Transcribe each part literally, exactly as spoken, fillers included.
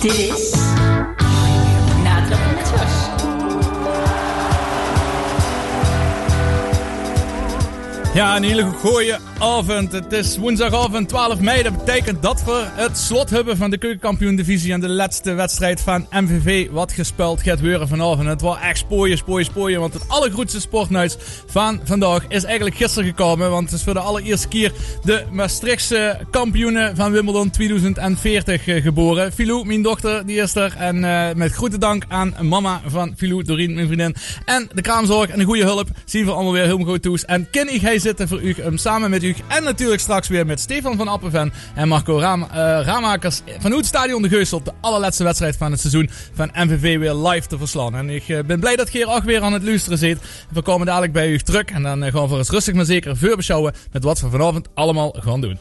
Dit is Natrappen met Jos. Ja, een hele goeie avond. Het is woensdagavond twaalf mei. Dat betekent dat we het slot hebben van de keukenkampioen-divisie en de laatste wedstrijd van M V V wat gespeeld gaat worden vanavond. Het was echt spooien, spooien, spooien. Want het allergrootste sportnieuws van vandaag is eigenlijk gisteren gekomen. Want het is voor de allereerste keer de Maastrichtse kampioenen van Wimbledon tweeduizend veertig uh, geboren. Filou, mijn dochter, die is er. En uh, met grote dank aan mama van Filou, Doreen, mijn vriendin. En de kraamzorg en de goede hulp zien we allemaal weer helemaal goed toe. En ken ik hij zitten voor u, um, samen met u. En natuurlijk straks weer met Stefan van Appenven en Marco Raam, uh, Raamakers vanuit het Stadion de Geus op de allerlaatste wedstrijd van het seizoen van M V V weer live te verslaan. En ik uh, ben blij dat Geer ook weer aan het luisteren zit. We komen dadelijk bij u terug en dan uh, gaan we eens rustig maar zeker voorbeschouwen met wat we vanavond allemaal gaan doen.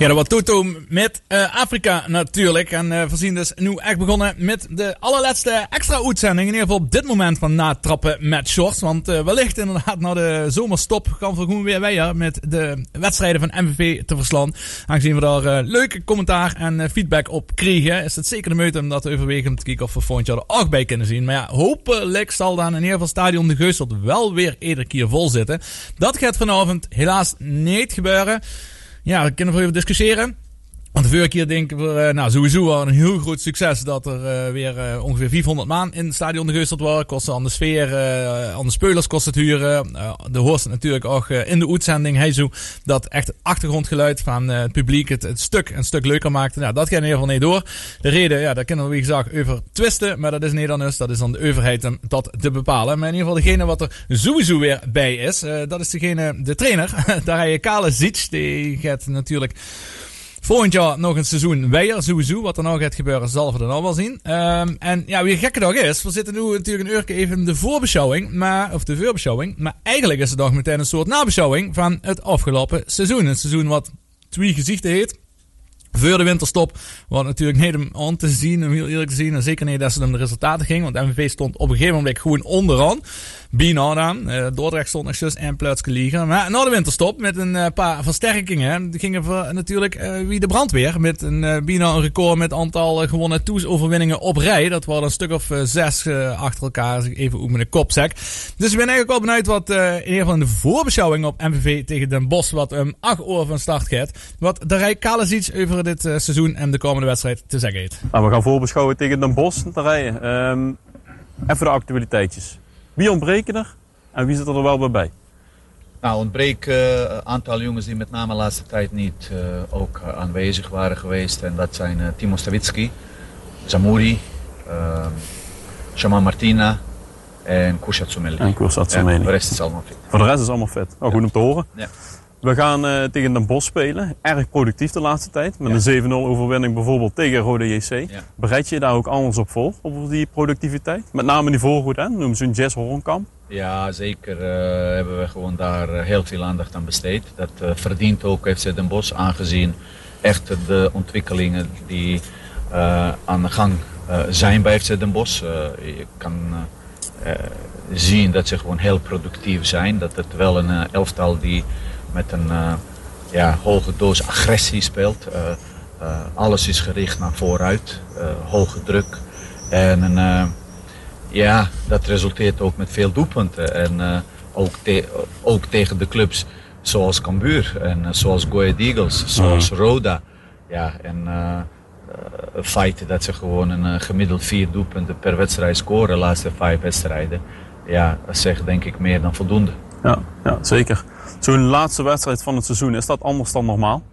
Ja, dat was Toto met uh, Afrika natuurlijk. En uh, we zien dus nu echt begonnen met de allerlaatste extra uitzending. In ieder geval op dit moment van Natrappen met Shorts. Want uh, wellicht inderdaad na de zomerstop gaan we gewoon weer weer met de wedstrijden van M V V te verslaan. Aangezien we daar uh, leuke commentaar en uh, feedback op kregen, is het zeker de moeite om dat te overwegen om te kijken of we volgend jaar er ook bij kunnen zien. Maar ja, hopelijk zal dan in ieder geval Stadion de Geusselt wel weer iedere keer vol zitten. Dat gaat vanavond helaas niet gebeuren. Ja, we kunnen even discussiëren. Want de vorige keer denken we, uh, nou sowieso wel een heel groot succes dat er uh, weer uh, ongeveer vierhonderd man in het Stadion de Geusselt waren. Kosten aan de sfeer, uh, aan de spelers kost het huren. Uh, de hoort natuurlijk ook uh, in de uitzending. Hij zo dat echt het achtergrondgeluid van uh, het publiek het, het stuk een stuk leuker maakte. Nou, dat gaat in ieder geval niet door. De reden, ja, daar kunnen we wie gezegd over twisten. Maar dat is niet aan ons, dat is aan de overheid om dat te bepalen. Maar in ieder geval degene wat er sowieso weer bij is, uh, dat is degene, de trainer. Daar heb je Kalezic, die gaat natuurlijk volgend jaar nog een seizoen weer, sowieso. Wat er nou gaat gebeuren, zal we dan al wel zien. Um, en ja, wie gekke dag is, we zitten nu natuurlijk een uurtje even in de voorbeschouwing, maar, of de voorbeschouwing. Maar eigenlijk is het nog meteen een soort nabeschouwing van het afgelopen seizoen. Een seizoen wat twee gezichten heet. Voor de winterstop was natuurlijk niet om aan te zien, om heel eerlijk te zien. En zeker niet dat ze om de resultaten ging. Want M V V stond op een gegeven moment gewoon onderaan. Bijna dan. Uh, Dordrecht stond nog juist één plaatsje liggen. Maar na de winterstop met een uh, paar versterkingen gingen we natuurlijk uh, wie de brandweer. Met een uh, bijna een record met aantal uh, gewonnen toesoverwinningen op rij. Dat waren een stuk of uh, zes uh, achter elkaar. Even ook met een kopzak. Dus ik ben eigenlijk wel benieuwd wat uh, in ieder geval in de voorbeschouwing op M V V tegen Den Bosch. Wat um, acht uur van start gaat. Wat de Rij Kalezic over dit uh, seizoen en de komende wedstrijd te zeggen heeft. Nou, we gaan voorbeschouwen tegen Den Bosch te rijden. Um, even de actualiteitjes. Wie ontbreken er en wie zit er wel bij? Nou, ontbreken een uh, aantal jongens die met name de laatste tijd niet uh, ook uh, aanwezig waren geweest. En dat zijn uh, Timo Stavitski, Zamouri, uh, Shaman Martina en Kushat Sumeli. En Kushat Sumeli. Ja, de rest is allemaal fit. Voor de rest is allemaal fit. Oh, goed ja. om te horen. Ja. We gaan uh, tegen Den Bosch spelen. Erg productief de laatste tijd. Met ja. een zeven nul overwinning bijvoorbeeld tegen Rode J C. Ja. Bereid je je daar ook anders op voor? Op die productiviteit? Met name die voorgoed, hè? Noem ze een Jess Horenkamp. Ja, zeker uh, hebben we gewoon daar uh, heel veel aandacht aan besteed. Dat uh, verdient ook F C Den Bosch, aangezien echt de ontwikkelingen die uh, aan de gang uh, zijn bij F C Den Bosch. Uh, je kan uh, uh, zien dat ze gewoon heel productief zijn. Dat het wel een uh, elftal die met een uh, ja, hoge doos agressie speelt. Uh, uh, alles is gericht naar vooruit, uh, hoge druk. En uh, ja, dat resulteert ook met veel doelpunten. En uh, ook, te- ook tegen de clubs zoals Cambuur en uh, zoals Go Ahead Eagles, zoals mm. Roda. Ja, en uh, uh, feiten dat ze gewoon een uh, gemiddeld vier doelpunten per wedstrijd scoren de laatste vijf wedstrijden. Ja, dat zegt denk ik meer dan voldoende. Ja, ja zeker. Zo'n laatste wedstrijd van het seizoen, is dat anders dan normaal?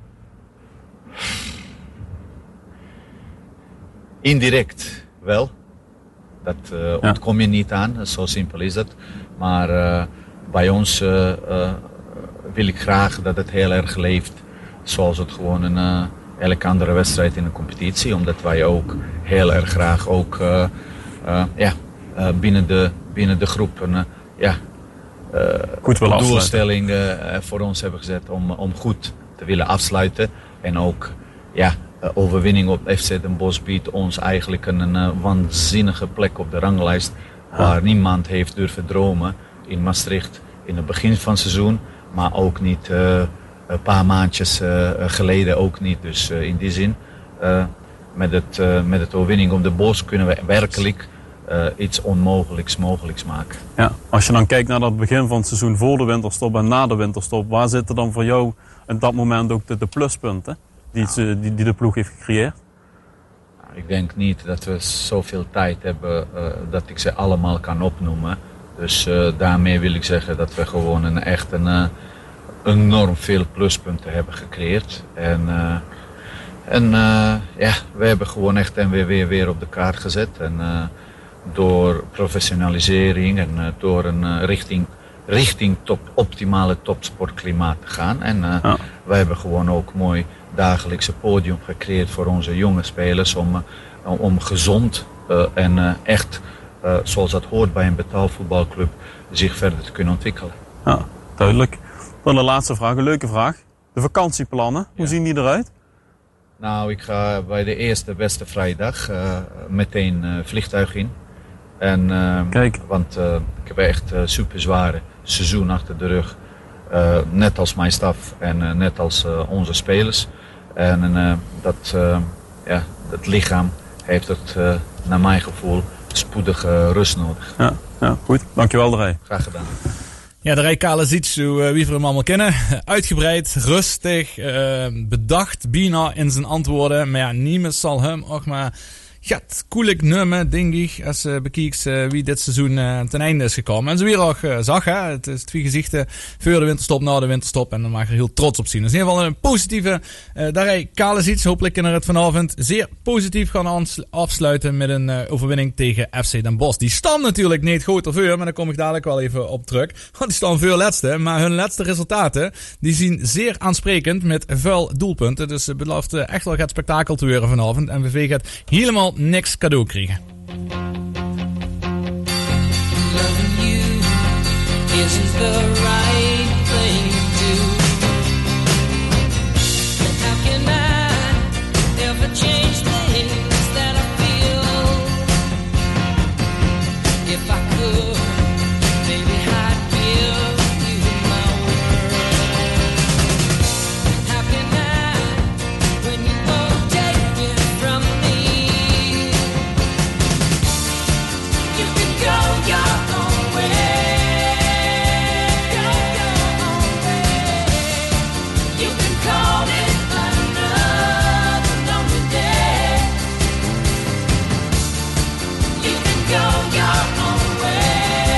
Indirect wel. Dat uh, ontkom je niet aan, zo simpel is dat. Maar uh, bij ons uh, uh, wil ik graag dat het heel erg leeft zoals het gewoon een uh, elke andere wedstrijd in een competitie. Omdat wij ook heel erg graag ook uh, uh, ja, uh, binnen, de, binnen de groep een uh, ja, uh, goed een doelstelling uh, voor ons hebben gezet om, om goed te willen afsluiten. En ook ja, uh, overwinning op F C Den Bosch biedt ons eigenlijk een, een uh, waanzinnige plek op de ranglijst. Waar ja. niemand heeft durven dromen in Maastricht in het begin van het seizoen. Maar ook niet uh, een paar maandjes uh, geleden ook niet. Dus uh, in die zin, uh, met, het, uh, met het overwinning op de Bosch kunnen we werkelijk uh, iets onmogelijks mogelijks maken. Ja, als je dan kijkt naar dat begin van het seizoen voor de winterstop en na de winterstop. Waar zitten dan voor jou in dat moment ook de, de pluspunten die, het, die, die de ploeg heeft gecreëerd? Ik denk niet dat we zoveel tijd hebben uh, dat ik ze allemaal kan opnoemen. Dus uh, daarmee wil ik zeggen dat we gewoon een echt een, uh, enorm veel pluspunten hebben gecreëerd. En, uh, en uh, ja, we hebben gewoon echt M W W weer op de kaart gezet. En uh, door professionalisering en uh, door een uh, richting, richting top, optimale topsportklimaat te gaan. En uh, ja. we hebben gewoon ook mooi dagelijkse podium gecreëerd voor onze jonge spelers om, uh, om gezond uh, en uh, echt, uh, zoals dat hoort bij een betaalvoetbalclub, zich verder te kunnen ontwikkelen. Ja, duidelijk. Dan de laatste vraag, een leuke vraag. De vakantieplannen, hoe Ja. zien die eruit? Nou, ik ga bij de eerste beste vrijdag uh, meteen uh, vliegtuig in. En, uh, Kijk. Want uh, ik heb echt uh, super zware seizoen achter de rug. Uh, net als mijn staf en uh, net als uh, onze spelers. En uh, dat, uh, ja, het lichaam heeft het, uh, naar mijn gevoel, spoedige rust nodig. Ja, ja goed. Dankjewel, de Rij. Graag gedaan. Ja, de Rij Kalasic, uh, wie we hem allemaal kennen. Uitgebreid, rustig, uh, bedacht, bijna in zijn antwoorden. Maar ja, niemand zal hem ook maar gaat koelijk nummen, denk ik, als je uh, bekijkt uh, wie dit seizoen uh, ten einde is gekomen. En zo weer ook uh, zag, hè, het is twee gezichten voor de winterstop, na de winterstop. En dan mag je er heel trots op zien. Dus in ieder geval een positieve uh, Darij Kalasic. Hopelijk kunnen we het vanavond zeer positief gaan afsluiten met een uh, overwinning tegen F C Den Bosch. Die staan natuurlijk niet goed of voor, maar daar kom ik dadelijk wel even op terug. Want die staan voor laatste, maar hun laatste resultaten, die zien zeer aansprekend met vuil doelpunten. Dus het belooft uh, echt wel het spektakel te worden vanavond. En M V V gaat helemaal niks cadeau krijgen. Loving you isn't the right thing to do. And how can I ever change things that I feel? If I could, maybe I'd give you my word. How can I, when you won't take it from me? You can go your own way. Go your own way. You can call it another lonely day. You can go your own way.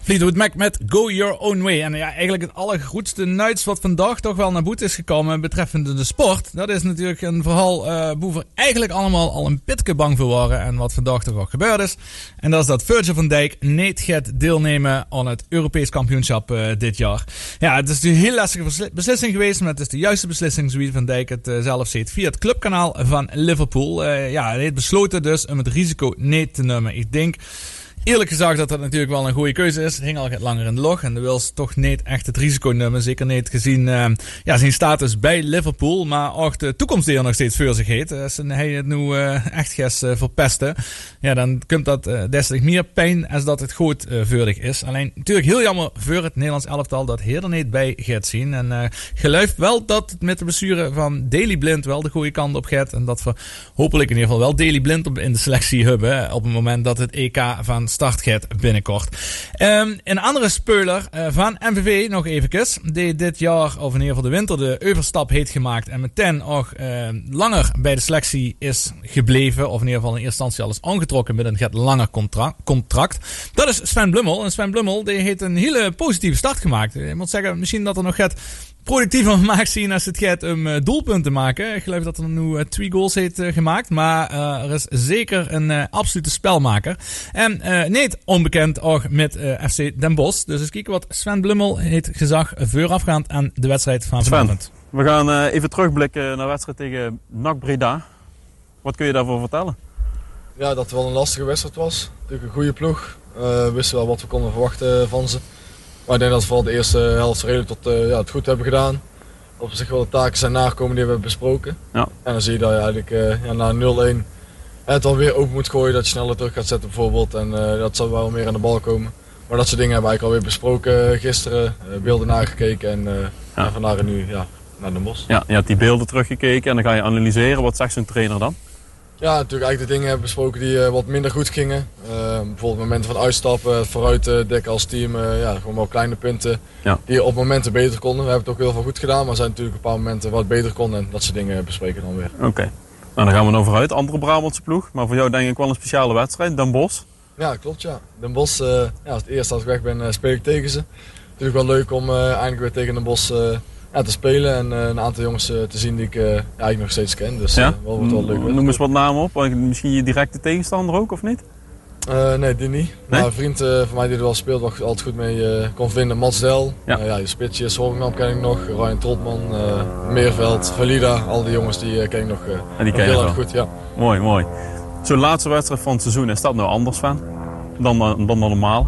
Fleetwood Mac met Go Your Own Way. En ja, eigenlijk het allergrootste nuits wat vandaag toch wel naar boet is gekomen betreffende de sport. Dat is natuurlijk een verhaal uh, waar we eigenlijk allemaal al een pitke bang voor waren. En wat vandaag toch ook gebeurd is. En dat is dat Virgil van Dijk niet gaat deelnemen aan het Europees kampioenschap uh, dit jaar. Ja, het is een heel lastige beslissing geweest. Maar het is de juiste beslissing, zoals Van Dijk het uh, zelf ziet, via het clubkanaal van Liverpool. Uh, ja, hij heeft besloten dus om het risico niet te nemen. Ik denk... Eerlijk gezegd dat dat natuurlijk wel een goede keuze is. Het hing al langer in de log en de wil toch niet echt het risico nemen. Zeker niet gezien uh, ja, zijn status bij Liverpool. Maar ook de toekomst die er nog steeds voor zich heeft. Als hij het nu uh, echt gaat uh, verpesten. Ja, dan komt dat uh, destijds meer pijn als dat het goed uh, voordig is. Alleen natuurlijk heel jammer voor het Nederlands elftal dat hij er niet bij gaat zien. En uh, geloof wel dat het met de blessure van Daley Blind wel de goede kant op gaat. En dat we hopelijk in ieder geval wel Daley Blind op, in de selectie hebben. Op het moment dat het E K van start gaat binnenkort. Um, een andere speler uh, van M V V nog eventjes, die dit jaar, of in ieder geval de winter, de overstap heeft gemaakt en meteen ook uh, langer bij de selectie is gebleven, of in ieder geval in eerste instantie al is aangetrokken met een get langer contra- contract. Dat is Sven Blummel. En Sven Blummel die heeft een hele positieve start gemaakt. Ik moet zeggen, misschien dat er nog gaat productiever mag zien als het gaat om uh, doelpunten maken. Ik geloof dat er nu uh, twee goals heeft uh, gemaakt. Maar uh, er is zeker een uh, absolute spelmaker. En uh, niet onbekend ook met uh, F C Den Bosch. Dus eens kijken wat Sven Blummel heeft gezag voorafgaand aan de wedstrijd van vanavond. We gaan uh, even terugblikken naar de wedstrijd tegen N A C Breda. Wat kun je daarvoor vertellen? Ja, dat het wel een lastige wedstrijd was. Natuurlijk een goede ploeg. Uh, we wisten wel wat we konden verwachten van ze. Maar ik denk dat we vooral de eerste helft redelijk tot uh, ja, het goed hebben gedaan. Op zich wel de taken zijn nagekomen die we hebben besproken. Ja. En dan zie je dat je eigenlijk uh, ja, na nul-een het dan weer open moet gooien. Dat je sneller terug gaat zetten bijvoorbeeld. En uh, dat zal wel meer aan de bal komen. Maar dat soort dingen hebben we eigenlijk alweer besproken gisteren. Uh, beelden nagekeken en, uh, ja. en vandaar nu ja, naar Den Bosch. Ja, je hebt die beelden teruggekeken en dan ga je analyseren. Wat zegt zo'n trainer dan? Ja, natuurlijk eigenlijk de dingen hebben besproken die uh, wat minder goed gingen. Uh, bijvoorbeeld momenten van uitstappen, vooruit uh, dekken als team. Uh, ja, gewoon wel kleine punten ja. die op momenten beter konden. We hebben het ook heel veel goed gedaan, maar er zijn natuurlijk een paar momenten wat beter konden. En dat soort dingen bespreken dan weer. Oké, okay. Nou, dan gaan we dan vooruit. Andere Brabantse ploeg, maar voor jou denk ik wel een speciale wedstrijd. Den Bosch. Ja, klopt ja. Den Bosch, uh, ja, als het eerste als ik weg ben, uh, speel ik tegen ze. Natuurlijk wel leuk om uh, eindelijk weer tegen Den Bosch... Uh, Ja, te spelen en uh, een aantal jongens uh, te zien die ik uh, ja, eigenlijk nog steeds ken. Dus ja? uh, wel, wordt wel leuk. Noem eens wat namen op. Misschien je directe tegenstander ook, of niet? Uh, nee, die niet. Nee? Maar een vriend uh, van mij die er wel speelt, wat ik altijd goed mee uh, kon vinden, Mats Del. Ja. Uh, ja, die spitsjes, Horenkamp ken ik nog, Ryan Trotman, uh, Meerveld, Valida. Al die jongens die uh, ken ik nog, uh, en die nog heel erg goed. Ja. Mooi, mooi. Zo'n laatste wedstrijd van het seizoen, is dat nou anders van dan, dan de normale?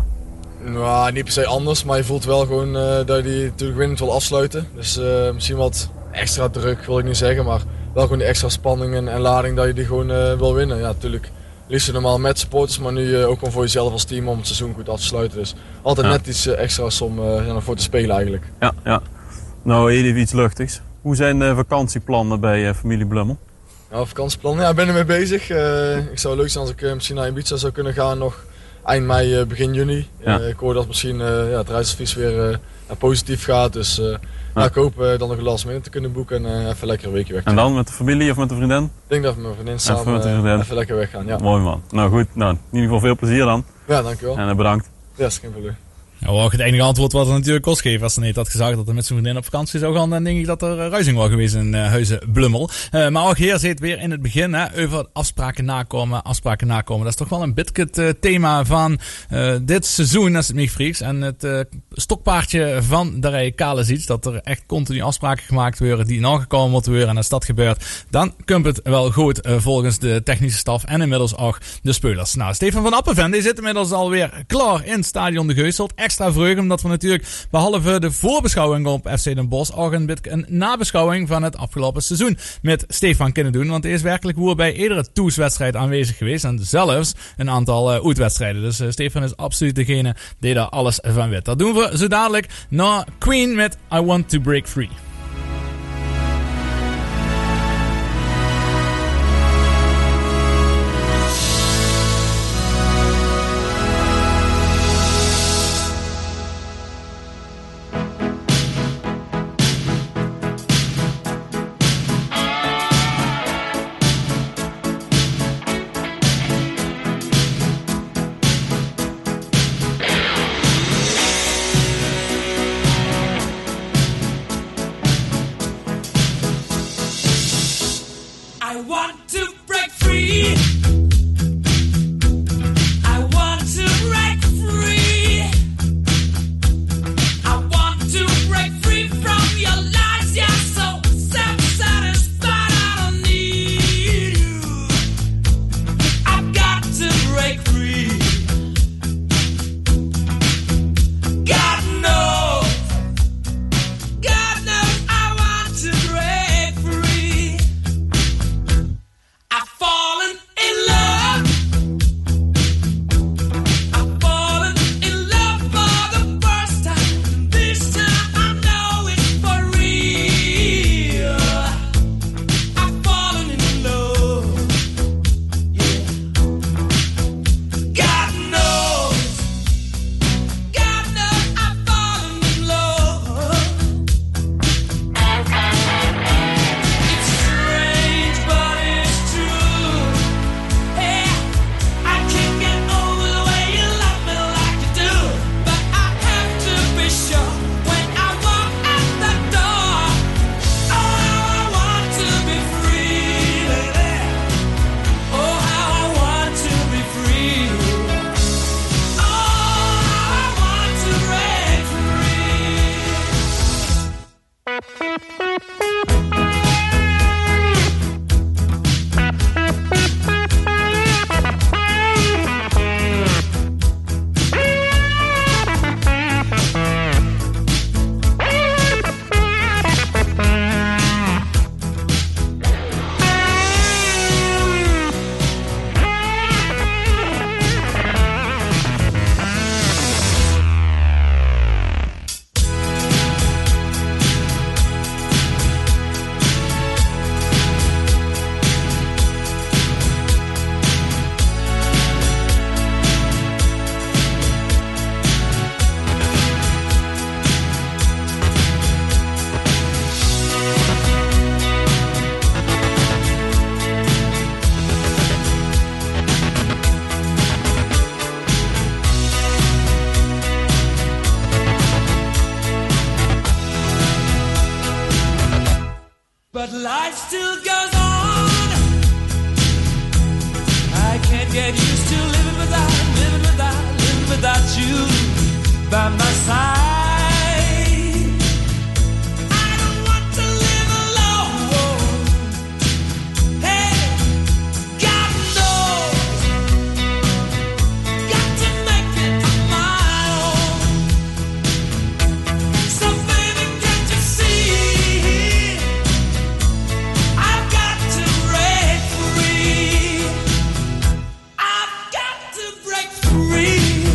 Nou, niet per se anders, maar je voelt wel gewoon uh, dat je die natuurlijk winnend wil afsluiten. Dus uh, misschien wat extra druk wil ik niet zeggen, maar wel gewoon die extra spanning en, en lading dat je die gewoon uh, wil winnen. Ja, natuurlijk liefst normaal met supporters, maar nu uh, ook gewoon voor jezelf als team om het seizoen goed af te sluiten. Dus altijd ja. net iets uh, extra's om uh, ja, voor te spelen eigenlijk. Ja, ja. Nou, even iets luchtigs. Hoe zijn de vakantieplannen bij uh, familie Blummel? Nou, vakantieplannen, ja, ik ben ermee bezig. Uh, ik zou leuk zijn als ik uh, misschien naar Ibiza zou kunnen gaan nog. Eind mei, begin juni. Ja. Uh, ik hoor dat misschien uh, ja, het reisadvies weer uh, positief gaat. Dus uh, ja. Ja, ik hoop uh, dan nog een last minute te kunnen boeken en uh, even lekker een weekje weg. En dan met de familie of met de vriendin? Ik denk dat we met mijn vriendin samen even, met de vriendin. Uh, even lekker weggaan. Ja. Mooi man. Nou goed, nou, in ieder geval veel plezier dan. Ja, dankjewel. En uh, bedankt. Ja, is geen probleem. Nou, ook het enige antwoord wat er natuurlijk kost geven. Als ze niet had gezegd dat hij met zijn vriendin op vakantie zou gaan, dan denk ik dat er uh, ruizing was geweest in uh, Huizen Blummel. Uh, maar ook hier zit weer in het begin hè, over afspraken nakomen, afspraken nakomen. Dat is toch wel een beetje het uh, thema van uh, dit seizoen, als het mij vrieks. En het uh, stokpaardje van de rij Kale ziet, dat er echt continu afspraken gemaakt worden die nagekomen moeten worden. En als dat gebeurt, dan komt het wel goed uh, volgens de technische staf en inmiddels ook de spelers. Nou, Stefan van Appenven, die zit inmiddels alweer klaar in het Stadion de Geuselt. Extra vreugde, omdat we natuurlijk behalve de voorbeschouwing op F C Den Bosch ook een beetje een nabeschouwing van het afgelopen seizoen met Stefan kunnen doen. Want hij is werkelijk woer bij iedere toeswedstrijd aanwezig geweest en zelfs een aantal uh, uitwedstrijden. Dus uh, Stefan is absoluut degene die daar alles van weet. Dat doen we zo dadelijk naar Queen met I Want to Break Free. but life still goes on. I can't get used to living without, living without, living without you by my side. I don't want to live alone. Hey, God knows, got to make it my own. So baby, can't you see? I've got to break free. I've got to break free.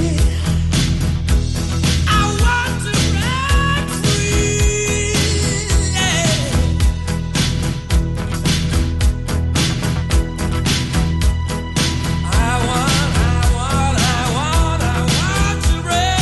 I want to break free. Yeah. I want, I want, I want, I want to break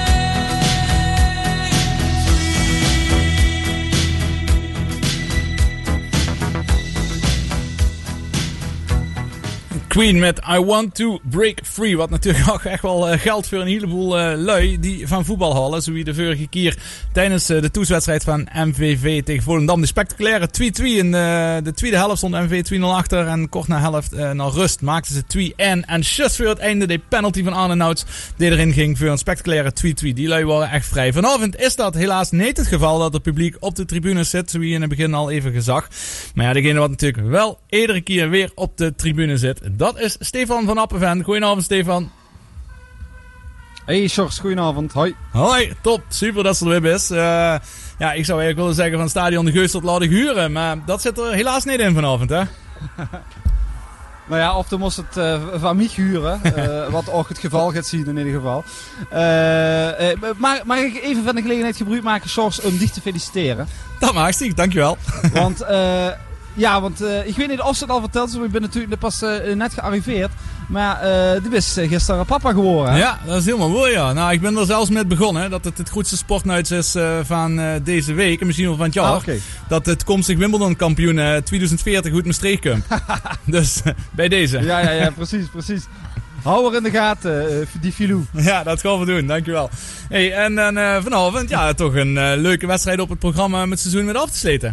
Queen met I Want To Break Free. Wat natuurlijk ook echt wel uh, geldt voor een heleboel uh, lui die van voetbal houden. Zo wie de vorige keer tijdens uh, de toetswedstrijd van M V V tegen Volendam. De spectaculaire twee twee. In uh, de tweede helft stond M V V twee nul achter. En kort na helft uh, naar rust maakten ze twee een. En just voor het einde de penalty van Arne Nauts die erin ging voor een spectaculaire twee twee. Die lui waren echt vrij. Vanavond is dat helaas niet het geval dat het publiek op de tribunes zit. Zoals je in het begin al even gezag. Maar ja, degene wat natuurlijk wel iedere keer weer op de tribune zit. Dat is Stefan van Appenven. Goedenavond, Stefan. Hey Sjors, goedenavond. Hoi. Hoi, top. Super dat ze er weer is. Uh, ja, ik zou eigenlijk willen zeggen van stadion de Geus tot laten huren. Maar dat zit er helaas niet in vanavond, hè? Nou ja, of dan moest het uh, van mij huren. Uh, wat ook het geval gaat zien in ieder geval. Uh, uh, maar mag ik even van de gelegenheid gebruik maken, Sjors, om dich te feliciteren? Dat mag, Stiek. Dankjewel. Want... Uh, Ja, want uh, ik weet niet of ze het al verteld hebben. Ik ben natuurlijk pas uh, net gearriveerd. Maar uh, die is gisteren papa geworden. Hè? Ja, dat is helemaal mooi, ja. Nou, ik ben er zelfs met begonnen. Dat het het grootste sportnieuws is uh, van uh, deze week. En misschien wel van het jaar. Ah, okay. Dat het toekomstig Wimbledon kampioen uh, tweeduizend veertig goed Maastricht komt. Dus uh, bij deze. Ja, ja, ja, precies, precies. Hou er in de gaten, uh, die filou. Ja, dat gaan we doen. Dankjewel. Hey, en dan uh, vanavond, ja, toch een uh, leuke wedstrijd op het programma om het seizoen met af te sluiten.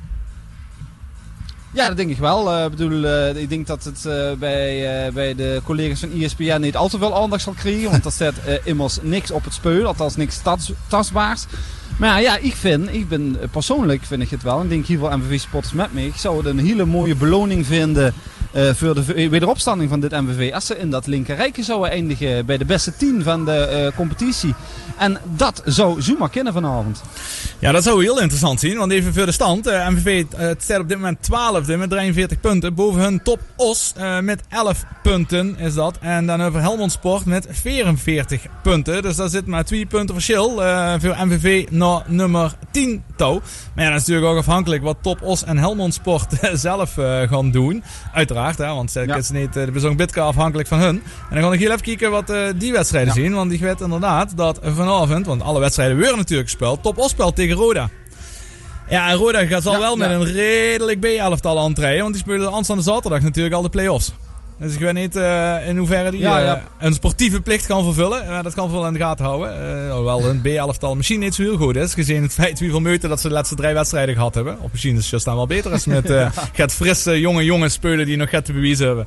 Ja, dat denk ik wel. Ik uh, bedoel, uh, ik denk dat het uh, bij, uh, bij de collega's van E S P N niet al te veel aandacht zal krijgen. Want er staat uh, immers niks op het spel, althans niks tas, tastbaars. Maar ja, ik vind, ik ben persoonlijk vind ik het wel, en ik denk hier wel M V V-supporters met me, ik zou het een hele mooie beloning vinden uh, voor de wederopstanding van dit M V V. Als ze in dat linkerrijke zouden eindigen bij de beste tien van de uh, competitie. En dat zou zomaar kunnen vanavond. Ja, dat zou heel interessant zien. Want even voor de stand. Uh, M V V uh, het staat op dit moment twaalfde met drieënveertig punten. Boven hun top Os uh, met elf punten is dat. En dan over Helmond Sport met vierenveertig punten. Dus daar zit maar twee punten verschil uh, voor M V V naar nummer tien touw. Maar ja, dat is natuurlijk ook afhankelijk wat top Os en Helmond Sport zelf uh, gaan doen. Uiteraard, hè, want uh, ja. Het is niet uh, de bezong Bitka afhankelijk van hun. En dan ga ik heel even kijken wat uh, die wedstrijden ja. zien. Want ik weet inderdaad dat vanavond, want alle wedstrijden worden natuurlijk gespeeld, top Os speelt tegen Roda. Ja, en Roda gaat zal ja, wel met ja. een redelijk B-elftal aantreden, want die spelen aanstaande zaterdag natuurlijk al de play-offs. Dus ik weet niet uh, in hoeverre die ja, ja. Uh, een sportieve plicht kan vervullen. Uh, dat kan wel in de gaten houden. Uh, hoewel een B-elftal misschien niet zo heel goed is, gezien het feit hoeveel meuten dat ze de laatste drie wedstrijden gehad hebben. Of misschien is het dan wel beter als met uh, gaat frisse jonge jongens spelen die nog gaat te bewijzen hebben.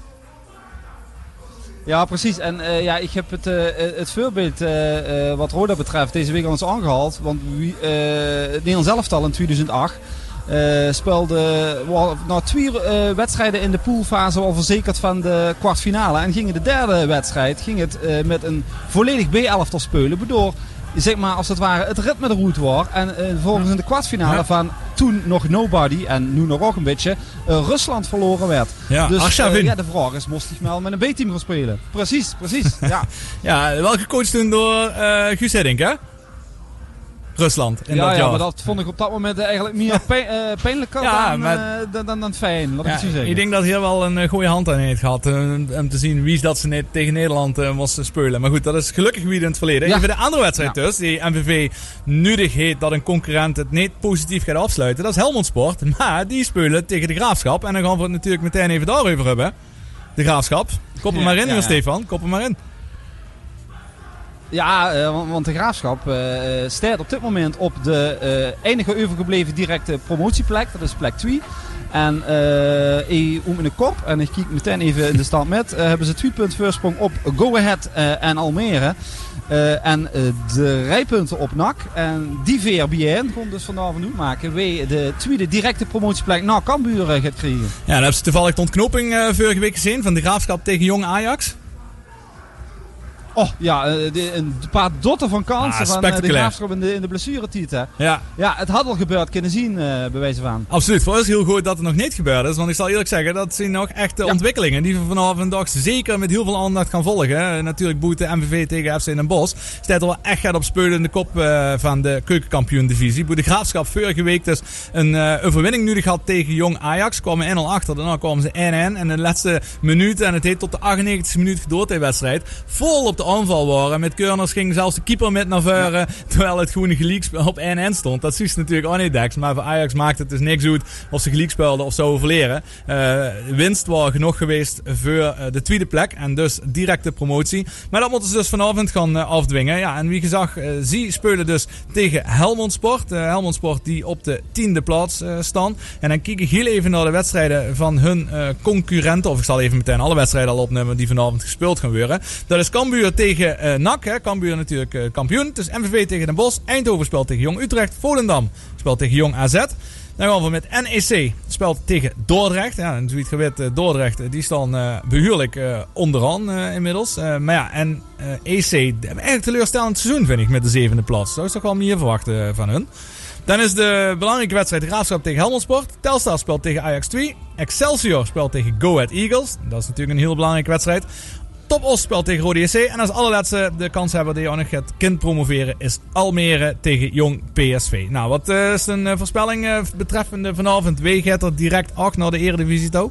Ja, precies. En uh, ja, ik heb het, uh, het voorbeeld uh, uh, wat Roda betreft deze week al eens aangehaald. Want uh, het Nederlands elftal in tweeduizend acht uh, speelde well, nou, twee uh, wedstrijden in de poolfase al verzekerd van de kwartfinale. En ging de derde wedstrijd ging het uh, met een volledig B-elftal spelen. Waardoor, zeg maar, als het ware het ritme de route was. En uh, vervolgens in de kwartfinale ja. van toen nog nobody en nu nog ook een beetje uh, Rusland verloren werd. Ja, dus uh, ja, de vraag is, moest ik wel met een B-team gaan spelen? Precies, precies. Ja, ja wel gecoacht toen door uh, Guus Hiddink, hè? Rusland. In ja, dat ja jaar. maar dat vond ik op dat moment eigenlijk meer pijn, uh, pijnlijker ja, dan, maar, uh, dan, dan, dan fijn. Laat ja, ik het zo zeggen. Ik denk dat hij wel een uh, goede hand aan heeft gehad. Uh, om te zien wie dat ze net tegen Nederland uh, moesten spelen. Maar goed, dat is gelukkig weer in het verleden. Ja. Even de andere wedstrijd ja. dus. Die M V V nodig heet dat een concurrent het niet positief gaat afsluiten. Dat is Helmond Sport. Maar die spelen tegen de Graafschap. En dan gaan we het natuurlijk meteen even daarover hebben. De Graafschap. Kop er ja, maar in, ja, ja. Stefan. Kop er maar in. Ja, uh, want, want de Graafschap uh, staat op dit moment op de uh, enige overgebleven directe promotieplek. Dat is plek twee. En uh, om in de kop, en ik kijk meteen even in de stand met, uh, hebben ze twee punten voorsprong op Go Ahead uh, en Almere. Uh, en uh, de rijpunten op N A C. En die V R B N komt dus vanavond uitmaken wie de tweede directe promotieplek naar Cambuur uh, gaat krijgen. Ja, dan hebben ze toevallig de ontknoping uh, vorige week gezien van de Graafschap tegen Jong Ajax. Oh ja, de, een paar dotten van kansen ah, van de Graafschap in de, in de blessuretijd. Ja. ja, het had al gebeurd kunnen zien, uh, bij wijze van. Absoluut, voor ons is heel goed dat het nog niet gebeurd is. Want ik zal eerlijk zeggen, dat zijn nog echte ja. ontwikkelingen die we vanavond dag zeker met heel veel aandacht gaan volgen. Natuurlijk boete M V V tegen F C Den Bosch. Staat er wel echt gaat op spelen in de kop uh, van de keukenkampioen-divisie. Bij de Graafschap vorige week dus een uh, overwinning nodig had tegen Jong Ajax. Kwamen één nul achter, daarna kwamen ze één één. En in de laatste minuut, en het heeft tot de achtennegentigste minuut gedoord in de wedstrijd, vol op de aanval waren. Met Keurners ging zelfs de keeper met naar voren, ja. terwijl het gewoon een gelijkspel op één één stond. Dat zie je natuurlijk ook niet, Dex. Maar voor Ajax maakt het dus niks uit of ze gelijk speelden of zouden verleren. Uh, winst was genoeg geweest voor uh, de tweede plek en dus directe promotie. Maar dat moeten ze dus vanavond gaan uh, afdwingen. Ja, en wie gezag, uh, ze spelen dus tegen Helmond Sport. Uh, Helmond Sport die op de tiende plaats uh, staan. En dan kijk ik heel even naar de wedstrijden van hun uh, concurrenten. Of ik zal even meteen alle wedstrijden al opnemen die vanavond gespeeld gaan worden. Dat is Cambuur tegen Uh, N A C, hè. Cambuur natuurlijk uh, kampioen. Het is M V V tegen Den Bosch. Eindhoven speelt tegen Jong Utrecht. Volendam speelt tegen Jong A Z. Dan gaan we met N E C. Speelt tegen Dordrecht. Ja, en zoiets gewet, uh, Dordrecht, die staan uh, behuurlijk uh, onderaan uh, inmiddels. Uh, maar ja, en uh, E C, eigenlijk teleurstellend seizoen vind ik met de zevende plaats. Dat is toch wel meer verwachten uh, van hun. Dan is de belangrijke wedstrijd de Graafschap tegen Helmond Sport. Telstar speelt tegen Ajax twee. Excelsior speelt tegen Go Ahead Eagles. Dat is natuurlijk een heel belangrijke wedstrijd. Top Os speelt tegen Rode J C. En als allerlaatste de kanshebber die ook nog gaat kind promoveren is Almere tegen Jong P S V. Nou, wat uh, is een uh, voorspelling uh, betreffende vanavond? Wie gaat er direct ook naar de Eredivisie toe?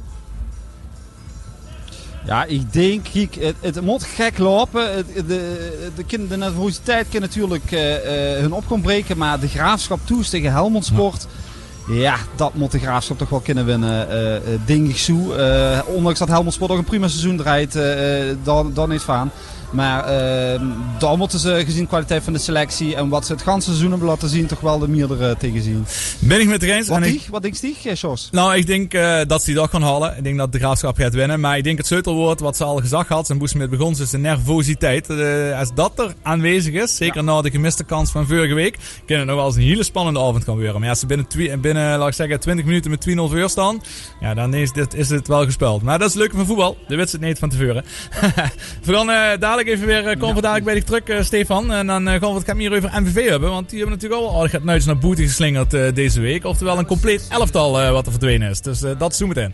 Ja, ik denk, kijk, het, het moet gek lopen. Het, de, de, de nervositeit kan natuurlijk uh, uh, hun opkom breken. Maar de Graafschap toes tegen Helmond Sport... Ja. Ja, dat moet de Graafschap toch wel kunnen winnen, uh, uh, denk ik zo. Uh, ondanks dat Helmond Sport ook een prima seizoen draait, uh, dan, dan niet van. Maar uh, dan moeten ze gezien de kwaliteit van de selectie en wat ze het ganse seizoen hebben laten zien, toch wel de meerdere uh, tegen zien. Ben ik met de eens. Wat, ik... die? Wat denk je, Jos? Nou, ik denk uh, dat ze die dag gaan halen. Ik denk dat de Graafschap gaat winnen. Maar ik denk het sleutelwoord wat ze al gezegd had, en Boes met begon, is de nervositeit. Uh, als dat er aanwezig is, zeker ja. na de gemiste kans van vorige week, kan het nog wel eens een hele spannende avond gaan worden. Maar als ze binnen, twee, binnen laat ik zeggen, twintig minuten met twee nul voor staan, ja, dan is, dit, is het wel gespeeld. Maar dat is het leuke van voetbal. De wedstrijd niet van tevoren. We gaan uh, dadelijk even weer, uh, komen we dadelijk bij de truck, uh, Stefan. En dan uh, gaan we het meer over M V V hebben. Want die hebben natuurlijk al aardig het nuits naar boete geslingerd uh, deze week. Oftewel een compleet elftal uh, wat er verdwenen is. Dus uh, dat is zo meteen.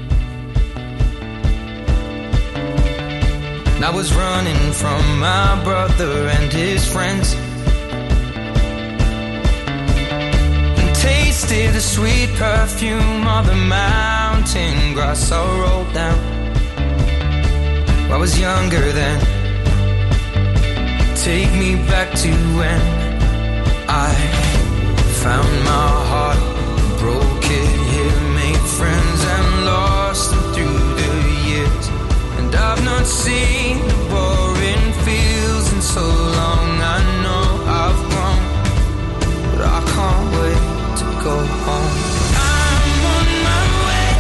I was running from my brother and his friends, and tasted the sweet perfume of the mountain grass I rolled down. I was younger then. Take me back to when I found my heart, broke it here, made friends and lost them through the years. And I've not seen the boring fields in so long. I know I've grown, but I can't wait to go home. I'm on my way,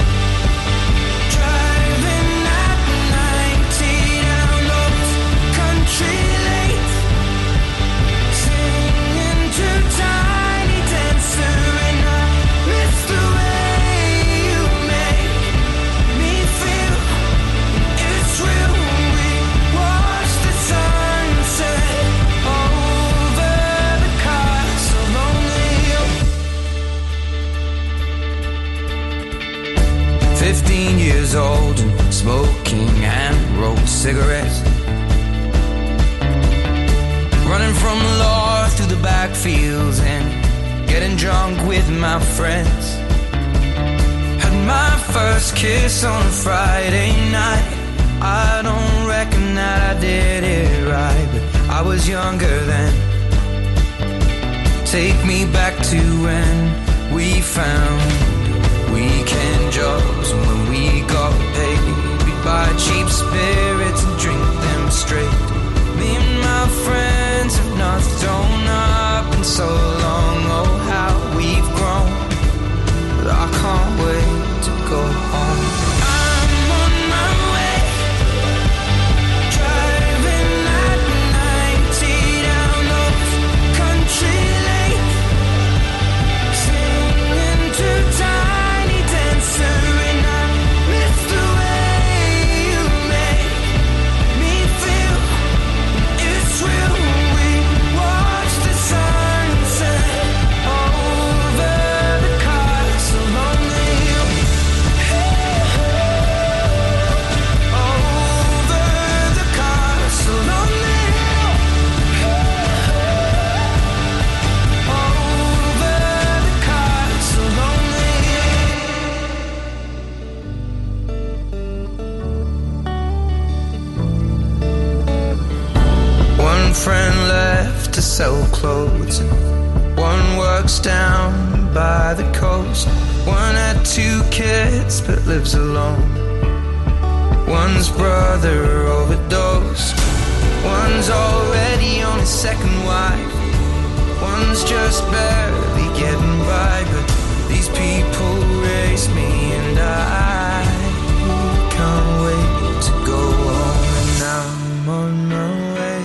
driving at ninety down those country lanes, singing to Tiny Dancer, and I miss the way you make me feel. It's real. We watch the sunset over the castle only. Fifteen years old and smoking hand-rolled cigarettes, running from the law through the backfields and getting drunk with my friends. Had my first kiss on a Friday night. I don't reckon that I did it right, but I was younger then. Take me back to when we found weekend jobs, and when we got paid, we'd buy cheap spirits and drink them straight. Me and my friends have not thrown up in so long. Oh, how we've grown. But I can't wait to go home. I'm on my way, driving at ninety down those country lanes, singing to Tiny Dancer, and I miss the way you make me feel. It's real. We watch the sunset over the castle on the hill. Over the castle on the hill. Over the castle on the hill. One friend left to sell clothes, and one works down by the coast. One had two kids but lives alone. One's brother overdosed. One's already on his second wife. One's just barely getting by. But these people raise me, and I can't wait to go home. And I'm on my way.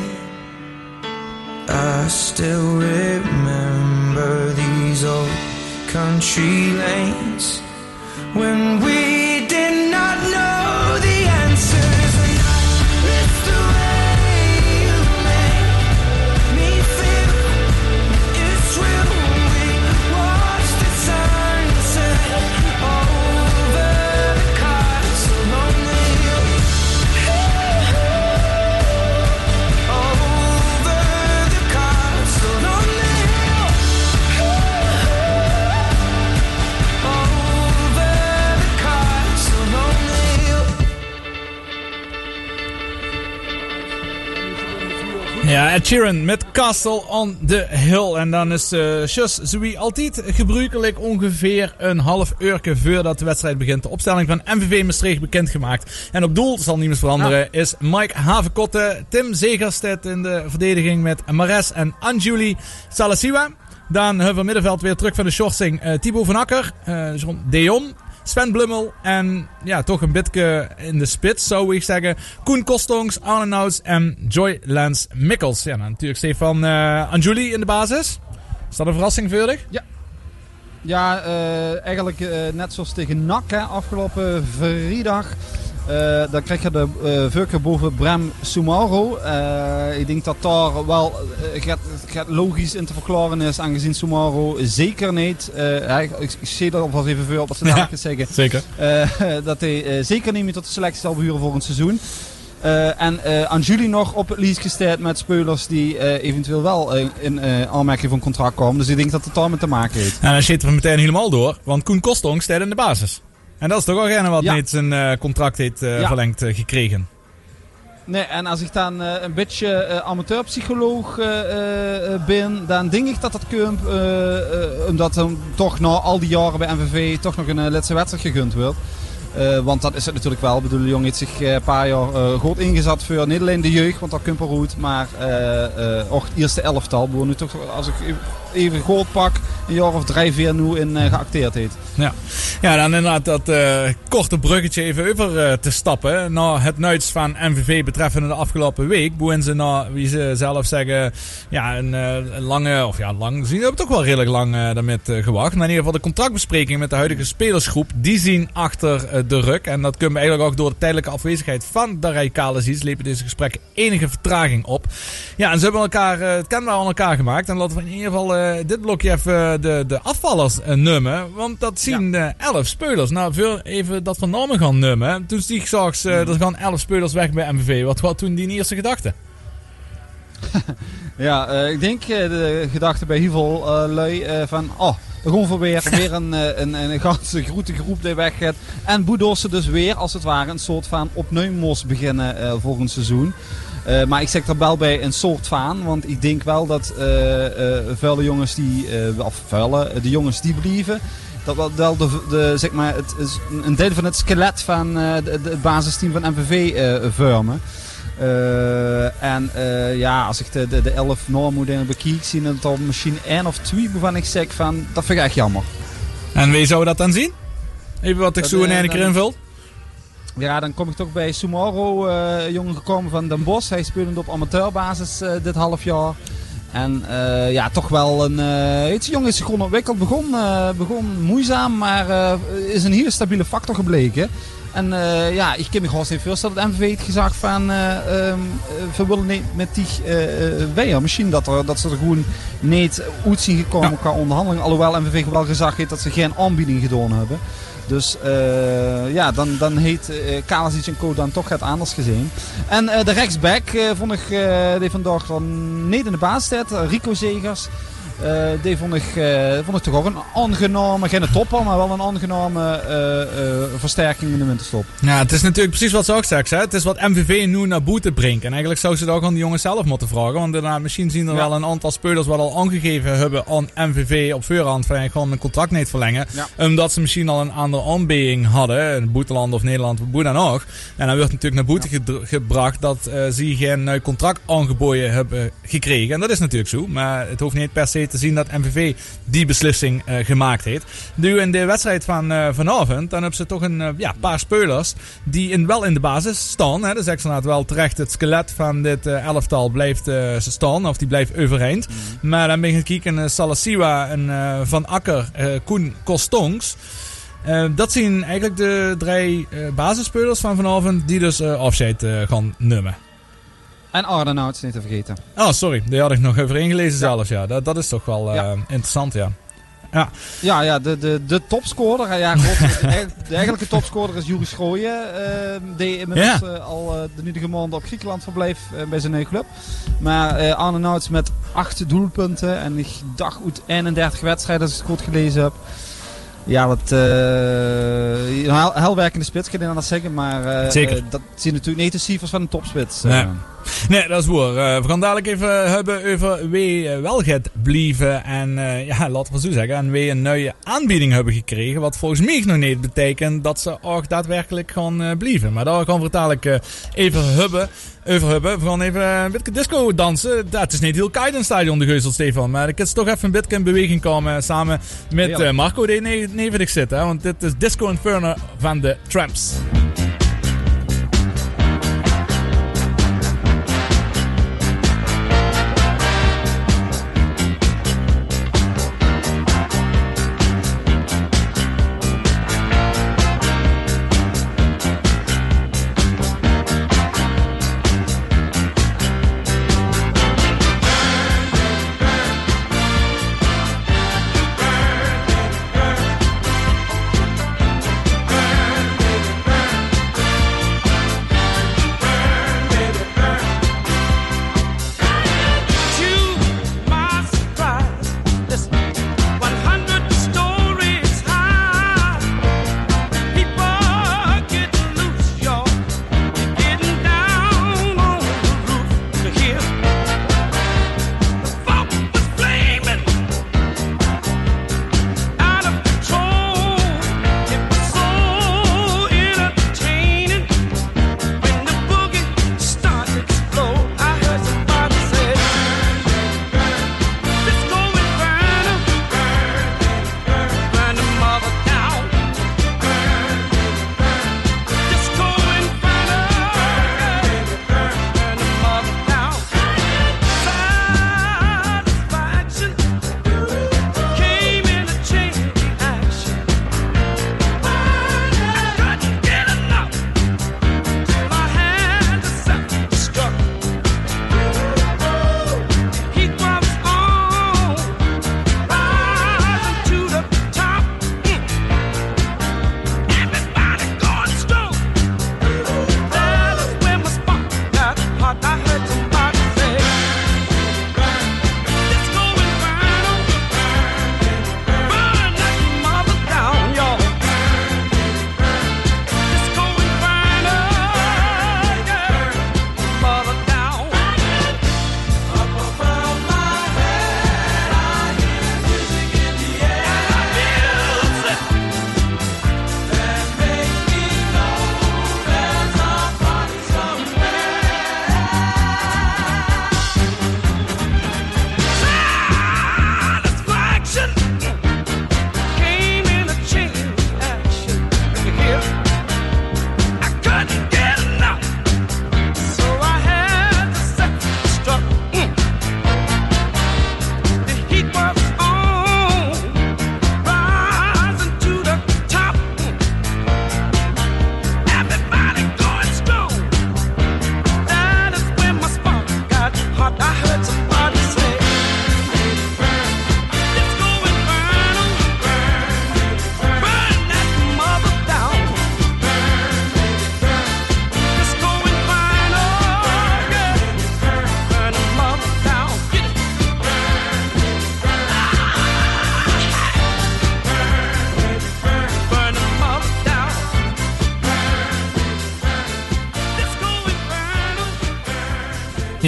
I still remember these old country lanes when we did not know the answers, and I miss the way you make me feel. It's real. We watch the sunset over the castle on the hill. Over the castle on the hill. Over the castle on the hill. Ja, Ed Sheeran met Castle on the Hill. En dan is uh, Sjus, zoals altijd gebruikelijk ongeveer een half uurtje voordat de wedstrijd begint de opstelling van M V V Maastricht bekendgemaakt. En op doel, zal niet meer veranderen, is Mike Havenkotte. Tim Zegers staat in de verdediging met Mares en Anjuli Salasiwa. Dan hebben we middenveld weer terug van de schorsing uh, Thibaut van Akker, uh, John Deon, Sven Blummel en ja, toch een beetje in de spits zou ik zeggen. Koen Kostongs, Arne Nouts en Joy Lance Mikkels. Ja, nou, natuurlijk Stefan uh, Anjuli in de basis. Is dat een verrassing voor dich? Ja. Ja, uh, eigenlijk uh, net zoals tegen N A C hè, afgelopen vrijdag. Uh, dan krijg je de uh, vuurke boven Bram Soumaro. Uh, ik denk dat daar wel uh, gaat, gaat logisch in te verklaren is, aangezien Soumaro zeker niet. Uh, hij, ik, ik zie er alvast even voor op wat ze dadelijk ja, zeggen. Zeker. Uh, dat hij uh, zeker niet meer tot de selectie zal behuren voor een seizoen. Uh, en uh, Anjuli nog op het lijst gesteld met spelers die uh, eventueel wel uh, in uh, aanmerking voor een contract komen. Dus ik denk dat het daarmee te maken heeft. En dan zitten we meteen helemaal door, want Koen Kostongs staat in de basis. En dat is toch ook een wat ja. niet zijn uh, contract heeft uh, ja. verlengd uh, gekregen. Nee, en als ik dan uh, een beetje uh, amateurpsycholoog uh, uh, ben, dan denk ik dat dat komt, uh, uh, omdat hem toch na al die jaren bij M V V toch nog een uh, laatste wedstrijd gegund wordt. Uh, want dat is het natuurlijk wel. Ik bedoel, de jongen heeft zich uh, een paar jaar uh, goed ingezet voor niet alleen de jeugd, want dat komt wel goed, maar uh, uh, ook het eerste elftal. Nu toch, als ik even goed pak, een jaar of drie, vier nu in uh, geacteerd heeft. Ja. ja, dan inderdaad dat uh, korte bruggetje even over uh, te stappen naar het nieuws van M V V betreffende de afgelopen week. Boeien ze naar, wie ze zelf zeggen, ja, een, uh, een lange, of ja, lang, ze hebben toch wel redelijk lang uh, daarmee uh, gewacht. Maar in ieder geval de contractbesprekingen met de huidige spelersgroep, die zien achter uh, de rug. En dat kunnen we eigenlijk ook door de tijdelijke afwezigheid van Darij Kalesic slepen deze gesprekken enige vertraging op. Ja, en ze hebben elkaar, uh, het kenbaar aan elkaar gemaakt. En laten we in ieder geval uh, dit blokje even de, de afvallers uh, nummen. Want dat zien ja. uh, elf spelers. Nou, veel even dat van namen gaan nummen. Toen stieg zag uh, er gaan elf spelers weg bij M V V. Wat was toen die eerste gedachte? ja, uh, ik denk uh, de gedachte bij heel veel uh, lui uh, van... Oh, er gewoon voor weer, weer een, een, een ganse grote groep die weggaat. En Boedosse dus weer, als het ware, een soort van opnieuw moest beginnen uh, volgend seizoen. Uh, maar ik zeg er wel bij een soort van, want ik denk wel dat uh, uh, vuile jongens die, uh, of vuile, de jongens die blijven, dat wel de, de, zeg maar, het is een deel van het skelet van uh, de, de, het basisteam van M V V uh, vormen. Uh, en uh, ja, als ik de, de, de elf Noormoedingen bekijk, zie ik er misschien één of twee waarvan ik zeg van, dat vind ik echt jammer. En wie zou dat dan zien? Even wat ik Dat, zo in uh, één keer dan- invul. Ja, dan kom ik toch bij Sumaro, uh, jongen gekomen van Den Bosch. Hij speelde op amateurbasis uh, dit half jaar. En uh, ja, toch wel een... Uh, het jong is gewoon ontwikkeld. Begon, uh, begon moeizaam, maar uh, is een hele stabiele factor gebleken. En uh, ja, ik kan me gewoon niet voorstellen dat M V V het gezegd van... Uh, um, we willen niet met die uh, weer. Misschien dat, er, dat ze er gewoon niet uit zien gekomen Ja. qua onderhandeling. Alhoewel M V V wel gezegd heeft dat ze geen aanbieding gedaan hebben. Dus uh, ja, dan, dan heet uh, Kalasic en Co dan toch het anders gezien. En uh, de rechtsback uh, vond ik uh, die vandaag dan niet in de baas staat. Uh, Rico Zegers. Uh, die vond ik, uh, vond ik toch ook een aangename, geen topper, maar wel een aangename uh, uh, versterking in de winterstop. Ja, het is natuurlijk precies wat ze ook straks. Hè? Het is wat M V V nu naar boete brengt. En eigenlijk zou ze dat ook aan de jongens zelf moeten vragen. Want daarna, misschien zien er Ja. wel een aantal spelers wat al aangegeven hebben aan M V V op voorhand. Van ja, gewoon een contract niet verlengen. Ja. Omdat ze misschien al een andere aanbieding hadden. In Boeteland of Nederland, hoe dan ook. En dan wordt natuurlijk naar boete Ja. gedr- gebracht dat uh, ze geen uh, contract aangeboden hebben gekregen. En dat is natuurlijk zo. Maar het hoeft niet per se te zien dat M V V die beslissing uh, gemaakt heeft. Nu in de wedstrijd van uh, vanavond, dan hebben ze toch een uh, ja, paar spelers die in, wel in de basis staan. Hè. Dus ik inderdaad wel terecht het skelet van dit uh, elftal blijft uh, staan. Of die blijft overeind. Mm. Maar dan ben je kijken uh, Salasiwa en uh, Van Akker, uh, Koen Kostongs. Uh, dat zijn eigenlijk de drie uh, basisspelers van vanavond die dus uh, afscheid uh, gaan nemen. En Ardenouts niet te vergeten. Oh, sorry. Die had ik nog even ingelezen Ja. zelfs. Ja. Dat, dat is toch wel uh, Ja. interessant, ja. Ja. Ja, ja de, de, de topscorer. Ja, goed, de, de eigenlijke topscorer is Juri Schrooien. Uh, die inmiddels Ja. uh, al uh, de nuttige maanden op Griekenland verbleef uh, bij zijn nieuwe club. Maar uh, Arne Nouts met acht doelpunten. En ik dacht uit eenendertig wedstrijden als ik het goed gelezen heb. Ja, wat uh, heel, heel werkende spits kan je dan dat zeggen. Maar uh, Zeker. uh, dat zien natuurlijk niet de cijfers van een topspits. Nee. Uh. Nee, dat is waar. Uh, we gaan dadelijk even hebben over wie uh, wel gaat blijven. En uh, ja, laten we zo zeggen. En wie een nieuwe aanbieding hebben gekregen. Wat volgens mij nog niet betekent dat ze ook daadwerkelijk gaan uh, blijven. Maar daar gaan we het dadelijk uh, even hebben. Over hebben. We gaan even een beetje disco dansen. Dat is niet heel koud in het stadion, de Geusel, Stefan. Maar ik kan toch even een beetje in beweging komen. Samen met uh, Marco die ne- neven ik zit. Hè? Want dit is Disco Inferno van de Tramps. Burn,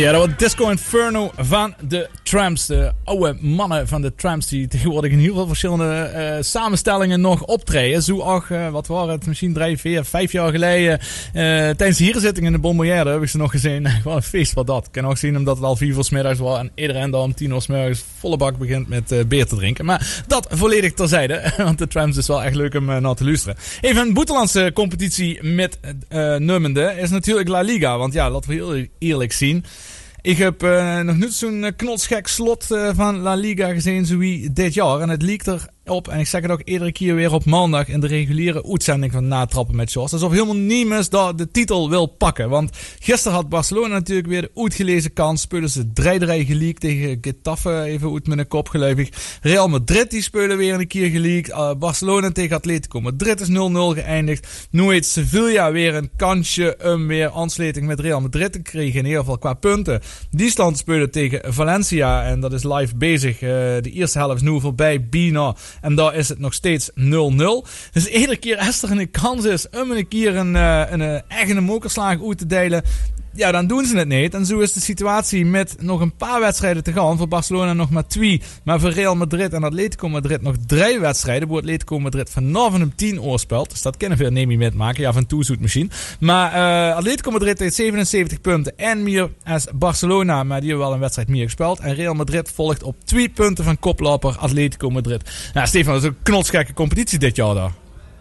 Ja, dat was Disco Inferno van de Tramps. De oude mannen van de Tramps die tegenwoordig in heel veel verschillende uh, samenstellingen nog optreden. Zo ook, uh, wat waren het, misschien drie, vier, vijf jaar geleden. Uh, tijdens de hierzitting in de Bonbonnière heb ik ze nog gezien. Wat een feest wat dat. Ik kan ook zien omdat het al vier uur 's middags was en iedereen dan om tien uur 's middags volle bak begint met uh, beer te drinken. Maar dat volledig terzijde, want de Tramps is wel echt leuk om uh, naar te luisteren. Even een boetelandse competitie met uh, nummende is natuurlijk La Liga. Want ja, laten we heel eerlijk zien. Ik heb uh, nog niet zo'n knotsgek slot uh, van La Liga gezien zoals dit jaar. En het leek erop, en ik zeg het ook iedere keer weer op maandag in de reguliere uitzending van Natrappen met Sjors. Alsof helemaal niemand daar de titel wil pakken. Want gisteren had Barcelona natuurlijk weer de uitgelezen kans. Speelden ze drie drie gelijk tegen Getafe, even uit met een kop geluivig. Real Madrid die spelen weer een keer gelijk. Uh, Barcelona tegen Atletico Madrid is nul nul geëindigd. Nu heeft Sevilla weer een kansje om weer aansluiting met Real Madrid te krijgen. In ieder geval qua punten. Die stand spelen tegen Valencia en dat is live bezig. Uh, de eerste helft is nu voorbij, bijna. En daar is het nog steeds nul nul. Dus iedere keer als er een kans is om een keer een, uh, een, een eigen mokerslag uit te delen, ja, dan doen ze het niet. En zo is de situatie met nog een paar wedstrijden te gaan. Voor Barcelona nog maar twee. Maar voor Real Madrid en Atletico Madrid nog drie wedstrijden. Voor Atletico Madrid vanavond om tien uur speelt. Dus dat kunnen we niet metmaken. Ja, van toe zoet misschien. Maar uh, Atletico Madrid heeft zevenenzeventig punten. En meer als Barcelona. Maar die hebben wel een wedstrijd meer gespeeld. En Real Madrid volgt op twee punten van koploper Atletico Madrid. Nou, Stefan, dat is een knotsgekke competitie dit jaar daar.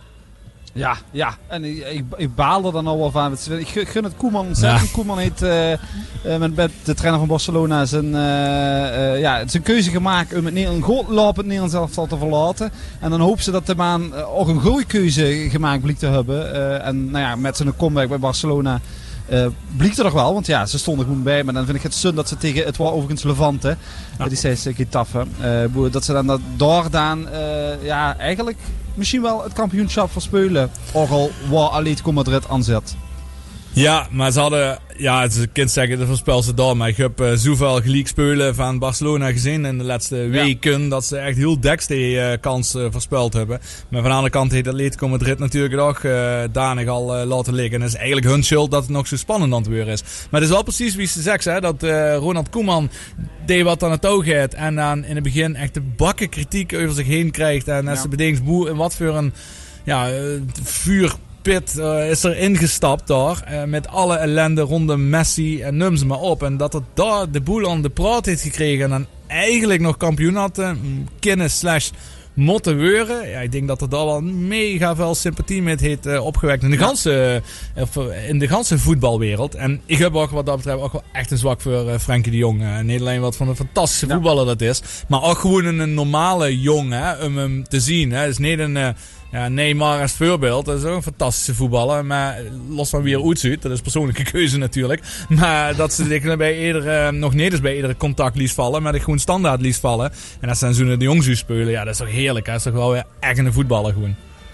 Ja, ja. En ik, ik, ik baal er dan al wel van. Ik gun het Koeman ontzettend. Ja. Koeman heeft uh, uh, met, met de trainer van Barcelona zijn, uh, uh, ja, zijn keuze gemaakt om het een lopend Nederlands elftal te verlaten. En dan hopen ze dat de man uh, ook een goede keuze gemaakt blijkt te hebben. Uh, en nou ja, met zijn comeback bij Barcelona Uh, blikt er nog wel, want ja, ze stonden gewoon bij. Maar dan vind ik het zin dat ze tegen het was overigens Levante, ja. uh, die zei Getafe, uh, dat ze dan dat daar dan uh, ja, eigenlijk misschien wel het kampioenschap verspelen. Ook al waar Atletico Madrid aanzet. Ja, maar ze hadden, ja, het kind zeggen, dat voorspel ze daar. Maar ik heb uh, zoveel gelijk spelen van Barcelona gezien in de laatste weken. Ja. Dat ze echt heel deks die uh, kans uh, voorspeld hebben. Maar van de andere kant heeft Atletico Madrid natuurlijk ook uh, danig al uh, laten liggen. En het is eigenlijk hun schuld dat het nog zo spannend aan het weer is. Maar het is wel precies wie ze zegt, hè, dat uh, Ronald Koeman deed wat aan het oog heeft. En dan in het begin echt de bakken kritiek over zich heen krijgt. En als ja. ze bedenkt boe, wat voor een ja, uh, vuur... Pitt uh, is er ingestapt daar, uh, met alle ellende rondom Messi en noem ze maar op. En dat het daar de boel aan de praat heeft gekregen en dan eigenlijk nog kampioen had uh, kunnen slash motten weuren. Ja, ik denk dat er daar wel mega veel sympathie mee heeft uh, opgewekt in de, ganse, uh, in de ganse voetbalwereld. En ik heb ook wat dat betreft ook wel echt een zwak voor uh, Frenkie de Jong. Uh, niet alleen wat van een fantastische ja. voetballer dat is, maar ook gewoon een, een normale jong, hè, om hem te zien. Hè. Het is niet een... Uh, Ja, Neymar als voorbeeld, dat is ook een fantastische voetballer. Maar los van wie er uitziet, dat is persoonlijke keuze natuurlijk. Maar dat ze zich bij iedere, nog niet eens bij iedere contact liefst vallen, maar dat gewoon standaard liefst vallen. En als ze dan zo'n de jongens spelen, ja, dat is toch heerlijk. Hè? Dat is toch wel weer echt een voetballer gewoon.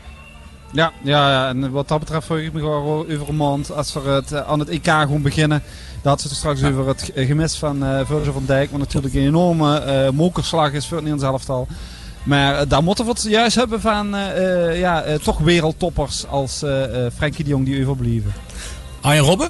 Ja, ja, ja, en wat dat betreft vroeg ik me gewoon over een maand, als we het, uh, aan het E K gaan beginnen. Dat had ze het straks ja. over het gemis van uh, Virgil van Dijk, wat natuurlijk een enorme uh, mokerslag is voor het Nederlands elftal. Maar uh, daar moeten we het juist hebben van uh, uh, ja, uh, toch wereldtoppers als uh, uh, Frenkie de Jong die overblijven. Arjen Robben?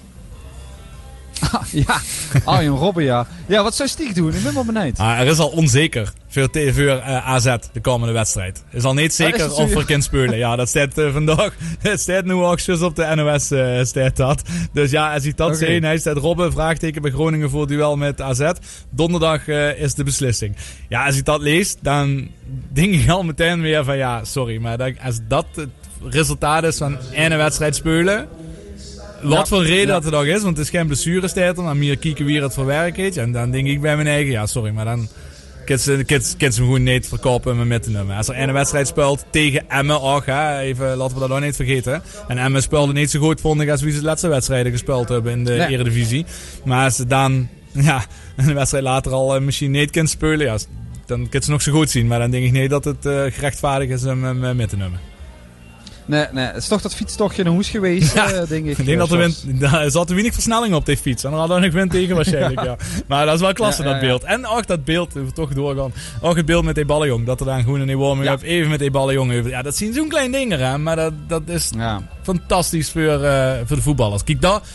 ja, Arjen Robben, ja. Ja, wat zou Stiek doen? Ik ben wel benieuwd. Ah, er is al onzeker voor, voor uh, A Z de komende wedstrijd. Er is al niet zeker ah, of er kan spelen. Ja, dat staat uh, vandaag. Het staat nu ook juist op de N O S. Uh, staat dat. Dus ja, als ik dat okay. zie, hij staat Robben, vraagteken bij Groningen voor duel met A Z. Donderdag uh, is de beslissing. Ja, als ik dat lees, dan denk ik al meteen weer van ja, sorry. Maar dat, als dat het resultaat is van één wedstrijd spelen... Wat ja, voor reden ja. dat er nog is, want het is geen blessurestijd, maar meer kijken wie het voor werk heeft. En dan denk ik bij mijn eigen, ja sorry, maar dan kan ze hem gewoon niet verkopen en met te nemen. Als er een wedstrijd speelt tegen Emmen ook, hè, even, laten we dat nog niet vergeten. En Emmen speelde niet zo goed, vond ik, als wie ze de laatste wedstrijden gespeeld hebben in de ja. Eredivisie. Maar als ze dan ja, een wedstrijd later al uh, misschien niet kunnen spelen, ja, dan kan ze nog zo goed zien. Maar dan denk ik niet dat het uh, gerechtvaardigd is om hem uh, met te nemen. Nee, nee, het is toch dat fietstochtje een hoes geweest, ja, uh, denk ik. Ik denk dat er, wind, er zat er weinig versnelling op die fiets. En dan hadden we nog wind tegen waarschijnlijk, ja. Maar dat is wel klasse, ja, dat ja, beeld. Ja. En ook dat beeld, we toch doorgaan. Ook het beeld met die ballenjong. Dat er dan gewoon in die warming-up ja. even met die ballenjong over. Ja, dat zien zo'n klein ding eraan. Maar dat, dat is ja. fantastisch voor, uh, voor de voetballers. Kijk, daar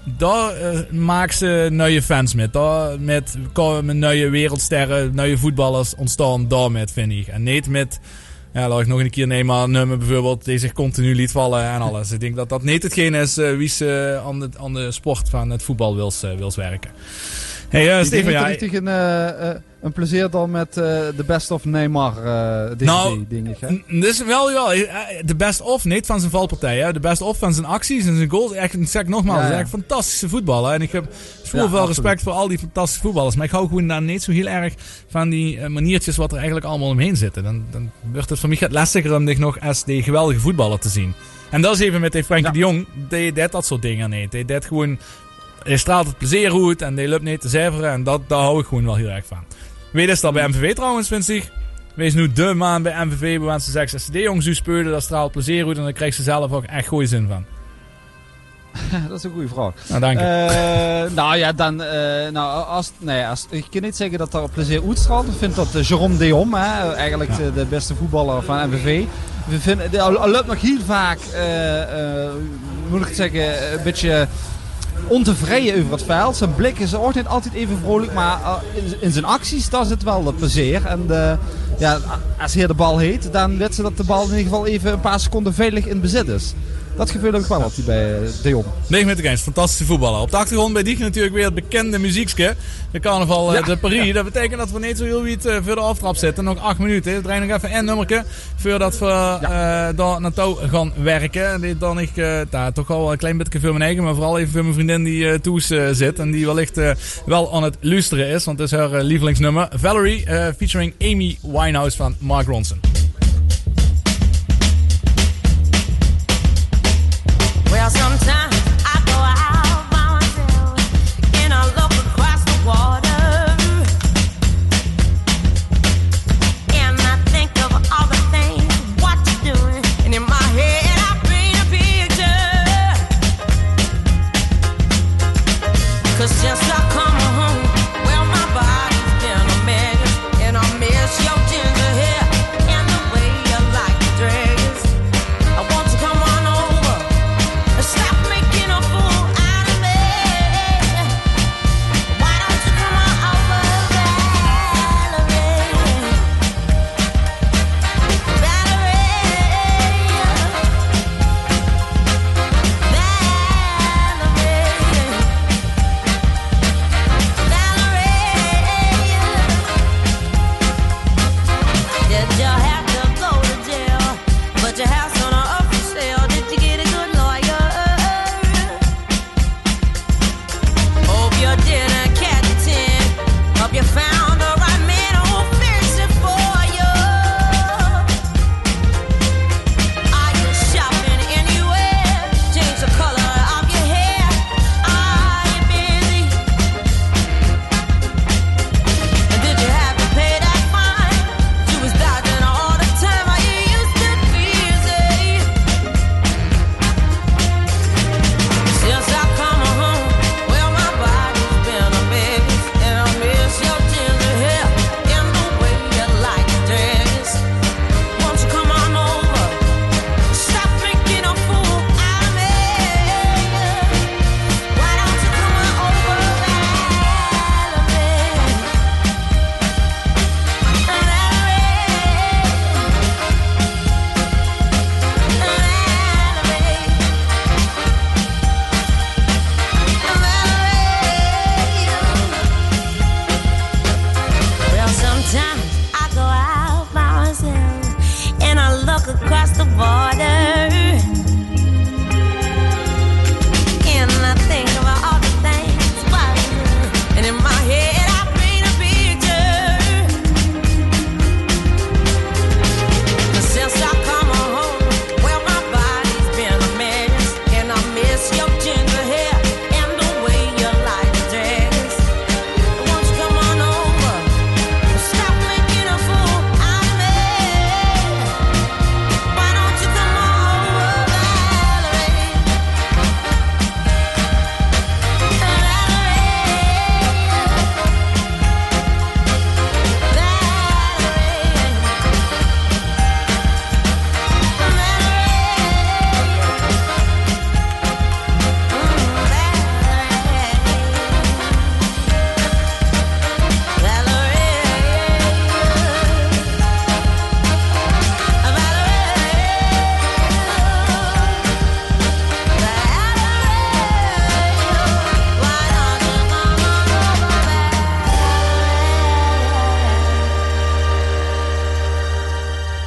daar uh, maakt ze nieuwe fans met. Daar met komen nieuwe wereldsterren, nieuwe voetballers ontstaan daarmee, vind ik. En niet met, ja, laat ik nog een keer nemen, een nummer bijvoorbeeld die zich continu liet vallen en alles. Ik denk dat dat niet hetgeen is uh, wie ze aan de, aan de sport van het voetbal wil uh, werken. Hey, uh, Steven, ja... Ik een, uh, uh, een plezier dan met uh, de Best of Neymar uh, D V D, nou, denk ik. Hè? N- dus wel, wel, de best of, niet van zijn valpartij, hè. De best of van zijn acties en zijn goals. Echt, ik zeg nogmaals, ja, ja. echt een fantastische voetballer. En ik heb veel Ja, veel absoluut. respect voor al die fantastische voetballers. Maar ik hou gewoon daar niet zo heel erg van die uh, maniertjes wat er eigenlijk allemaal omheen zitten. Dan, dan wordt het voor mij het lastiger om dich nog als die geweldige voetballer te zien. En dat is even met die Frenkie Ja. de Jong. Die deed dat soort dingen niet. Die deed gewoon... Hij straalt het plezier uit en die loopt niet te zuiveren. En dat, daar hou ik gewoon wel heel erg van. Weet is dat bij M V V trouwens, vind ik. Wees nu de man bij M V V, waar ze zeggen, als ze die jongens u spelen, dat straalt plezier uit en dan krijgt ze zelf ook echt goede zin van. Dat is een goede vraag. Nou, dank je. Uh, nou ja, dan... Uh, nou, als, nee, als, ik kan niet zeggen dat er plezier uitstraalt. Ik vind dat uh, Jérôme Deom, hè, eigenlijk Ja. de, de beste voetballer van M V V. We vinden, de, hij loopt nog heel vaak, uh, uh, moet ik het zeggen, een beetje ontevreden over het veld. Zijn blik is ook niet altijd even vrolijk, maar uh, in, in zijn acties, daar zit wel dat plezier. En uh, ja, als hij de bal heet, dan weet ze dat de bal in ieder geval even een paar seconden veilig in bezit is. Dat gevoel heb ik wel altijd bij uh, De Jong. negen meter eens, fantastische voetballer. Op de achtergrond bij die natuurlijk weer het bekende muziekske. De carnaval uh, Ja. de Paris. Dat betekent dat we niet zo heel wiet uh, voor de aftrap zitten. Nog acht minuten. We draaien nog even één nummerke voordat we uh, daar naartoe gaan werken. Dit dan ik uh, nou, toch al een klein beetje voor mijn eigen, maar vooral even voor mijn vriendin die uh, thuis uh, zit. En die wellicht uh, wel aan het luisteren is, want het is haar uh, lievelingsnummer. Valerie, uh, featuring Amy Winehouse van Mark Ronson. Well, sometimes I go out by myself and I look across the water and I think of all the things what you're doing, and in my head I paint a picture. 'Cause since I come home, well, my body's been a mess, and I miss your ginger hair and the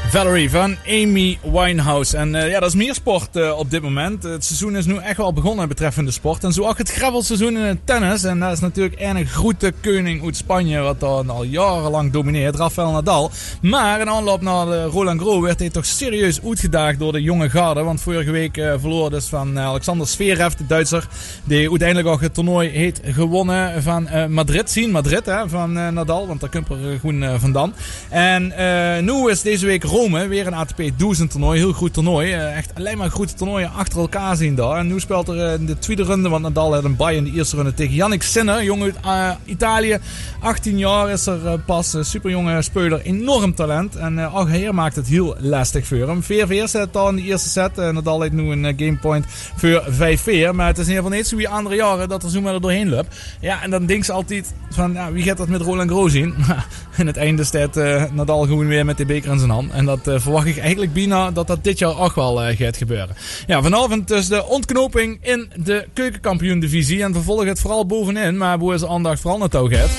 Valerie van Amy Winehouse. En uh, ja, dat is meer sport uh, op dit moment. Het seizoen is nu echt wel begonnen betreffende sport. En zo ook het gravelseizoen in het tennis. En dat is natuurlijk een grote koning uit Spanje, wat daar al jarenlang domineert, Rafael Nadal. Maar in aanloop naar de Roland Garros werd hij toch serieus uitgedaagd door de jonge garde. Want vorige week uh, verloor dus van uh, Alexander Zverev, de Duitser, die uiteindelijk ook het toernooi heeft gewonnen van uh, Madrid. Zien Madrid hè, van uh, Nadal, want daar komt er uh, gewoon uh, vandaan. En uh, nu is deze week Rome, weer een A T P duizend toernooi, heel goed toernooi. Uh, echt alleen maar goede toernooien achter elkaar zien daar. En nu speelt er uh, in de tweede ronde, want Nadal had een bye in de eerste ronde tegen Jannik Sinner, jong uit uh, Italië. achttien jaar is er uh, pas, uh, superjonge speler, enorm talent. En uh, ook hij maakt het heel lastig voor hem. vier vier set al in de eerste set. Uh, Nadal heeft nu een uh, gamepoint voor vijf vier. Maar het is in ieder geval niet zo wie andere jaren dat er zo maar er doorheen loopt. Ja, en dan denk ze altijd van, ja, wie gaat dat met Roland Garros zien? In het einde staat uh, Nadal gewoon weer met de beker in zijn hand. En dat uh, verwacht ik eigenlijk bijna dat dat dit jaar ook wel uh, gaat gebeuren. Ja, vanavond dus de ontknoping in de keukenkampioen-divisie. En vervolg het vooral bovenin, maar hoe is de aandacht vooral naartoe gaat.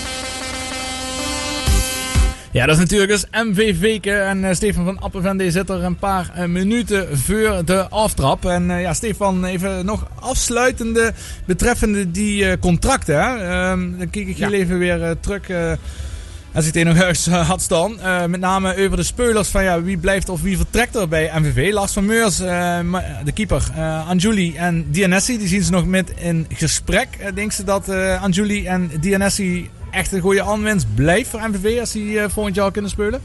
Ja, dat is natuurlijk dus M V Veken en uh, Stefan van Appenvende zit er een paar uh, minuten voor de aftrap. En uh, ja, Stefan, even nog afsluitende betreffende die uh, contracten. Hè? Uh, dan kijk ik hier ja. even weer uh, terug... Uh, Als ik het nog ergens uh, had staan. Uh, met name over de spelers van ja, wie blijft of wie vertrekt er bij M V V. Lars van Meurs, uh, de keeper, uh, Anjuli en Dianessi, die zien ze nog met in gesprek. Uh, Denken ze dat uh, Anjuli en Dianessi echt een goede aanwinst blijft voor M V V als die uh, volgend jaar kunnen spelen?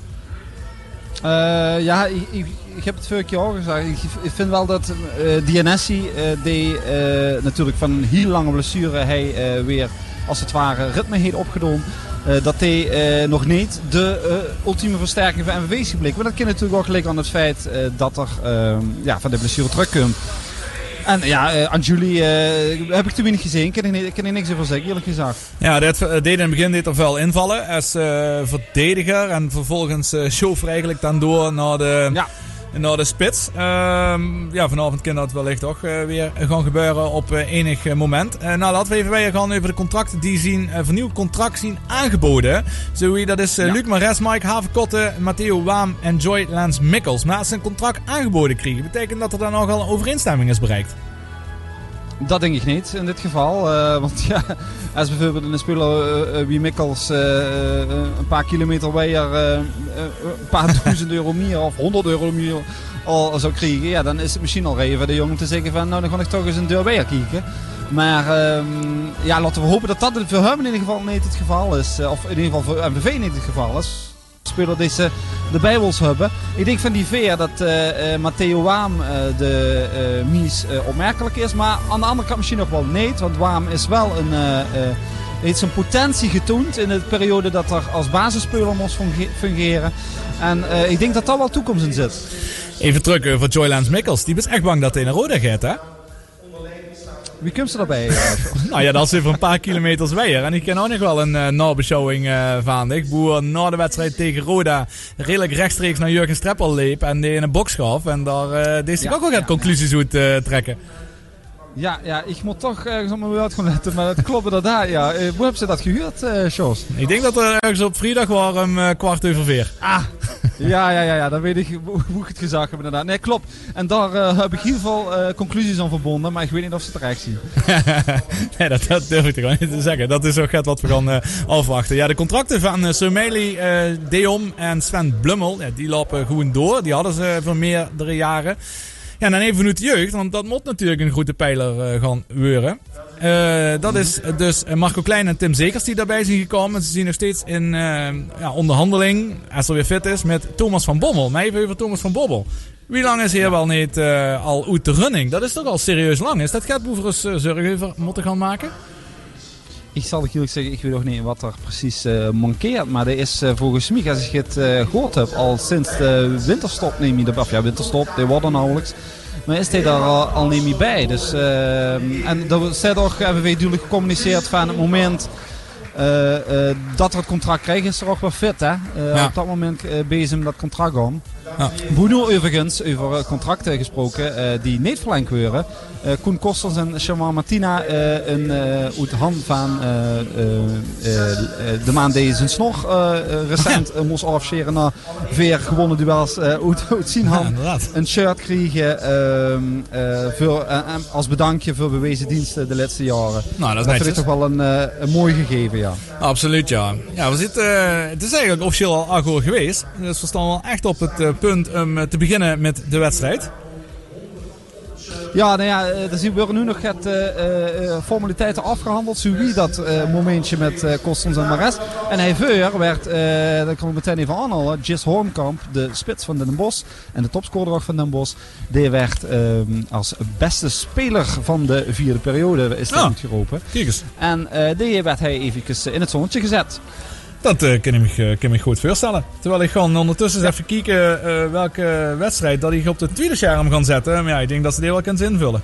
Uh, ja, ik, ik, ik heb het vorige keer al gezegd. Ik, ik vind wel dat uh, Dianessi, uh, die uh, natuurlijk van een heel lange blessure hij uh, weer als het ware ritme heeft opgedaan. Uh, dat hij uh, nog niet de uh, ultieme versterking van M V V is gebleken. Maar dat kan natuurlijk ook liggen aan het feit uh, dat er uh, ja, van de blessure terugkomt. En ja, uh, Anjuli uh, heb ik te weinig gezien. Ik kan er, kan er niks over zeggen, eerlijk gezegd. Ja, dat deed in het begin deed er wel invallen als uh, verdediger. En vervolgens uh, schoof eigenlijk dan door naar de... Ja. Naar de spits. Uh, ja, vanavond kan dat wellicht toch uh, weer gaan gebeuren op uh, enig uh, moment. Uh, nou, laten we even weer gaan over de contracten die zien, uh, vernieuwd contract zien aangeboden. Zo, dat is uh, ja. Luc Mares, Mike Havenkotte, Matteo Waam en Joy Lance Mikkels. Maar als ze een contract aangeboden krijgen, betekent dat er dan nogal een overeenstemming is bereikt? Dat denk ik niet in dit geval. Uh, want ja, als bijvoorbeeld een speler uh, uh, wie Mikkels uh, uh, een paar kilometer weer uh, uh, een paar duizend euro meer of honderd euro meer al zou krijgen, ja, dan is het misschien al reden voor de jongen om te zeggen van nou dan ga ik toch eens een deur weer kijken. Maar um, ja, laten we hopen dat dat voor hem in ieder geval niet het geval is. Uh, of in ieder geval voor M V V niet het geval is. Speler die ze de Bijbels hebben. Ik denk van die veer dat uh, uh, Matteo Waam uh, de uh, Mies uh, opmerkelijk is. Maar aan de andere kant misschien nog wel niet. Want Waam is wel een, uh, uh, heeft zijn potentie getoond in de periode dat er als basisspeler moest fungeren. En uh, ik denk dat daar wel toekomst in zit. Even terug over Joy Lance Mikkels. Die is echt bang dat hij naar Roda gaat, hè? Wie komt ze daarbij? Nou ja, dat is even een paar kilometers weer. En ik ken ook nog wel een uh, nabeschouwing uh, van. Ik boer na de wedstrijd tegen Roda redelijk rechtstreeks naar Jurgen Streppel liep en die in een box gaf. En daar uh, deed ik ja, ook wel ja, conclusies ja. uit uh, trekken. Ja, ja, ik moet toch ergens op mijn woord gaan letten, maar het klopt inderdaad. Ja. Uh, hoe hebben ze dat gehuurd, uh, Jos? Ik denk dat er ergens op vrijdag was om uh, kwart over vier. Ah, ja, ja, ja, ja, dan weet ik hoe ik het gezegd heb inderdaad. Nee, klopt. En daar uh, heb ik in ieder geval uh, conclusies aan verbonden, maar ik weet niet of ze terecht zien. Nee, dat, dat durf ik toch niet te zeggen. Dat is ook het wat we gaan uh, afwachten. Ja, de contracten van uh, Someli, uh, Deom en Sven Blummel, ja, die lopen gewoon door. Die hadden ze voor meerdere jaren. Ja, en dan even vanuit de jeugd, want dat moet natuurlijk een goede pijler uh, gaan worden. Uh, dat is dus Marco Klein en Tim Zekers die daarbij zijn gekomen. Ze zien nog steeds in uh, ja, onderhandeling, als er weer fit is, met Thomas van Bommel. Maar even over Thomas van Bommel. Wie lang is hij ja. wel niet uh, al uit de running? Dat is toch al serieus lang. Is dat gaat boven eens uh, zorgen over moeten gaan maken? Ik zal het jullie zeggen, ik weet nog niet wat er precies uh, mankeert. Maar er is uh, volgens mij, als ik het uh, gehoord heb, al sinds de winterstop neem je de... Of ja, winterstop, die wordt er nauwelijks. Maar is hij daar al, al niet meer bij. Dus, uh, en er staat ook, hebben we duidelijk gecommuniceerd van het moment Uh, uh, dat er het contract krijgt is er ook wel fit. Hè? Uh, Ja. Op dat moment uh, bezem dat contract aan. Ja. Bruno overigens, over contracten gesproken, uh, die niet verlengd worden. Uh, Koen Kosters en Shaman Martina uh, een, uh, uit de hand van uh, uh, uh, de man die zijn snor uh, uh, recent uh, moest afscheren na vier gewonnen duels uh, uit, uit zijn hand. Ja, inderdaad. Een shirt krijgen uh, uh, voor, uh, als bedankje voor bewezen diensten de laatste jaren. Nou, dat is Dat vind ik netjes. toch wel een, uh, een mooi gegeven, ja. Absoluut, ja. Ja, we zitten, uh, het is eigenlijk officieel al acht uur geweest. Dus we staan wel echt op het uh, punt om uh, te beginnen met de wedstrijd. Ja, nou ja, er zien- worden nu nog het, uh, uh, formaliteiten afgehandeld. Zo wie dat uh, momentje met uh, Kostens en Mares. En hij voor werd, uh, dat kan ik meteen even aanhalen, Jis Hoornkamp, de spits van Den Bosch en de topscorer ook van Den Bosch. Die werd uh, als beste speler van de vierde periode is dat Ah. niet geroepen. Kijk eens. En uh, die werd hij even in het zonnetje gezet. Dat uh, kan, ik me, uh, kan ik me goed voorstellen. Terwijl ik gewoon ondertussen eens even kijken uh, welke wedstrijd dat ik op de tweede scherm gaan zetten. Maar ja, ik denk dat ze die wel kunnen invullen.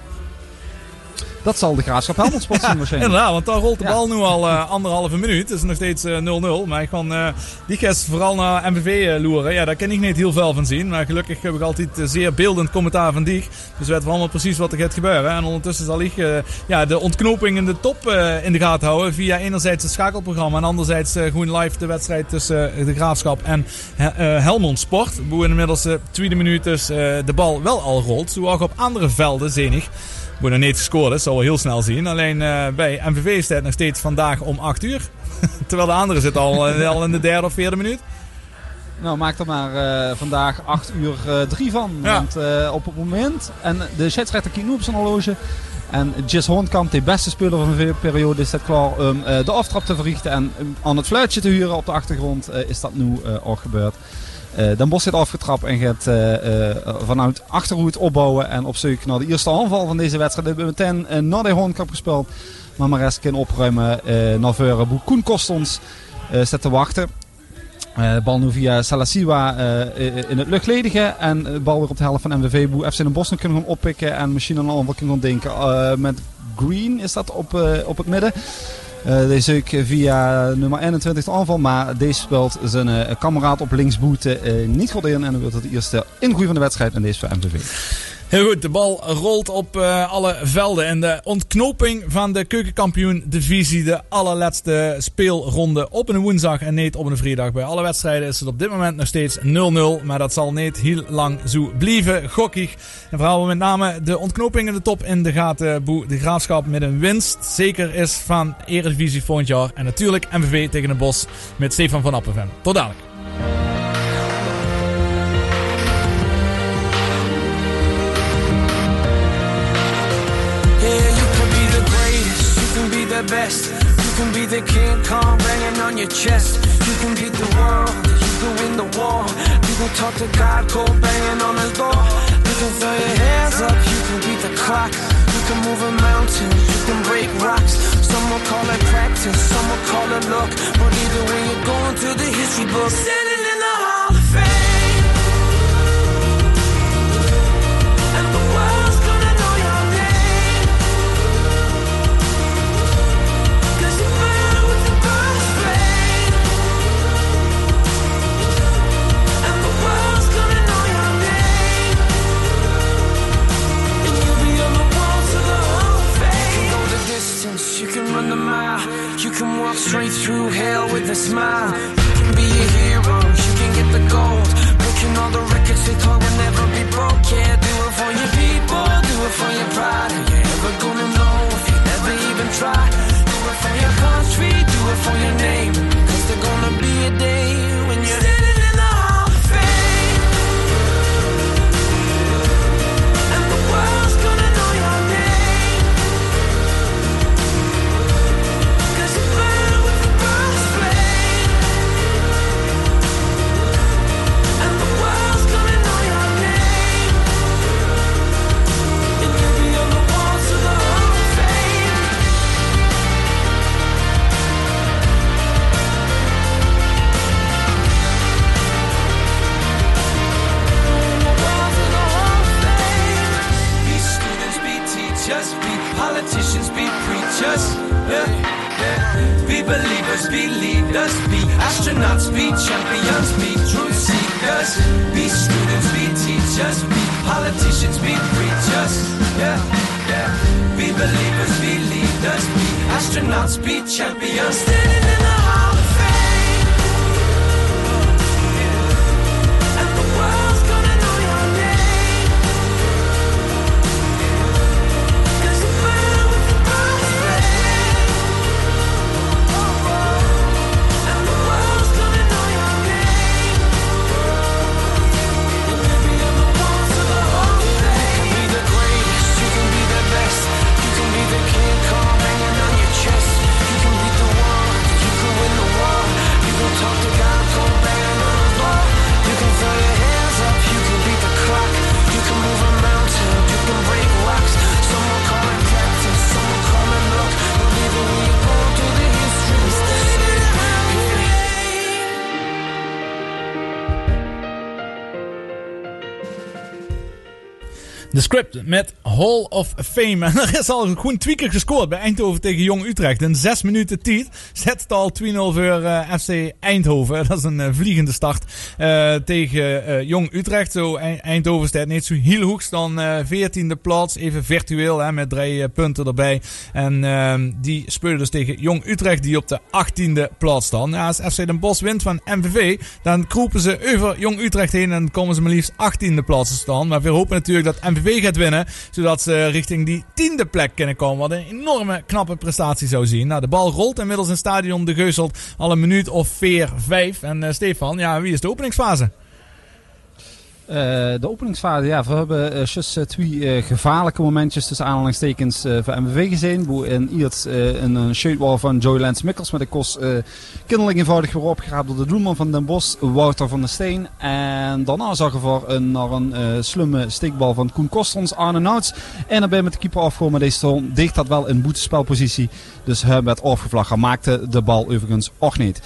Dat zal de Graafschap Helmond Sport zien waarschijnlijk. Inderdaad, want daar rolt de Ja. bal nu al uh, anderhalve minuut. Het is nog steeds uh, nul nul. Maar ik ga uh, die gast vooral naar M V V uh, loeren. Ja, daar kan ik niet heel veel van zien. Maar gelukkig heb ik altijd uh, zeer beeldend commentaar van die. Dus weten we allemaal precies wat er gaat gebeuren. En ondertussen zal ik uh, ja, de ontknoping in de top uh, in de gaten houden. Via enerzijds het schakelprogramma. En anderzijds uh, gewoon live de wedstrijd tussen uh, de Graafschap en uh, Helmond Sport. Hoe inmiddels de tweede minuut dus uh, de bal wel al rolt. Zo ook op andere velden, zenig. Wordt nog niet gescoord, dat zal we heel snel zien. Alleen uh, bij M V V staat het nog steeds vandaag om acht uur. Terwijl de andere zit al, uh, al in de derde of vierde minuut. Nou, maak er maar uh, vandaag acht uur drie van. Ja. Want uh, op het moment, en de scheidsrechter kijkt nu op zijn horloge. En Jis Hoornkamp, de beste speler van de periode, is het klaar om uh, de aftrap te verrichten. En um, aan het fluitje te huren op de achtergrond uh, is dat nu uh, ook gebeurd. Uh, Den Bosch zit afgetrapt en gaat uh, uh, vanuit achterhoed opbouwen en op zoek naar de eerste aanval van deze wedstrijd. We hebben meteen uh, naar de Hoornkamp gespeeld. Maar Mares kan opruimen uh, naar voren. Boe Koen Kostons uh, zit te wachten. Uh, de bal nu via Salasiwa uh, in het luchtledige. En de bal weer op de helft van M V V. Boe F C Den Bosch kunnen gaan oppikken. En misschien een aanval kunnen gaan denken. Uh, met Green is dat op, uh, op het midden. Uh, deze ook via nummer eenentwintig de aanval. Maar deze speelt zijn uh, kameraad op linksboete uh, niet goed in. En dan wordt het de eerste ingooi van de wedstrijd. En deze voor M V V. Heel goed, de bal rolt op uh, alle velden. En de ontknoping van de keukenkampioen divisie. De allerlaatste speelronde op een woensdag en niet op een vrijdag. Bij alle wedstrijden is het op dit moment nog steeds nul nul. Maar dat zal niet heel lang zo blijven. Gokkig. En vooral met name de ontknoping in de top in de gaten. Boe de Graafschap met een winst. Zeker is van Eredivisie volgend jaar. En natuurlijk M V V tegen de Bos met Stefan van Appenven. Tot dadelijk. Yeah, you can be the greatest, you can be the best. You can be the King Kong banging on your chest. You can beat the world, you can win the war. You can talk to God, go banging on his door. You can throw your hands up, you can beat the clock. You can move a mountain, you can break rocks. Some will call it practice, some will call it luck. But either way, you're going to the history books. Standing in the Hall of Fame. And the world's gonna know your name. 'Cause you burn with the burst flame. And the world's gonna know your name. And you'll be on the walls of the Hall of Fame. You can go the distance, you can run the mile. You can walk straight through hell with a smile. You can be a hero, you can get the gold. Breaking all the records they thought would never be broke. Yeah, do it for your people, do it for your pride. Are you ever gonna know if you never even try? Do it for your country, do it for your name. 'Cause there's gonna be a day when you're standing in the Hall of Fame. And the world's gonna know your name. 'Cause you burn with the burst flame. Astronauts be champions, be truth seekers, be students, be teachers, be politicians, be preachers. Yeah, yeah. Be believers, be leaders, be astronauts, be champions, standing in the Hall of Fame. And the world's gonna know your name. 'Cause you burn with the brightest flame. And the world's gonna know your name. You may be on the walls of the Hall of Fame. You can be the greatest, you can be the best. You can be the King Kong hanging on your chest. You can beat the world, you can win the war. You can talk to God, go bang on the bar. You can throw your hands up, you can beat the clock. You can move a mountain, you can break rocks. Some will call it practice, some will call it luck. Believe it when you go through the history. Standing in the Hall of Fame. De script met Hall of Fame. En er is al gewoon twee keer gescoord bij Eindhoven tegen Jong Utrecht. In zes minuten tijd zet het al twee nul voor uh, F C Eindhoven. Dat is een uh, vliegende start uh, tegen uh, Jong Utrecht. Zo e- Eindhoven staat niet zo heel hoog. Dan uh, veertiende plaats, even virtueel hè, met drie uh, punten erbij. En uh, die spelen dus tegen Jong Utrecht die op de achttiende plaats staan. Ja, als F C Den Bosch wint van M V V, dan kroepen ze over Jong Utrecht heen en komen ze maar liefst achttiende plaats te staan. Maar we hopen natuurlijk dat M V V gaat winnen, zodat ze richting die tiende plek kunnen komen. Wat een enorme knappe prestatie zou zien. Nou, de bal rolt inmiddels in stadion De Geuselt al een minuut of vier, vijf. En uh, Stefan, ja, wie is de openingsfase? Uh, de openingsfase, ja, we hebben uh, just uh, twee uh, gevaarlijke momentjes tussen aanhalingstekens uh, voor M V V gezien. Waar in Iert uh, een, een shootbal van Joey Lance Mikkels met de kost uh, kinderlijk eenvoudig weer opgeraapt door de doelman van Den Bosch, Wouter van der Steen. En daarna zagen we een, naar een uh, slumme steekbal van Koen Kostons, Arne Nouts. En daarbij met de keeper afgekomen, maar deze stond dicht dat wel in boetespelpositie. Dus hij werd afgevlacht. Maakte de bal overigens ook niet.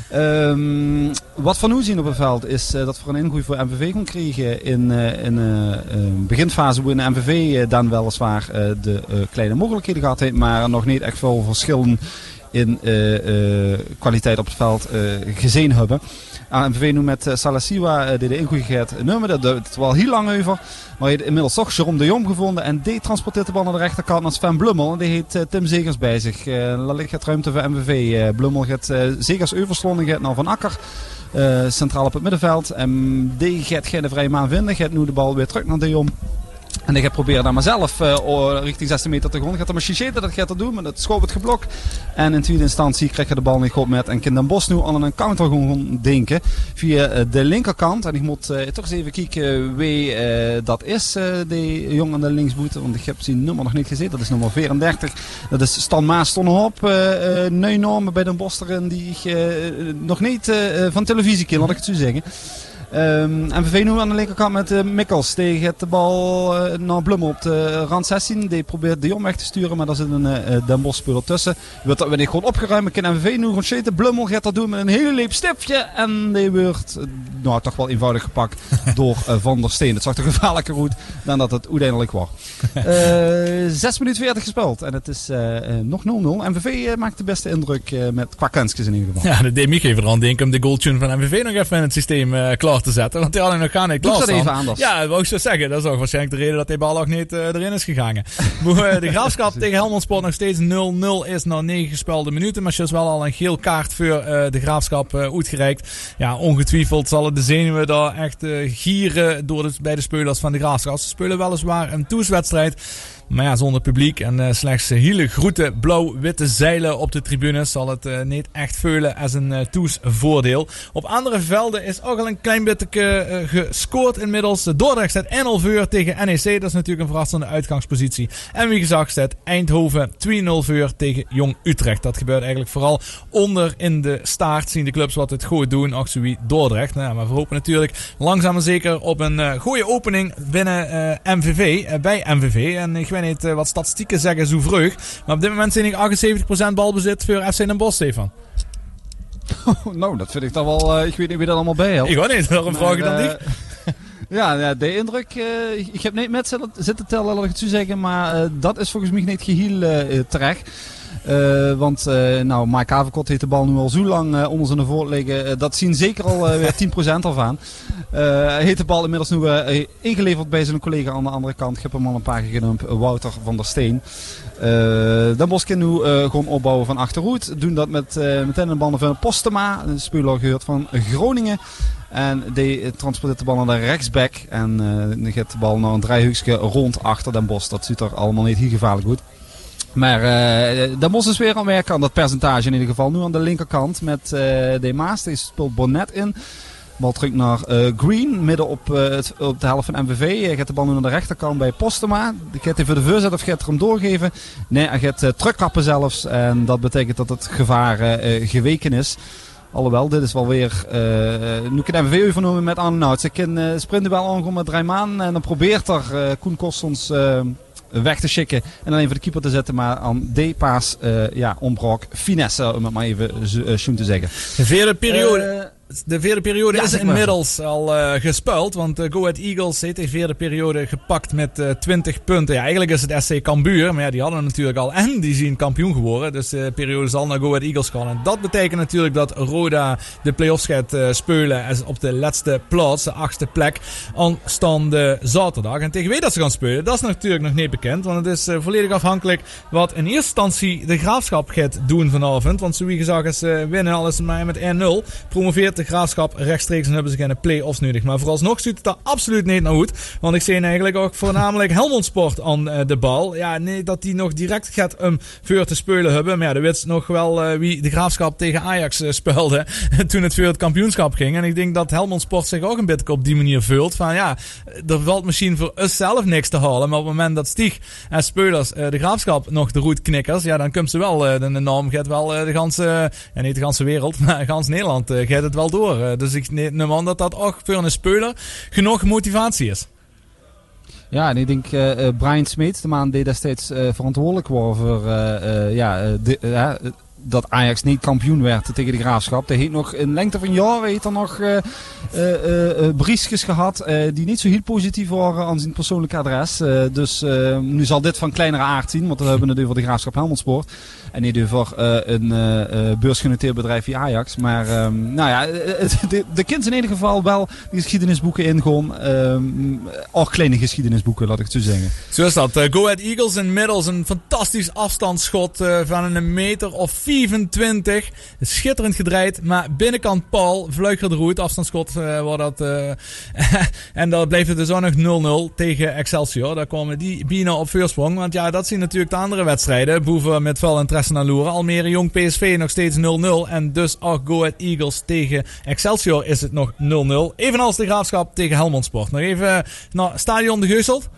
Um, wat we nu zien op het veld is uh, dat we een ingooi voor M V V kon krijgen in een uh, uh, beginfase waarin M V V uh, dan weliswaar uh, de uh, kleine mogelijkheden gehad heeft, maar nog niet echt veel verschillen in uh, uh, kwaliteit op het veld uh, gezien hebben. M V V nu met uh, Salasiwa uh, die de ingooi gaat nummer, dat duurt wel heel lang over. Maar je hebt inmiddels toch Jerome de Jong gevonden en die transporteert de bal naar de rechterkant naar Sven Blummel. En die heeft uh, Tim Zegers bij zich. Uh, daar ligt ruimte voor M V V. Uh, Blummel gaat uh, Zegers overslonden, gaat naar Van Akker. Uh, centraal op het middenveld. En die gaat geen vrije maan vinden. Gaat nu de bal weer terug naar de Jong. En die gaat proberen daar maar zelf uh, richting zestien meter te grond. Gaat er maar Chicheta, dat gaat er doen, maar dat schoopt het geblok. En in tweede instantie krijg je de bal niet goed met. En kan Den Bosch nu aan een counter gaan denken. Via uh, de linkerkant. En ik moet uh, toch eens even kijken wie uh, dat is. Uh, die jongen aan de linksboete. Want ik heb zijn nummer nog niet gezien. Dat is nummer vierendertig. Dat is Stan Maas stond op. Uh, uh, nieuwe normen bij Den Bosch erin die ik uh, nog niet uh, van televisie ken, laat ik het zo zeggen. Um, M V V nu aan de linkerkant met uh, Mikkels. Die gaat de bal uh, naar Blummel op de rand zestien. Die probeert de Jong weg te sturen, maar daar zit een uh, Den Bosch speler tussen. Wordt dat weer gewoon opgeruimd. Kan M V V nu gewoon schieten. Blummel gaat dat doen met een hele leep stipje. En die wordt uh, nou, toch wel eenvoudig gepakt door uh, Van der Steen. Het zag er gevaarlijker uit dan dat het uiteindelijk was. Uh, zes minuten veertig gespeeld. En het is uh, uh, nog nul nul. M V V uh, maakt de beste indruk uh, met qua kansjes in ieder geval. Ja, dat deed me even aan denken om de goaltune van M V V nog even in het systeem uh, klaar te zetten. Want die hadden nog gaan niet klaar staan. Even anders. Ja, dat wou ik zo zeggen. Dat is ook waarschijnlijk de reden dat die bal ook niet uh, erin is gegaan. Maar, de Graafschap tegen Helmond Sport nog steeds nul nul is na negen gespeelde minuten. Maar je is wel al een geel kaart voor uh, de Graafschap uh, uitgereikt. Ja, ongetwijfeld zullen de zenuwen daar echt uh, gieren door de, bij de spelers van de Graafschap. Ze spelen weliswaar een toeswedstrijd. Maar ja, zonder publiek en uh, slechts hele grote blauw-witte zeilen op de tribunes zal het uh, niet echt veulen als een uh, toesvoordeel. Op andere velden is ook al een klein beetje uh, gescoord inmiddels. Dordrecht staat één nul voor tegen N E C. Dat is natuurlijk een verrassende uitgangspositie. En wie gezegd staat Eindhoven twee nul voor tegen Jong Utrecht. Dat gebeurt eigenlijk vooral onder in de staart. Zien de clubs wat het goed doen. Ook zo wie Dordrecht. Nou, maar we hopen natuurlijk langzaam maar zeker op een uh, goede opening binnen uh, M V V. Uh, bij M V V. En ik weet niet uh, wat statistieken zeggen zo vroeg. Maar op dit moment zijn ik achtenzeventig procent balbezit voor F C Den Bosch, Stefan. Oh, nou, dat vind ik dan wel... Uh, ik weet niet wie dat allemaal bij helpt. Ik hoor niet, daarom vraag ik dan niet. Ja, ja, de indruk... Uh, ik heb niet met zitten tellen, laat ik het zo zeggen. Maar uh, dat is volgens mij niet geheel uh, terecht. Uh, want uh, nou, Mike Haverkot heeft de bal nu al zo lang uh, onder zijn voet liggen. Uh, dat zien zeker al uh, weer tien procent al van. Uh, hij heeft de bal inmiddels nu uh, ingeleverd bij zijn collega aan de andere kant. Ik heb hem al een paar keer genoemd. Wouter van der Steen. Uh, Den Bosch kan nu uh, gewoon opbouwen van achteruit. Doen dat met uh, meteen een bal van Postema. Een speler gehoord van Groningen. En die transporteert de bal naar de rechtsback. En uh, dan gaat de bal naar een driehoekje rond achter Den Bosch. Dat ziet er allemaal niet heel gevaarlijk uit. Maar uh, Den Bosch is weer aan werken aan dat percentage in ieder geval. Nu aan de linkerkant met uh, De Maas. Die speelt Bonnet in. Bal terug naar uh, Green, midden op, uh, het, op de helft van M V V. Hij gaat de bal nu naar de rechterkant bij Postema. Gaat hij voor de voorzet of gaat hij hem doorgeven? Nee, hij gaat uh, terugkappen zelfs. En dat betekent dat het gevaar uh, geweken is. Alhoewel, dit is wel weer... Uh, nu kan M V V overnomen met Arnouds. Ze kan uh, sprinten wel aangaan met drie man. En dan probeert er uh, Koen Kostons uh, weg te schikken. En alleen voor de keeper te zetten. Maar aan D-paas uh, ja, ontbrak finesse, om het maar even uh, schoen te zeggen. De vierde periode... Uh, De vierde periode ja, is inmiddels al uh, gespeeld, want uh, Go Ahead Eagles heeft de vierde periode gepakt met uh, twintig punten. Ja, eigenlijk is het S C Cambuur, maar ja, die hadden natuurlijk al en die zijn kampioen geworden. Dus de periode zal naar Go Ahead Eagles gaan. En dat betekent natuurlijk dat Roda de play-offs gaat uh, spelen op de laatste plaats, de achtste plek, aanstaande zaterdag. En tegen wie dat ze gaan spelen, dat is natuurlijk nog niet bekend, want het is uh, volledig afhankelijk wat in eerste instantie de Graafschap gaat doen vanavond. Want zoals gezegd is uh, winnen alles maar met één nul. Promoveert de Graafschap rechtstreeks en hebben ze geen play-offs nodig. Maar vooralsnog ziet het daar absoluut niet naar uit. Want ik zie eigenlijk ook voornamelijk Helmond Sport aan uh, de bal. Ja, nee, dat die nog direct gaat om voor te spelen hebben. Maar ja, de wist nog wel uh, wie de Graafschap tegen Ajax uh, speelde toen het voor het kampioenschap ging. En ik denk dat Helmond Sport zich ook een beetje op die manier vult. Van ja, er valt misschien voor ons zelf niks te halen. Maar op het moment dat Stieg en spelers uh, de Graafschap nog de route knikkers, ja, dan komt ze wel. Uh, de, de naam gaat wel uh, de ganse, uh, ja, niet de ganse wereld, maar gans Nederland uh, gaat het wel door. Uh, dus ik neem aan dat dat ook voor een speler genoeg motivatie is. Ja, en ik denk uh, uh, Brian Smeets, de man die destijds uh, verantwoordelijk was voor uh, uh, ja, uh, de, uh, dat Ajax niet kampioen werd tegen de Graafschap. Die heeft nog in lengte van jaren heeft er nog uh, uh, uh, briefjes gehad uh, die niet zo heel positief waren aan zijn persoonlijke adres. Uh, dus uh, nu zal dit van kleinere aard zien, want we hebben het over de Graafschap Helmond Sport. En niet over uh, een uh, beursgenoteerd bedrijf wie Ajax. Maar um, nou ja, de, de kind in ieder geval wel die geschiedenisboeken ingaan. Um, ook kleine geschiedenisboeken, laat ik het zo zeggen. Zo is dat. Uh, Go Ahead Eagles inmiddels een fantastisch afstandsschot uh, van een meter of vijfentwintig. Schitterend gedraaid, maar binnenkant paal, vleugel de roet, afstandsschot uh, wordt dat. Uh, en dan bleef het dus ook nog nul nul tegen Excelsior. Daar komen die bijna op voorsprong. Want ja, dat zien natuurlijk de andere wedstrijden. Boeven met veel interesse naar loeren. Almere Jong P S V nog steeds nul nul. En dus ook Go Ahead Eagles tegen Excelsior is het nog nul nul. Evenals de Graafschap tegen Helmond Sport. Nog even naar Stadion de Geuselt.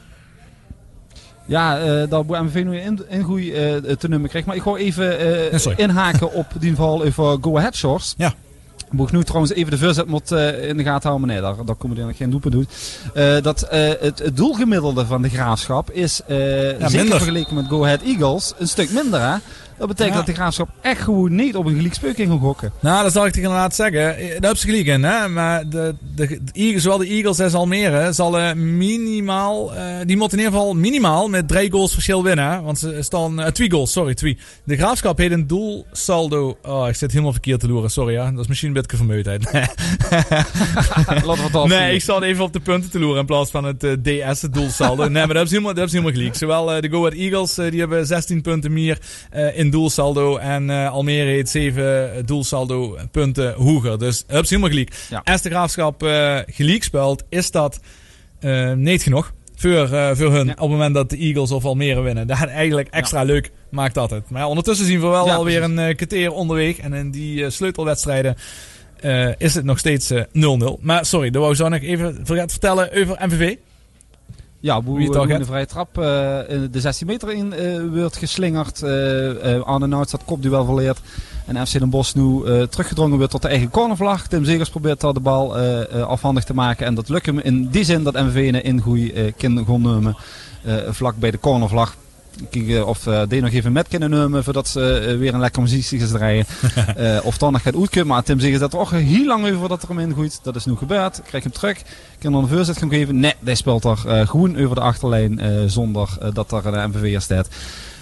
Ja, uh, dat moet M V V nu in, in goeie uh, te nummer krijgen. Maar ik ga even uh, ja, inhaken op die val over Go Ahead Shores. Ja. Moet ik nu trouwens even de voorzet moet, uh, in de gaten houden. Nee, daar, daar komen we geen doelpunt doen. Uh, dat uh, het, het doelgemiddelde van de Graafschap is uh, ja, zeker vergeleken met Go Ahead Eagles een stuk minder, hè? Dat betekent ja. dat de Graafschap echt gewoon niet op een gelijkspeuk in gaan gokken. Nou, dat zal ik tegen inderdaad zeggen. Daar hebben ze gelijk in, hè. Maar de, de, de, zowel de Eagles als Almere zullen minimaal, uh, die moeten in ieder geval minimaal met drie goals verschil winnen. Hè? Want ze staan, uh, twee goals, sorry, twee. De Graafschap heeft een doelsaldo. Oh, ik zit helemaal verkeerd te loeren, sorry, ja. Dat is misschien een beetje vermoeidheid. Laten we het af. Nee, ik sta even op de punten te loeren in plaats van het uh, D S, het doelsaldo. Nee, maar dat hebben ze helemaal, dat hebben ze helemaal gelijk. Zowel uh, de Go Ahead Eagles, uh, die hebben zestien punten meer uh, in doelsaldo en uh, Almere heeft zeven doelsaldo punten hoger. Dus heb ze helemaal gelijk. Ja. Als de Graafschap uh, gelijk speelt, is dat uh, niet genoeg voor, uh, voor hun ja. op het moment dat de Eagles of Almere winnen. Dat eigenlijk extra ja. leuk maakt dat het. Maar ja, ondertussen zien we wel ja, alweer precies. een uh, kwartier onderweg en in die uh, sleutelwedstrijden uh, is het nog steeds uh, nul nul. Maar sorry, dat wou ik zo nog even vertellen over M V V. Ja, hoe in de vrije trap uh, de zestien meter in uh, wordt geslingerd. Uh, uh, Arne Nouts had kopduel verleerd. En F C Den Bosch nu uh, teruggedrongen wordt tot de eigen cornervlag. Tim Zegers probeert daar de bal uh, uh, afhandig te maken. En dat lukt hem in die zin dat M V V een ingoei uh, kan gaan nemen. Uh, vlak bij de cornervlag. Kijken of uh, die nog even met kunnen nemen voordat ze uh, weer een lekker muziekje gaan draaien. uh, of dan nog gaat uitkomen. Maar Tim zegt dat er ook heel lang over voordat er hem in gooit. Dat is nu gebeurd. Krijg hem terug. Kan dan een voorzet gaan geven. Nee, die speelt er uh, gewoon over de achterlijn uh, zonder uh, dat er een M V V staat.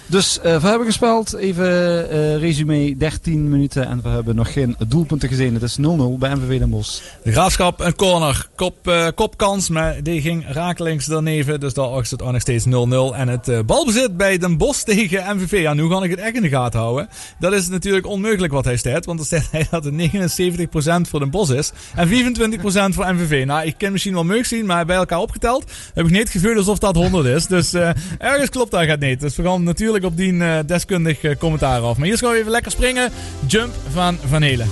Dus uh, we hebben gespeeld, even uh, resume, dertien minuten en we hebben nog geen doelpunten gezien. Het is nul nul bij M V V Den Bosch. De Graafschap een corner, kop, uh, kopkans, maar die ging rakelings daarneven. Dus daar is het ook nog steeds nul nul. En het uh, balbezit bij Den Bosch tegen M V V. Ja, nu ga ik het echt in de gaten houden. Dat is natuurlijk onmogelijk wat hij staat, want er staat hij dat het negenenzeventig procent voor Den Bosch is en vierentwintig procent voor M V V. Nou, ik kan misschien wel meug zien, maar bij elkaar opgeteld heb ik niet het gevoel alsof dat honderd is. Dus uh, ergens klopt dat gaat niet. Dus we gaan natuurlijk op die uh, deskundig uh, commentaar af. Maar hier gaan we even lekker springen. Jump van Van Helen.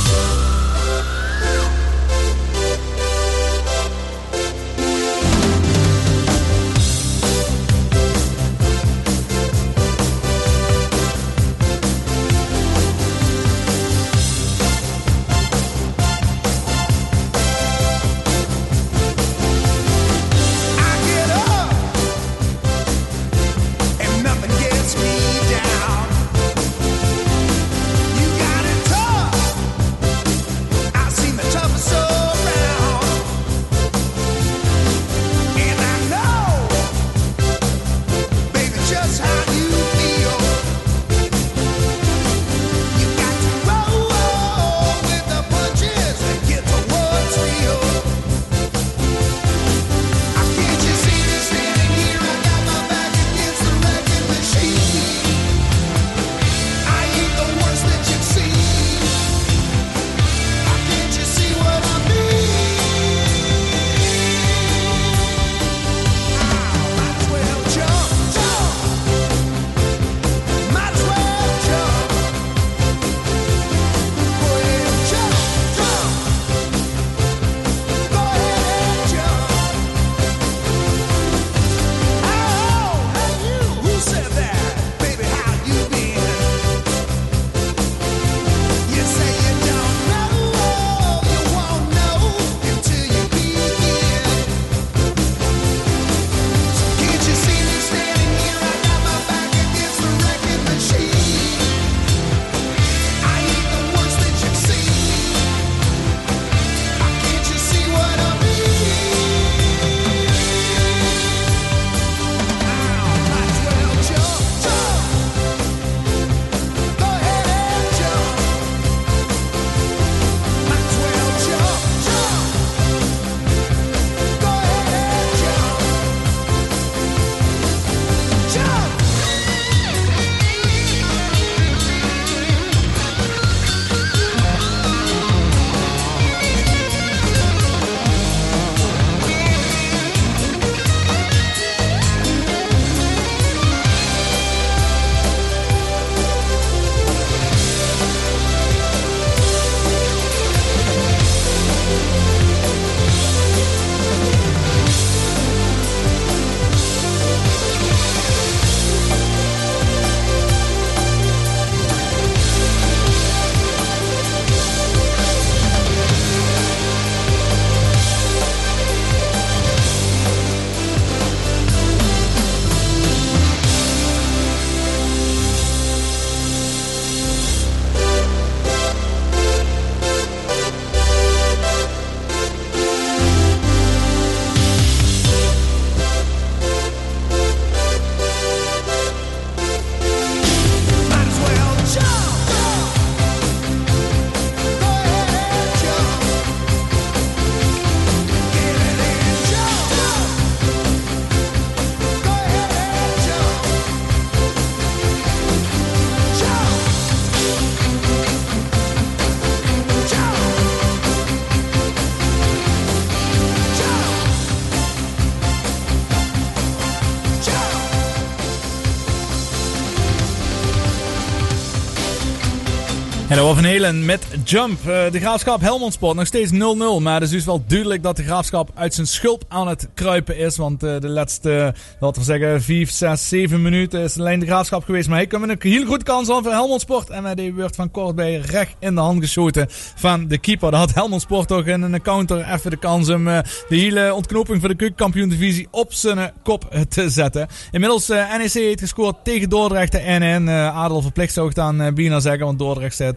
En dat was Van Helen met Jump. Uh, de Graafschap Helmond Sport nog steeds nul nul. Maar het is dus wel duidelijk dat de Graafschap uit zijn schulp aan het kruipen is. Want uh, de laatste, laten we zeggen, vier, zes, zeven minuten is alleen de Graafschap geweest. Maar hij kwam een heel goed kans aan voor Helmond Sport. En met die wordt van kort bij recht in de hand geschoten van de keeper. Daar had Helmond Sport toch in een counter even de kans om uh, de hele ontknoping voor de keukenkampioen-divisie op zijn kop te zetten. Inmiddels uh, N E C heeft gescoord tegen Dordrecht en uh, Adel verplicht zou ik dan uh, bijna zeggen. Want Dordrecht staat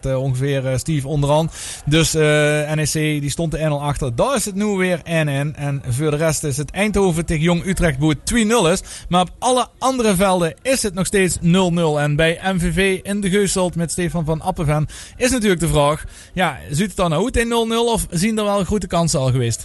uh, ongeveer uh, Steve onderaan. Dus uh, N E C die stond de één nul achter. Daar is het nu weer één één. En voor de rest is het Eindhoven tegen Jong Utrecht hoe het twee nul is. Maar op alle andere velden is het nog steeds nul nul. En bij M V V in de Geuselt met Stefan van Appenven is natuurlijk de vraag. Ja, ziet het dan nou uit in nul nul of zien er wel grote kansen al geweest?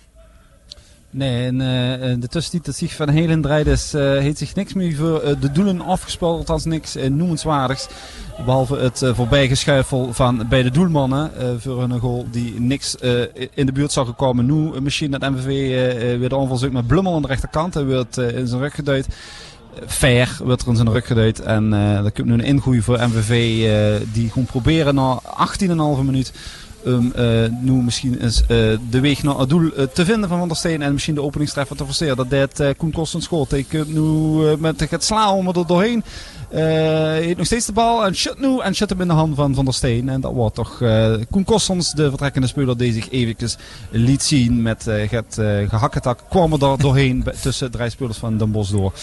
Nee, en uh, de tussentijd dat zich van Helen draait is, uh, heeft zich niks meer voor uh, de doelen afgespeeld. Althans niks uh, noemenswaardigs. Behalve het uh, voorbijgeschuifel van bij de doelmannen uh, voor een goal die niks uh, in de buurt zou gekomen. Nu uh, misschien dat M V V uh, weer de aanval zoekt met Blummel aan de rechterkant. Hij wordt uh, in zijn rug geduid. Fair wordt er in zijn rug geduid. En uh, dan komt nu een ingooi voor M V V uh, die gewoon proberen na achttien komma vijf minuut. Um, uh, nu misschien is uh, de weg naar het doel uh, te vinden van Van der Steen en misschien de openingstreffer te forceren. Dat deed uh, Koen Kostens schoot. Ik uh, nu uh, met het slaan er doorheen. Uh, heeft nog steeds de bal en shut nu en shut hem in de hand van Van der Steen. En dat wordt toch uh, Koen Kostens, de vertrekkende speler, die zich eventjes liet zien met uh, het uh, gehakketak. Kwam er daar doorheen tussen drie spelers van Den Bosch door.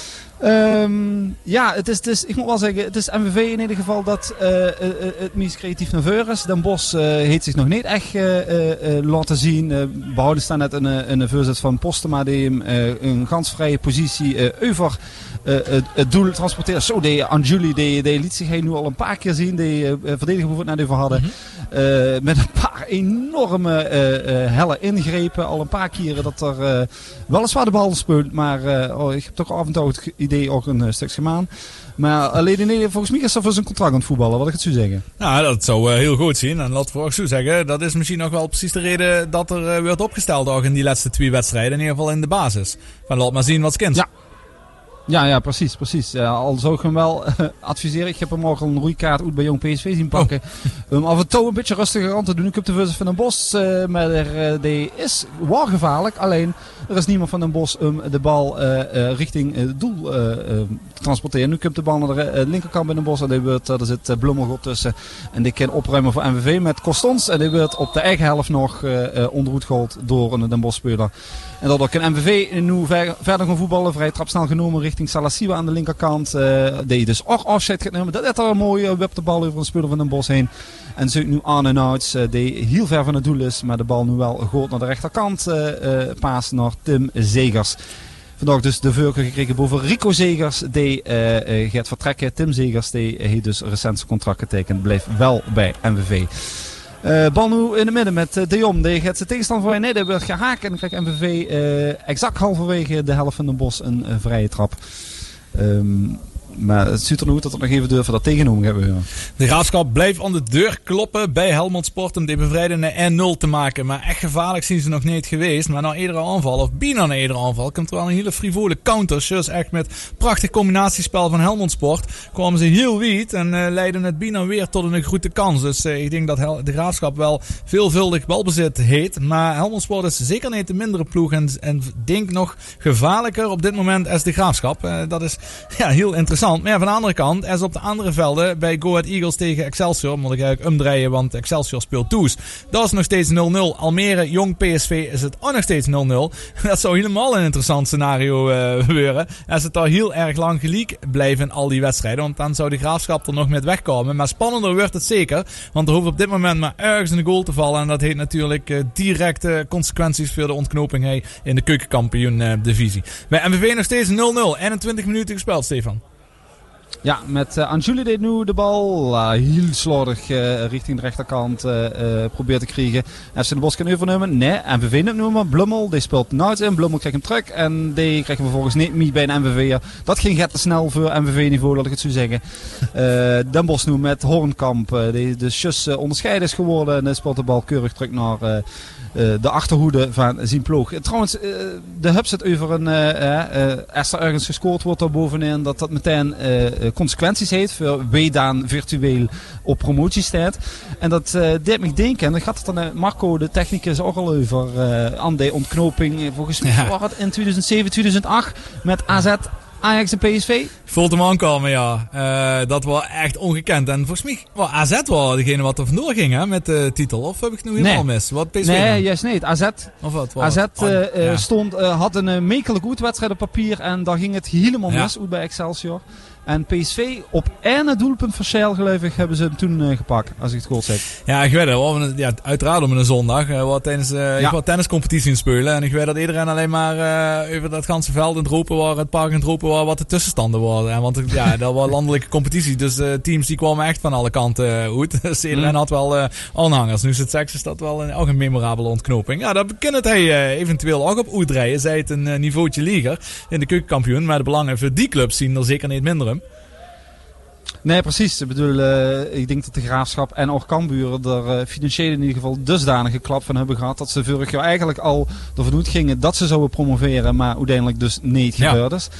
Um, ja, het is, het is, ik moet wel zeggen, het is M V V in ieder geval dat uh, uh, het meest creatief naar voren is. Den Bosch uh, heeft zich nog niet echt uh, uh, uh, laten zien. Uh, behouden staan net een, een voorzet van Postema die hem uh, een gansvrije positie uh, over uh, het, het doel transporteert. Zo, die Anjuli, die, die liet zich hij nu al een paar keer zien. Die uh, verdediger bijvoorbeeld net over hadden. Mm-hmm. Uh, met een paar enorme uh, uh, helle ingrepen. Al een paar keren dat er uh, weliswaar de bal speelt. Maar uh, oh, ik heb toch af en toe het idee ook een uh, stuk gemaan. Maar alleen nee, volgens mij is er voor zijn contract aan het voetballen, wat ik het zo zeggen. Nou, dat zou uh, heel goed zien. En laten we ook zo zeggen, dat is misschien nog wel precies de reden dat er uh, werd opgesteld ook in die laatste twee wedstrijden. In ieder geval in de basis. Van laat maar zien wat skins. Ja. Ja, ja, precies, precies. Uh, al zou ik hem wel uh, adviseren. Ik heb hem morgen een roeikaart uit bij Jong P S V zien pakken. Oh. Um, af en toe een beetje rustiger aan te doen. Ik heb de versus van Den Bosch, uh, maar er, uh, die is wel gevaarlijk. Alleen, er is niemand van Den Bosch om um, de bal uh, uh, richting het uh, doel uh, uh, te transporteren. Nu komt de bal naar de uh, linkerkant bij Den Bosch. En die wordt, uh, er zit uh, Blummel op tussen. En die kan opruimen voor M V V met Costons. En die wordt op de eigen helft nog uh, uh, onderhoed gehaald door een Den Bosch speler. En daardoor kan M V V nu ver, verder gaan voetballen. Vrij trapsnel genomen richting Salasiwa aan de linkerkant. Uh, die dus ook afzet gaat nemen. Dat is er een mooie wip de bal over een speler van Den Bosch heen. En zoekt nu aan en outs. Uh, die heel ver van het doel is. Maar de bal nu wel goed naar de rechterkant. Uh, uh, paas naar Tim Zegers. Vandaag dus de voorkeur gekregen boven Rico Zegers. Die uh, uh, gaat vertrekken. Tim Zegers die heeft dus recent zijn contract getekend. Blijft wel bij M V V. Uh, bal nu in het midden met uh, De Jong. Die gaat zijn tegenstander voor nee, die wordt gehaakt. En dan krijgt M V V uh, exact halverwege de helft van Den Bosch een uh, vrije trap. Um, maar het ziet er nu uit dat er nog even durven dat tegenomen hebben. Ja. De Graafschap blijft aan de deur kloppen bij Helmond Sport om die bevrijdende één nul te maken. Maar echt gevaarlijk zien ze nog niet geweest. Maar na iedere aanval, of bijna na iedere aanval, komt er wel een hele frivole counter. Dus echt met prachtig combinatiespel van Helmond Sport kwamen ze heel wijd en uh, leiden het bijna weer tot een grote kans. Dus uh, ik denk dat Hel- de Graafschap wel veelvuldig balbezit heeft. Maar Helmond Sport is zeker niet de mindere ploeg en, en denk nog gevaarlijker op dit moment als de Graafschap. Uh, dat is ja, heel interessant. Maar ja, van de andere kant, als op de andere velden, bij Go Ahead Eagles tegen Excelsior, moet ik eigenlijk omdraaien, want Excelsior speelt toes. Dat is nog steeds nul nul. Almere, Jong P S V is het ook nog steeds nul nul. Dat zou helemaal een interessant scenario uh, gebeuren. Als het daar heel erg lang gelijk blijven in al die wedstrijden, want dan zou de Graafschap er nog met wegkomen. Maar spannender wordt het zeker, want er hoeft op dit moment maar ergens een goal te vallen. En dat heeft natuurlijk uh, directe consequenties voor de ontknoping hey, in de keukenkampioen uh, divisie. Bij M V V nog steeds nul nul. eenentwintig minuten gespeeld, Stefan. Ja, met uh, Anjuli deed nu de bal uh, heel slordig uh, richting de rechterkant uh, uh, probeert te krijgen. F C Den Bosch kan overnemen. Nee, M V V neemt nu maar. Blummel, die speelt nooit in. Blummel krijgt hem terug en die krijgt hem vervolgens niet mee bij een M V V'er. Dat ging net te snel voor M V V-niveau, laat ik het zo zeggen. Uh, Den Bosch nu met Hornkamp, uh, die de Sjus uh, onderscheiden is geworden. En hij speelt de bal keurig terug naar uh, uh, de achterhoede van zijn ploeg. Uh, trouwens, uh, de hub zit over een... Uh, uh, als er ergens gescoord wordt daar bovenin, dat dat meteen... Uh, consequenties heeft voor wie dan virtueel op promotie staat. En dat uh, deed me denken, en dan gaat het dan uh, Marco, de technicus, ook al over uh, aan de ontknoping. Volgens mij ja. was het in tweeduizend zeven, tweeduizend acht met A Z, Ajax en P S V. Voelt hem aankomen, ja. Uh, dat was echt ongekend. En volgens mij was A Z wel degene wat er vandoor ging, hè, met de titel. Of heb ik het nu helemaal Nee. mis? Wat P S V Nee, dan? juist niet. A Z, Of wat? was A Z het? uh, Oh, uh, ja. stond, uh, had een uh, mekelijk uitwedstrijd op papier en daar ging het helemaal Ja. mis uit bij Excelsior. En P S V op één doelpunt verschil, geloof ik, hebben ze hem toen uh, gepakt, als ik het goed zeg. Ja, ik weet het. We hadden- ja, uiteraard op een zondag. Uh, wat tijdens uh, ik Ja. wou tenniscompetitie spelen. En ik weet dat iedereen alleen maar uh, over dat ganse veld aan het roepen was, het park aan het roepen was, wat de tussenstanden waren. En want het- ja, dat was landelijke competitie. Dus uh, teams die kwamen echt van alle kanten uh, uit. Dus iedereen Mm. had wel uh, aanhangers. Nu is het seks, is dat wel een, ook een memorabele ontknoping. Ja, dat kan het hij uh, eventueel ook op uitrijden. Zij het een uh, niveautje liger in de keukenkampioen. Maar de belangen voor die clubs zien er zeker niet minder om. Nee, precies. Ik bedoel, uh, ik denk dat de Graafschap en ook Cambuur er uh, financieel in ieder geval dusdanige klap van hebben gehad dat ze vorig jaar eigenlijk al ervan uit gingen dat ze zouden promoveren, maar uiteindelijk dus niet Ja. gebeurd is.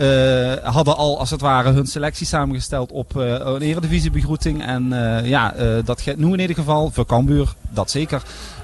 Uh, hadden al als het ware hun selectie samengesteld op uh, een eredivisiebegroeting en uh, ja, uh, dat gaat nu in ieder geval voor Cambuur, dat zeker,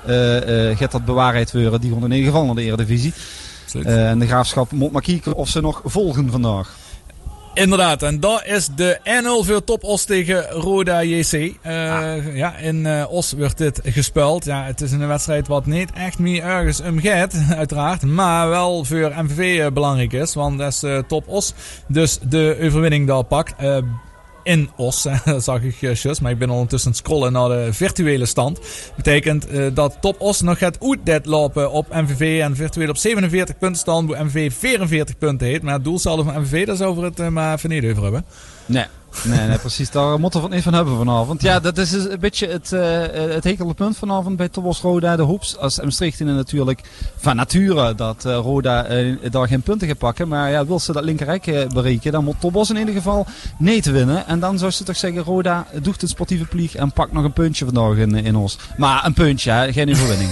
uh, uh, gaat dat bewaarheid worden. Die gaan in ieder geval naar de eredivisie. Uh, en de Graafschap moet maar kijken of ze nog volgen vandaag. Inderdaad, en dat is de één nul voor Top Os tegen Roda J C. Uh, Ah. Ja, in uh, Os wordt dit gespeeld. Ja, het is een wedstrijd wat niet echt meer ergens om gaat, uiteraard. Maar wel voor M V V uh, belangrijk is, want dat is uh, Top Os. Dus de overwinning daar pakt. Uh, in Os, dat zag ik uh, juist, maar ik ben ondertussen aan het scrollen naar de virtuele stand. Betekent uh, dat Top Os nog gaat uitlopen op M V V en virtueel op zevenenveertig punten staan, waar M V V vierenveertig punten heeft. Maar het doelsaldo van M V V, daar zouden we het uh, maar even niet over hebben. Nee. Nee, nee, precies. Daar moeten we het niet van hebben vanavond. Ja, dat is een beetje het, uh, het hekelde punt vanavond bij Top Os Roda. De hoops als Maastrichtenen natuurlijk van nature dat uh, Roda uh, daar geen punten gaat pakken. Maar ja, wil ze dat linkerrek uh, bereiken, dan moet Top Os in ieder geval nee te winnen. En dan zou ze toch zeggen, Roda doet een sportieve plieg en pakt nog een puntje vandaag in, in Os. Maar een puntje, hè, geen overwinning.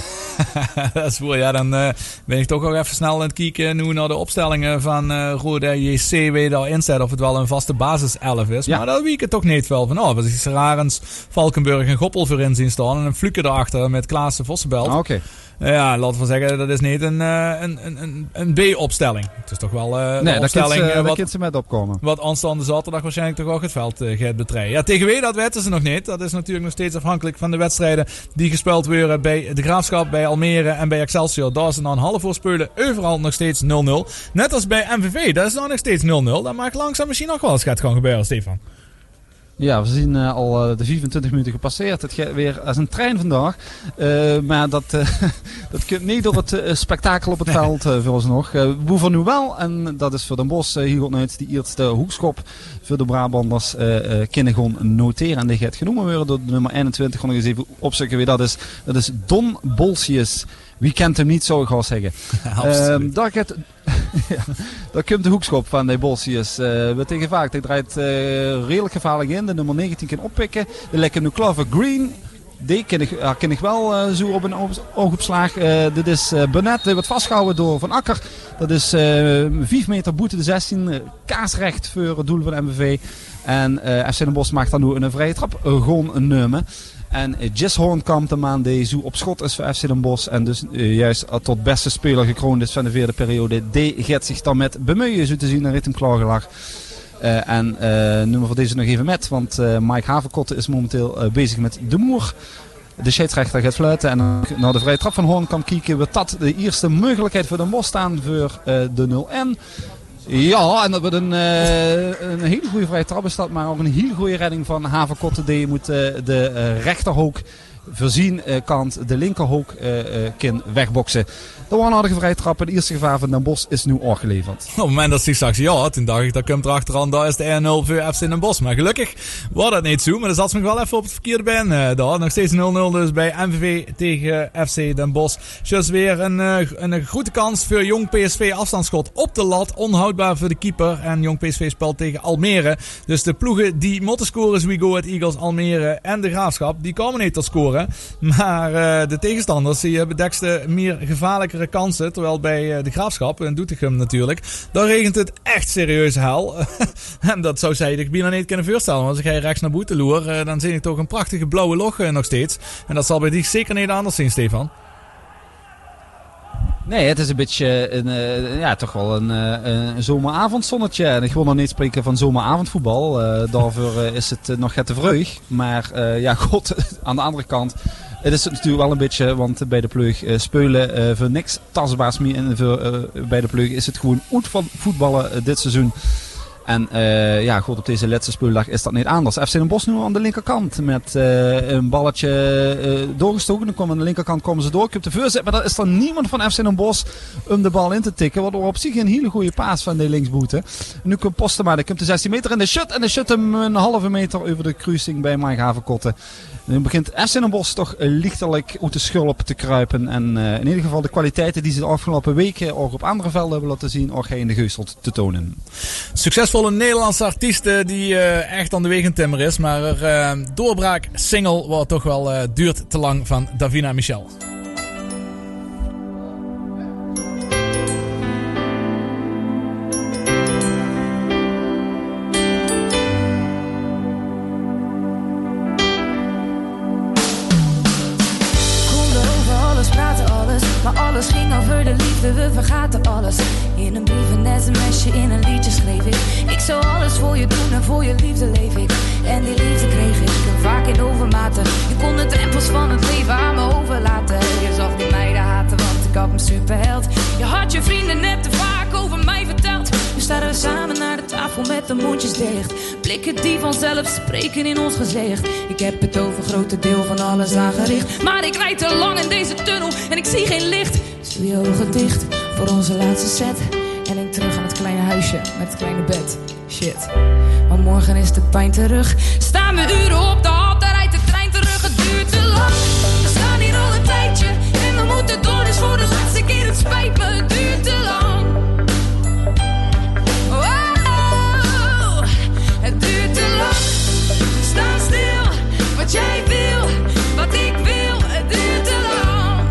Dat is voor, ja, dan uh, ben ik toch ook even snel aan het kijken nu naar de opstellingen van uh, Roda J C. Wie daarin staat, of het wel een vaste basis elf is. Ja. Maar daar wiek ik toch niet veel van af. Als ik Rarens, Valkenburg en Goppel voorin zien staan en een Fluke erachter met Klaassen Vossenbelt. Ah, Oké. Okay. Ja, laten we zeggen, dat is niet een, uh, een, een, een B-opstelling. Het is toch wel uh, Nee, een daar opstelling kunt ze, uh, daar wat, kunt ze met opkomen. wat aanstaande zaterdag waarschijnlijk toch ook het veld uh, gaat betreien. Ja, tegen wie, dat weten ze nog niet. Dat is natuurlijk nog steeds afhankelijk van de wedstrijden die gespeeld worden bij de Graafschap, bij Almere en bij Excelsior. Daar is het na een half uur spelen overal nog steeds nul nul. Net als bij M V V, dat is nou nog steeds nul nul. Dat maakt langzaam misschien nog wel eens gaat gaan gebeuren, Stefan. Ja, we zien uh, al uh, de vierentwintig minuten gepasseerd. Het gaat weer als een trein vandaag. Uh, maar dat, uh, dat komt niet door het uh, spektakel op het veld uh, voor ons nog. Uh, we hoeven nu wel, en dat is voor Den Bosch, uh, hier gaat uit die eerste hoekschop voor de Brabanders uh, uh, kunnen gewoon noteren. En die gaat genoemd worden door de nummer eenentwintig. Gewoon nog eens even opzoeken wie dat is. Dat is Don Bolsius. Wie kent hem niet, zou ik wel zeggen. Ja, um, daar, gaat, ja, daar komt de hoekschop van de Bolsius. Uh, we tegen vaak. Hij draait uh, redelijk gevaarlijk in. De nummer negentien kan oppikken. De lekker nu klaar voor Green. Die ken ik, uh, ken ik wel uh, zo op een oogopslag. Uh, dit is uh, Burnett. Die wordt vastgehouden door Van Akker. Dat is uh, vijf meter boete de zestien. Uh, kaarsrecht voor het doel van M V V. En uh, F C Den Bosch maakt dan nu een vrije trap. Uh, gewoon een nummer. En Jess Hoornkamp, de man die zo op schot is voor F C Den Bosch. En dus uh, juist tot beste speler gekroond is van de vierde periode. Die gaat zich dan met bemoeien, zo te zien, naar Ritm Klagelag. Uh, en uh, nummer voor deze nog even met. Want uh, Mike Haverkotte is momenteel uh, bezig met de moer. De scheidsrechter gaat fluiten. En uh, naar de vrije trap van Hoornkamp kijken. We dat de eerste mogelijkheid voor Den Bosch staan voor uh, de nul een. Ja, en dat wordt een, uh, een hele goede vrije trap is dat, maar ook een hele goede redding van Haverkotte. Die moet uh, de uh, rechterhoek voorzien uh, kant, de linkerhoek uh, uh, kan wegboksen. Dat was een aardige vrije trap. Het eerste gevaar van Den Bosch is nu opgeleverd. Op het moment dat ze straks ja, toen dacht ik, dat komt er achteraan, daar is de één nul voor F C Den Bosch. Maar gelukkig was dat niet zo, maar dan zat ze nog wel even op het verkeerde been uh, daar. Nog steeds nul nul dus bij M V V tegen F C Den Bosch. Dus weer een, uh, een grote kans voor Jong P S V afstandsschot op de lat. Onhoudbaar voor de keeper. En Jong P S V speelt tegen Almere. Dus de ploegen die moeten scoren is We Go Ahead Eagles, Almere en de Graafschap. Die komen niet tot scoren. Maar uh, de tegenstanders die hebben dekste meer gevaarlijkere kansen. Terwijl bij uh, de Graafschap, en Doetinchem natuurlijk, daar regent het echt serieuze hel. En dat zou zij ik bijna niet kunnen voorstellen. Want als ik rechts naar boete loer, uh, dan zie ik toch een prachtige blauwe log uh, nog steeds. En dat zal bij die zeker niet anders zijn, Stefan. Nee, het is een beetje een, uh, ja, toch wel een, uh, een zomeravondzonnetje. En ik wil nog niet spreken van zomeravondvoetbal. Uh, daarvoor uh, is het uh, nog get te vreug. Maar uh, ja, god, aan de andere kant. Het is natuurlijk wel een beetje, want bij de pleug uh, spelen uh, voor niks tastbaars meer. En voor, uh, bij de pleug is het gewoon goed van voetballen uh, dit seizoen. En uh, ja, goed, op deze laatste speeldag is dat niet anders. F C Den Bosch nu aan de linkerkant met uh, een balletje uh, doorgestoken. Dan komen aan de linkerkant komen ze door. Ik heb de voorzet, maar daar is er niemand van F C Den Bosch om de bal in te tikken. Waardoor op zich een hele goede paas van de linksboete. Nu komt Postema, dan komt de zestien meter in de shot. En de shot hem een halve meter over de kruising bij Mike Havenkotten. Nu begint F C Den Bosch toch lichtelijk uit de schulp te kruipen. En uh, in ieder geval de kwaliteiten die ze de afgelopen weken ook op andere velden hebben laten zien, ook in de Geusteld te tonen. Succesvolle Nederlandse artiesten die uh, echt aan de wegentimmer is. Maar er uh, doorbraak single wat toch wel uh, duurt te lang van Davina Michel. Maar alles ging over de liefde, we vergaten alles. In een brief, een sms'je, in een liedje schreef ik. Ik zou alles voor je doen en voor je liefde leef ik. En die liefde kreeg ik vaak in overmaten. Je kon de drempels van het leven aan me overlaten. Je zag die meiden haten, want ik had me superheld. Je had je vrienden net te vaak over mij verteld. Nu staan we samen naar de tafel met de mondjes dicht. Blikken die vanzelf spreken in ons gezicht. Ik heb het over grote deel van alles aangericht. Maar ik rijd te lang in deze tunnel en ik zie geen licht. Dus doe je ogen dicht voor onze laatste set. En denk terug aan het kleine huisje met het kleine bed. Shit, maar morgen is de pijn terug. Staan we uren op de hal, daar rijdt de trein terug. Het duurt te lang, we staan hier al een tijdje. En we moeten door, dus voor de laatste keer, het spijt me. Het duurt te lang. Wow, het duurt te lang. Sta stil, wat jij wil, wat ik wil. Het duurt te lang.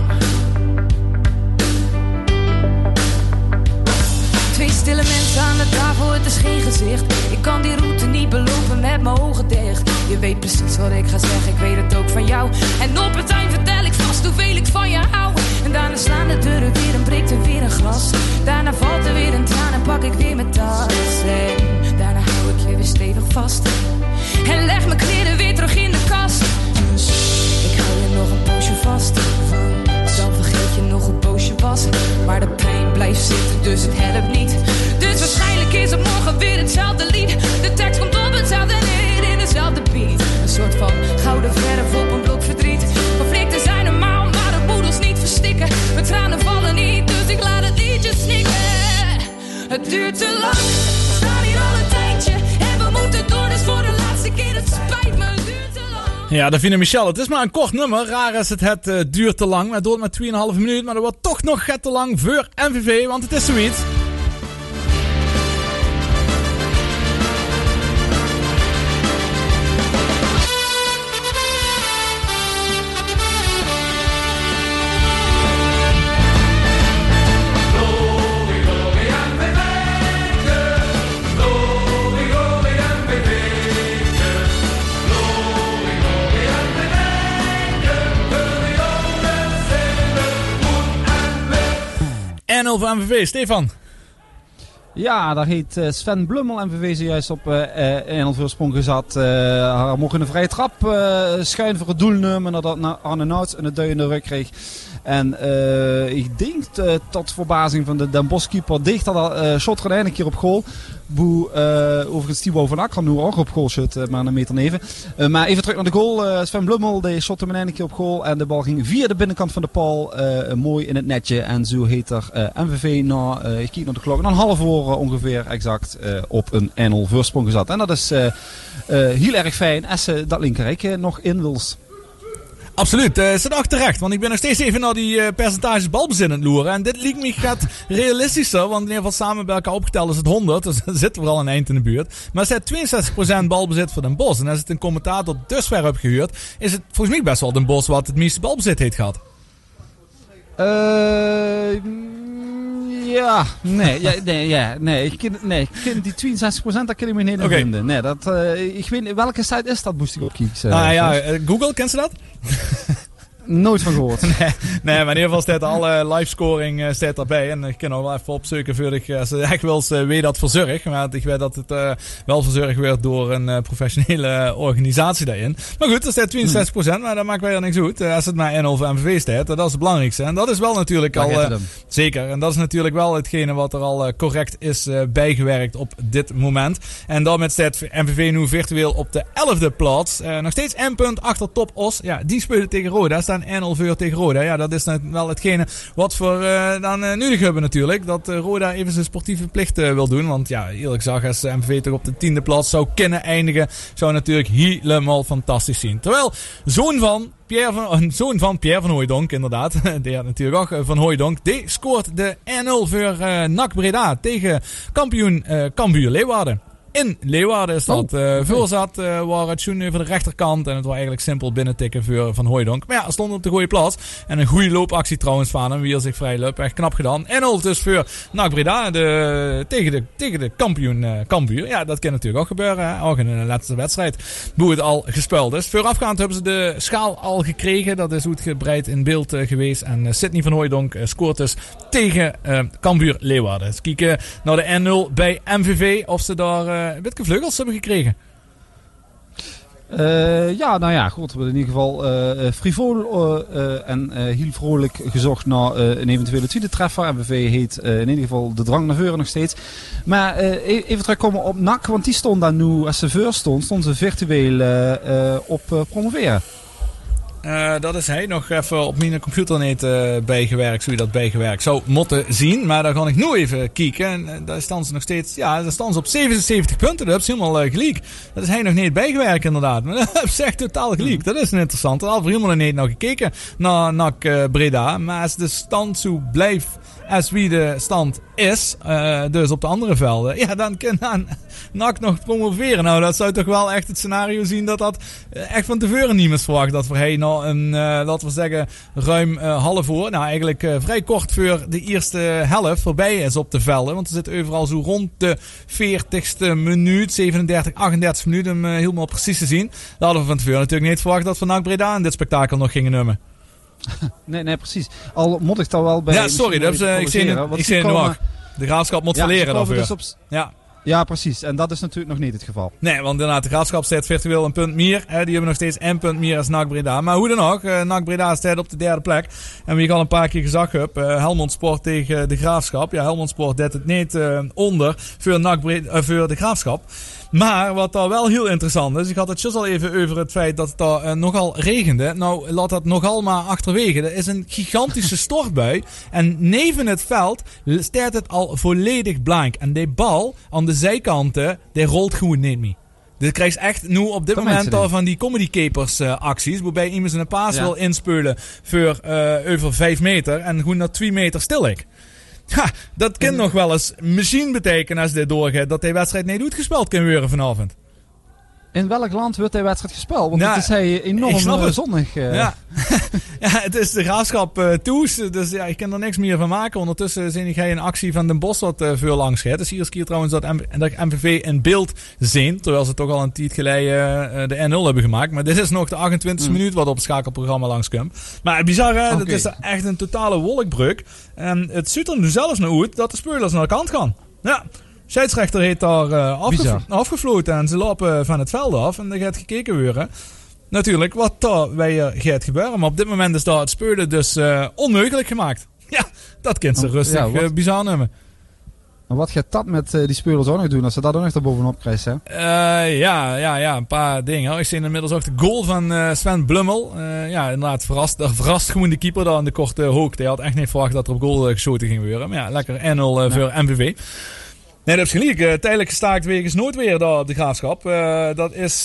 Twee stille mensen aan de tafel, het is geen gezicht. Ik kan die route niet belopen met mijn ogen dicht. Je weet precies wat ik ga zeggen, ik weet het ook van jou. En op het eind vertel ik vast hoeveel ik van je hou. En daarna slaan de deuren weer en breekt er weer een glas. Daarna valt er weer een traan en pak ik weer mijn tas. En daarna hou ik je weer stevig vast. En leg mijn kleren weer terug in de kast. Dus ik hou je nog een poosje vast. Dan vergeet je nog een poosje was. Maar de pijn blijft zitten, dus het helpt niet. Dus waarschijnlijk is het morgen weer hetzelfde lied. De tekst komt op hetzelfde neer in dezelfde beat. Een soort van gouden verf op een blok verdriet. Conflicten zijn normaal, maar de boedels niet verstikken. Mijn tranen vallen niet, dus ik laat het liedje snikken. Het duurt te lang, we staan hier al een tijdje. En we moeten door, dus voor de laatste keer, het spijt me, het duurt te lang. Ja, Davina Michel, het is maar een kort nummer. Raar is het, het uh, duurt te lang. Het duurt maar twee komma vijf minuut, maar dat wordt toch nog get te lang voor M V V, want het is zoiets. En over M V V, Stefan. Ja, daar heeft Sven Blummel M V V zojuist op uh, een voorsprong gezet. Uh, hij mocht in een vrije trap uh, schuin voor het doelnummer nadat naar Arne Nouts een duiende rug kreeg. En uh, ik denk uh, tot verbazing van de Den Bosch keeper dicht dat hij uh, shot er een keer op goal. Boe, uh, overigens Thibaut van Akker nu ook op goal shot, uh, maar een meter neven. Uh, maar even terug naar de goal. Uh, Sven Blummel die shot hem een keer op goal. En de bal ging via de binnenkant van de paal uh, mooi in het netje. En zo heet er uh, M V V na, uh, ik kijk naar de klok, na een half uur uh, ongeveer exact uh, op een een nul voorsprong gezet. En dat is uh, uh, heel erg fijn als ze dat linkerrijk uh, nog in wils. Absoluut, uh, zit ook terecht. Want ik ben nog steeds even naar die uh, percentages balbezit aan het loeren. En dit lijkt me gaat realistischer. Want in ieder geval samen bij elkaar opgeteld is het honderd. Dus er zit vooral een eind in de buurt. Maar er zit tweeënzestig procent balbezit voor Den Bosch. En als het een commentator dusver heb gehuurd, is het volgens mij best wel Den Bosch wat het meeste balbezit heeft gehad. Uh, ja, nee, ja, nee, ja, nee, ik ken, nee, ik ken die tweeënzestig procent, dat kan ik me niet okay. vinden. Nee, dat, uh, ik weet, welke site is dat, moest ik opkiezen. Ah ja, uh, Google, kent ze dat? Nooit van gehoord. nee, nee, maar in ieder geval staat alle live scoring uh, staat erbij. En ik kan nog wel even opzoeken voor ik, als je echt wil, uh, weet dat verzorg. Maar ik weet dat het uh, wel verzorgd wordt door een uh, professionele organisatie daarin. Maar goed, er staat tweeënzestig procent, hmm. maar dat maakt wel niks uit. Uh, als het maar één nul voor M V V staat, dat is het belangrijkste. En dat is wel natuurlijk Daar al... Uh, zeker, en dat is natuurlijk wel hetgene wat er al uh, correct is uh, bijgewerkt op dit moment. En daarmee staat M V V nu virtueel op de elfde plaats. Uh, nog steeds één punt achter Top Os. Ja, die spelen tegen Roda. Staan één nul voor tegen Roda. Ja, dat is wel hetgene wat we uh, dan uh, nodig hebben natuurlijk. Dat uh, Roda even zijn sportieve plicht uh, wil doen. Want ja, eerlijk gezegd, als M V V toch op de tiende plaats zou kunnen eindigen, zou natuurlijk helemaal fantastisch zien. Terwijl zoon van Pierre van, zoon van Pierre van Hooijdonk, inderdaad, die had natuurlijk ook Van Hooijdonk, die scoort de één nul voor uh, N A C Breda tegen kampioen uh, Cambuur Leeuwarden. In Leeuwarden is dat. Uh, okay. Voorzat uh, waar het schoen over de rechterkant. En het was eigenlijk simpel binnentikken voor Van Hooijdonk. Maar ja, hij stond op de goede plaats. En een goede loopactie trouwens van hem. Wie er zich vrij loopt. Echt knap gedaan. En al dus voor N A C Breda de, tegen, de, tegen de kampioen uh, Cambuur. Ja, dat kan natuurlijk ook gebeuren. Hè? Ook in de laatste wedstrijd. Hoe het al gespeeld is. Voorafgaand hebben ze de schaal al gekregen. Dat is uitgebreid in beeld uh, geweest. En uh, Sidney Van Hooijdonk uh, scoort dus tegen uh, Cambuur Leeuwarden. Dus kijken naar de één nul bij M V V. Of ze daar... Uh, een beetje vleugels hebben gekregen. Uh, ja, nou ja, goed. We hebben in ieder geval uh, frivol uh, uh, en uh, heel vrolijk gezocht naar uh, een eventuele tweede treffer. M V V heet uh, in ieder geval de drang naar voren nog steeds. Maar uh, even terugkomen op N A C, want die stond daar nu, als ze voor stond, stond ze virtueel uh, uh, op uh, promoveren. Uh, dat is hij nog even op mijn computer niet uh, bijgewerkt, zo je dat bijgewerkt zou moeten zien. Maar daar ga ik nu even kijken. En uh, daar staan ze nog steeds, ja, daar staan ze op zevenenzeventig punten. Dat is helemaal uh, gelijk. Dat is hij nog niet bijgewerkt inderdaad. Maar dat is echt totaal gelijk. Dat is een interessante. Al voor helemaal niet nog gekeken naar N A C uh, Breda. Maar als de stand zo blijft als wie de stand is, uh, dus op de andere velden, ja, dan kan N A C nog promoveren. Nou, dat zou toch wel echt het scenario zien dat dat uh, echt van tevoren niemand verwacht. Dat voor hij nou een, uh, laten we zeggen, ruim uh, half voor, nou eigenlijk uh, vrij kort voor de eerste helft voorbij is op de velden. Want er zit overal zo rond de veertigste minuut, zevenendertig, achtendertig minuut, om uh, helemaal precies te zien. Dat hadden we van tevoren natuurlijk niet verwacht dat Van N A C Breda in dit spektakel nog gingen nummen. Nee, nee, precies. Al moet ik daar wel bij... Ja, sorry, dat is, uh, ik zie het, ik zie het nu ook. De Graafschap moet ja, verleren daarvoor. Dus op... Ja. Ja, precies. En dat is natuurlijk nog niet het geval. Nee, want inderdaad, de Graafschap staat virtueel een punt meer. Hè, die hebben nog steeds één punt meer als N A C Breda. Maar hoe dan ook, uh, N A C Breda staat op de derde plek. En wie ik al een paar keer gezegd heb, uh, Helmond Sport tegen de Graafschap. Ja, Helmond Sport deed het niet uh, onder voor, N A C Breda, uh, voor de Graafschap. Maar wat daar wel heel interessant is, ik had het juist al even over het feit dat het daar uh, nogal regende. Nou, laat dat nogal maar achterwege. Er is een gigantische stortbui. En neven het veld staat het al volledig blank. En die bal aan de zijkanten, die rolt gewoon niet meer. Dus je krijgt echt nu op dit Kom moment al van die comedy capers uh, acties. Waarbij iemand een paas ja. wil inspelen voor uh, over vijf meter. En gewoon naar twee meter stil ik. Ja, dat kan nog wel eens misschien betekenen als dit doorgaat dat die wedstrijd niet uitgespeeld kan worden vanavond. In welk land wordt die wedstrijd gespeeld? Want ja, het is hij enorm uh, zonnig. Uh. Ja. ja, het is de Graafschap uh, Toes, dus ja, ik kan er niks meer van maken. Ondertussen zie ik een actie van Den Bosch wat uh, veel langs gaat. Dus hier is keer trouwens dat, M- dat M V V in beeld zien, terwijl ze toch al een tijd geleden uh, de één nul hebben gemaakt. Maar dit is nog de achtentwintigste mm. minuut wat op het schakelprogramma langskomt. Maar bizar, hè? Okay. Dat is echt een totale wolkbreuk. En het ziet er nu zelfs naar uit dat de spelers naar de kant gaan. Ja. Scheidsrechter heeft daar uh, afgef- afgefloten en ze lopen van het veld af. En er gaat gekeken worden. Natuurlijk wat daar weer gaat gebeuren. Maar op dit moment is daar het spelen dus uh, onmogelijk gemaakt. Ja, dat kan ze rustig ja, uh, bizar nemen. Maar wat gaat dat met uh, die spelers ook nog doen als ze dat ook nog erbovenop krijgen? Uh, ja, ja, ja, een paar dingen. Ik zie inmiddels ook de goal van uh, Sven Blummel. Uh, ja, inderdaad, verrast, verrast gewoon de keeper daar aan de korte hoek. Die had echt niet verwacht dat er op goal uh, geschoten ging gebeuren. Maar ja, lekker één nul uh, voor ja. M V V. Nee, dat is gelijk. Uh, tijdelijk gestaakt wegens noodweer daar op de Graafschap. Uh, dat is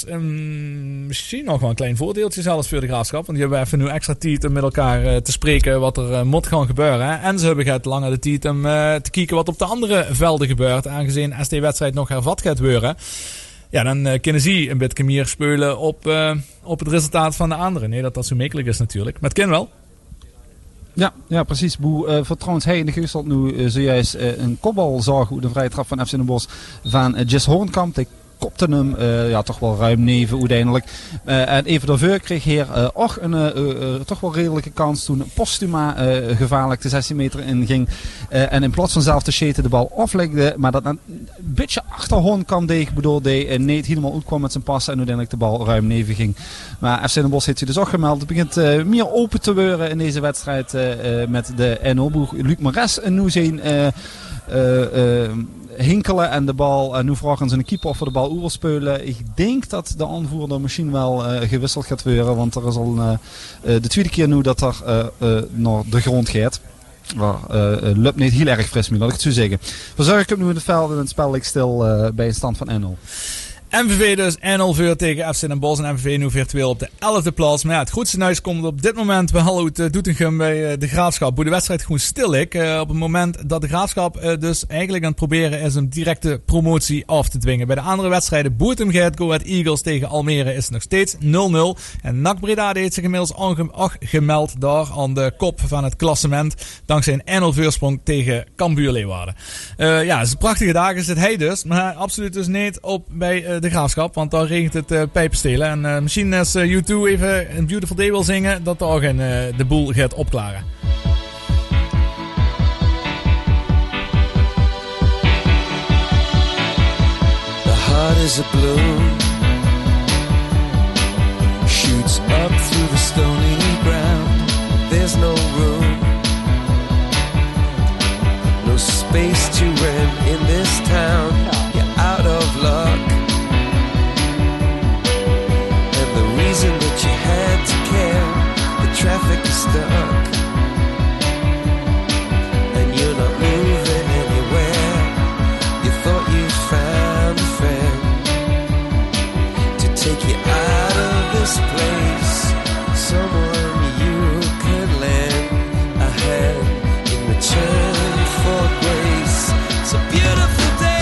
um, misschien nog wel een klein voordeeltje zelfs voor de Graafschap. Want die hebben even nu extra tijd om met elkaar uh, te spreken wat er uh, moet gaan gebeuren. Hè. En ze hebben het langer de tijd om uh, te kijken wat op de andere velden gebeurt. Aangezien als die wedstrijd nog hervat gaat worden. Ja, dan uh, kunnen ze een beetje meer spelen op, uh, op het resultaat van de anderen. Nee, dat dat zo makkelijk is natuurlijk. Maar het kan wel. Ja, ja, precies. Boe, uh, voor trouwens, hij in de Geusteld nu uh, zojuist uh, een kopbal zag hoe de vrije trap van F C Den Bosch van uh, Jess Hoornkamp. Die kopte hem uh, ja, toch wel ruim neven uiteindelijk. Uh, en even daarvoor kreeg hier uh, ook een uh, uh, toch wel redelijke kans toen Postuma uh, gevaarlijk de zestien meter inging. Uh, en in plaats van zelf te scheten de bal aflegde, maar dat een beetje achterhand kwam deeg, bedoel hij uh, niet helemaal goed kwam met zijn passen en uiteindelijk de bal ruim neven ging. Maar F C Den Bosch heeft hij dus ook gemeld. Het begint uh, meer open te worden in deze wedstrijd uh, uh, met de N O-boeg. Luc Mares en nu zijn uh, uh, uh, hinkelen en de bal. En nu vragen ze een keeper of we de bal oer spelen. Ik denk dat de aanvoerder misschien wel uh, gewisseld gaat worden. Want er is al uh, uh, de tweede keer nu dat er uh, uh, naar de grond gaat. Maar uh, loopt niet heel erg fris meer, laat ik het zo zeggen. Verzorg ik nu in het veld en het spel ligt stil uh, bij een stand van één nul. M V V dus één nul voor tegen F C Den Bosch en M V V nu virtueel op de elfde plaats. Maar ja, het goedste nieuws komt op dit moment wel uit uh, Doetinchem bij uh, de Graafschap. Hoe de wedstrijd gewoon stil ligt. Uh, op het moment dat de Graafschap uh, dus eigenlijk aan het proberen is om directe promotie af te dwingen. Bij de andere wedstrijden Boertem gaat Go Ahead Eagles tegen Almere is het nog steeds nul nul. En N A C Breda heeft zich inmiddels aangemeld daar aan de kop van het klassement. Dankzij een één nul voorsprong tegen Cambuur Leeuwarden. Uh, ja, het is een prachtige dag is het hij dus. Maar absoluut dus niet op bij uh, de Graafschap, want daar regent het uh, pijpenstelen. En uh, misschien als uh, U twee even een Beautiful Day wil zingen, dat daar geen, uh, de boel gaat opklaren. The heart is a bloom, shoots up through the stony ground. There's no room, no space to rent in this town. You're out of luck. That you had to care, the traffic is stuck, and you're not moving anywhere. You thought you found a friend to take you out of this place, someone you could lend a hand in return for grace. It's a beautiful day.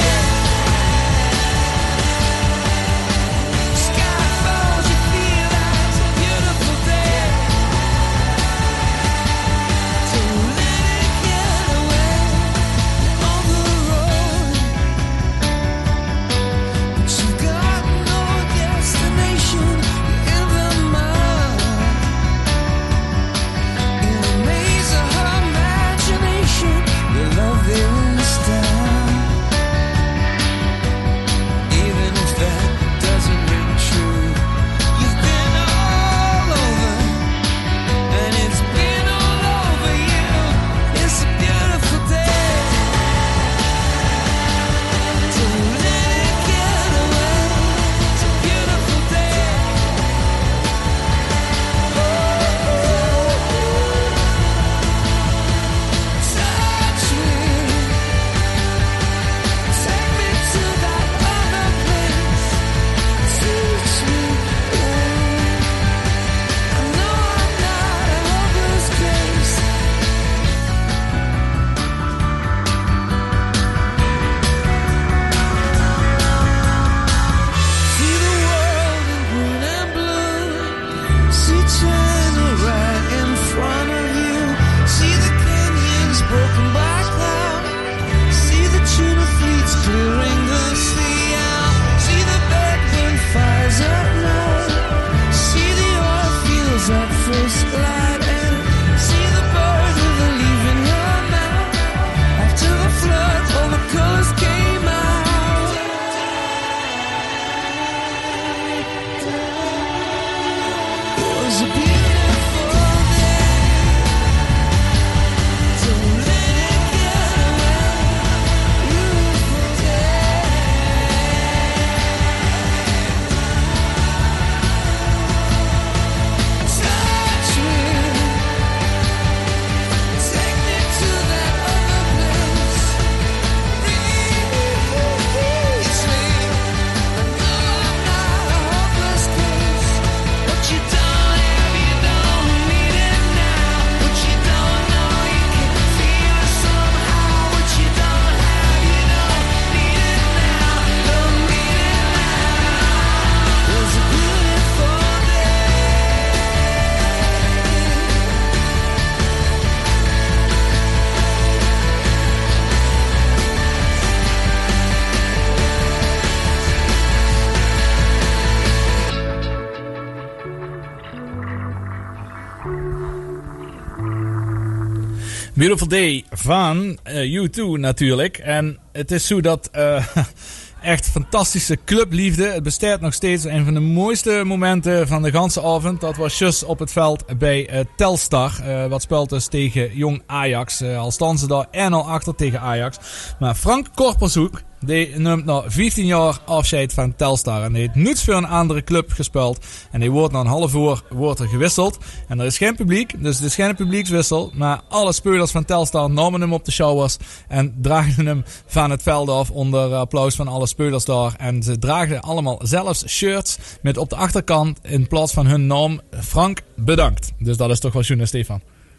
Beautiful Day van uh, U twee natuurlijk. En het is zo dat uh, echt fantastische clubliefde. Het bestaat nog steeds. Een van de mooiste momenten van de ganse avond. Dat was just op het veld bij uh, Telstar. Uh, wat speelt dus tegen Jong Ajax. Uh, al staan ze daar één nul achter tegen Ajax. Maar Frank Korpershoek, die neemt na vijftien jaar afscheid van Telstar. En die heeft niets voor een andere club gespeeld. En die wordt na een half uur wordt er gewisseld. En er is geen publiek, dus het is geen publiekswissel. Maar alle spelers van Telstar namen hem op de showers. En draagden hem van het veld af onder applaus van alle spelers daar. En ze draagden allemaal zelfs shirts met op de achterkant in plaats van hun naam Frank bedankt. Dus dat is toch wel schoon, Stefan.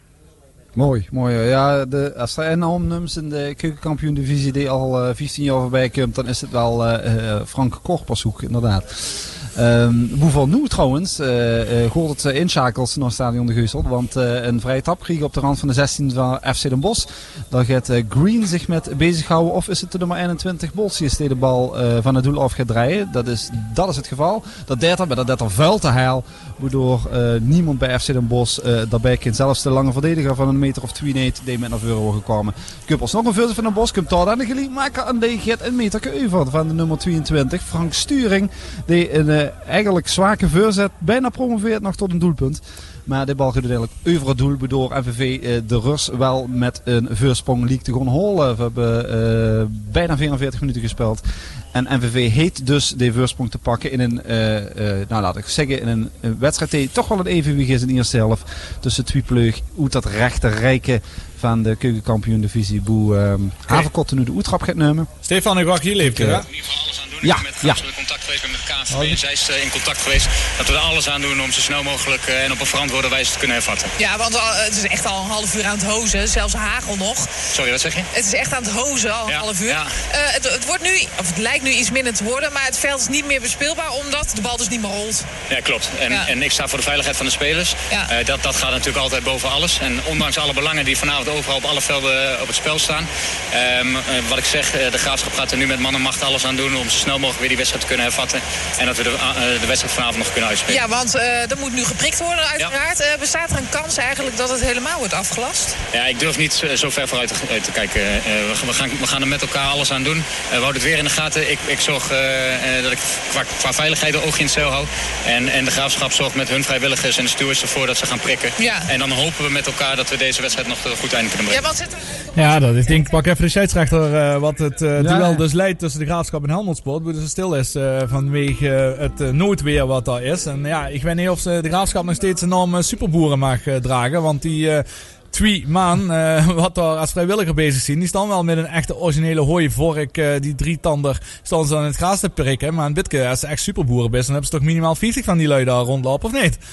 Mooi, mooi. Ja, de, als er een naam noemt in de keukenkampioen-divisie die al uh, vijftien jaar voorbij komt, dan is het wel uh, uh, Frank Korpershoek, inderdaad. Um, hoeveel nu trouwens, uh, uh, gooit het uh, inschakels naar Stadion de Geusel, want uh, een vrije tap kreeg op de rand van de zestien van F C Den Bosch. Daar gaat uh, Green zich met bezighouden, of is het de nummer eenentwintig Bolsius die de bal uh, van het doel af gaat draaien. Dat is, dat is het geval. Dat deed er, maar dat deed er vuil te haal, waardoor uh, niemand bij F C Den Bosch uh, daarbij kan. Zelfs de lange verdediger van een meter of twee neet, die met naar voren wordt gekomen. Kuppels nog een vuur van Den Bosch, komt daar aan de geliefmaker en die gaat een meter over van de nummer tweeëntwintig, Frank Sturing, die een uh, eigenlijk zwakke voorzet, bijna promoveert nog tot een doelpunt. Maar de bal gaat uiteindelijk over het doel, waardoor M V V uh, de Rus wel met een voorsprong liek te gaan halen. We hebben uh, bijna vierenveertig minuten gespeeld. En M V V heeft dus de voorsprong te pakken in een, uh, uh, nou laat ik zeggen, in een, een wedstrijd die toch wel een evenwicht is in de eerste helft. Tussen twee pleug uit dat rechte rijke van de keukenkampioen divisie. Boe uh, Haverkotten nu de oetrap gaat nemen. Stefan, ik wacht hier leven. Ja. Ja, met ja. in contact geweest met K V B en zij is in contact geweest dat we er alles aan doen om zo snel mogelijk en op een verantwoorde wijze te kunnen hervatten. Ja, want het is echt al een half uur aan het hozen, zelfs hagel nog. Sorry, wat zeg je? Het is echt aan het hozen al een ja, half uur. Ja. Uh, het, het wordt nu, of het lijkt nu iets minder te worden, maar het veld is niet meer bespeelbaar omdat de bal dus niet meer rolt. Ja, klopt. En, ja. en ik sta voor de veiligheid van de spelers. Ja. Uh, dat, dat gaat natuurlijk altijd boven alles. En ondanks alle belangen die vanavond overal op alle velden op het spel staan. Um, uh, wat ik zeg, de Graafschap gaat er nu met man en macht alles aan doen om zo snel mogelijk weer die wedstrijd te kunnen hervatten. En dat we de, uh, de wedstrijd vanavond nog kunnen uitspelen. Ja, want uh, er moet nu geprikt worden uiteraard. Ja. Uh, bestaat er een kans eigenlijk dat het helemaal wordt afgelast? Ja, ik durf niet uh, zo ver vooruit te, uh, te kijken. Uh, we, we, gaan, we gaan er met elkaar alles aan doen. Uh, we houden het weer in de gaten. Ik, ik zorg uh, uh, dat ik qua, qua veiligheid de oogje in het zeil hou. En, en de Graafschap zorgt met hun vrijwilligers en de stewards ervoor dat ze gaan prikken. Ja. En dan hopen we met elkaar dat we deze wedstrijd nog goed einde kunnen brengen. Ja, wat zit er... Ja, dat is, ik denk, pak even de scheidsrechter uh, wat het uh, duel ja, ja. dus leidt tussen de Graafschap en Helmond Sport. Hoe ze stil is uh, vanwege uh, het uh, noodweer wat daar is. En ja, ik weet niet of ze de Graafschap nog steeds een naam uh, Superboeren mag uh, dragen. Want die... Uh, Twee man, uh, wat daar als vrijwilliger bezig zijn, die staan wel met een echte originele hooivork, uh, die drietander, staan ze aan het gras te prikken. Maar een bitke, als ze echt superboeren bent, dan hebben ze toch minimaal vijftig van die lui daar rondlopen, of niet?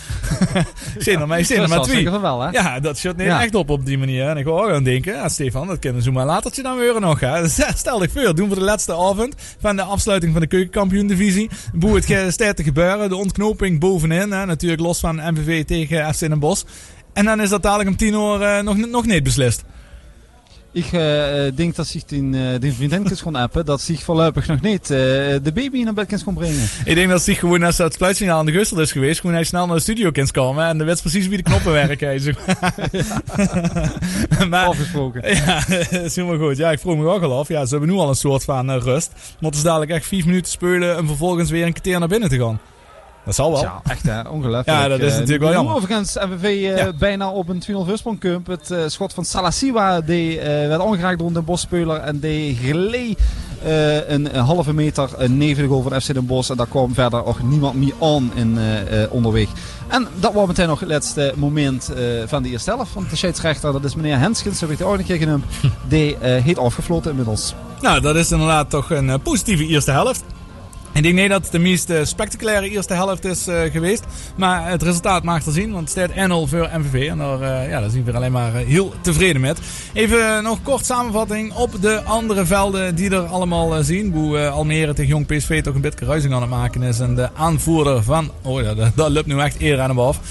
Zijn er maar, zijn er maar twee. Wel, hè? Ja, dat shut niet ja. echt op op die manier. En ik wou ook aan denken, ja, Stefan, dat kunnen zo maar latertje dan weer nog. Hè. Stel je voor, doen we de laatste avond van de afsluiting van de keukenkampioen divisie. Boe het staat te gebeuren, de ontknoping bovenin, hè, natuurlijk los van M V V tegen F C Den Bosch. En dan is dat dadelijk om tien uur uh, nog, nog niet beslist. Ik uh, denk dat zich die, uh, die vriendinnetjes gewoon appen, dat zich voorlopig nog niet uh, de baby naar bed kan gaan brengen. Ik denk dat zich gewoon als het sluitsignaal aan de Gustel is geweest, gewoon hij snel naar de studio kan komen en dan weet precies wie de knoppen werken. Maar, afgesproken. Ja, dat is helemaal goed. Ja, ik vroeg me ook al af. Ja, ze hebben nu al een soort van uh, rust. Moeten ze dadelijk echt vijf minuten spelen en vervolgens weer een kwartier naar binnen te gaan. Dat zal wel. Ja, echt hè, ongelooflijk. Ja, dat is natuurlijk uh, wel jammer. Overigens, M V V uh, ja. bijna op een twee nul voorsprong komt. Het uh, schot van Salasiwa, die uh, werd ongeraakt door de Bosspeler en die gleed uh, een, een halve meter uh, neven de goal van F C Den Bosch. En daar kwam verder ook niemand meer aan in uh, uh, onderweg. En dat was meteen nog het laatste moment uh, van de eerste helft. Want de scheidsrechter, dat is meneer Henskens, heb ik de ook een keer genoemd, die uh, heeft afgefloten inmiddels. Nou, dat is inderdaad toch een uh, positieve eerste helft. Ik denk niet dat het de meest uh, spectaculaire eerste helft is uh, geweest. Maar het resultaat mag er zien. Want het staat één nul voor M V V. En daar, uh, ja, daar zijn we er alleen maar uh, heel tevreden met. Even uh, nog kort samenvatting op de andere velden die er allemaal uh, zien. Hoe uh, Almere tegen Jong P S V toch een beetje ruizing aan het maken is. En de aanvoerder van... Oh ja, dat, dat loopt nu echt eer aan hem af.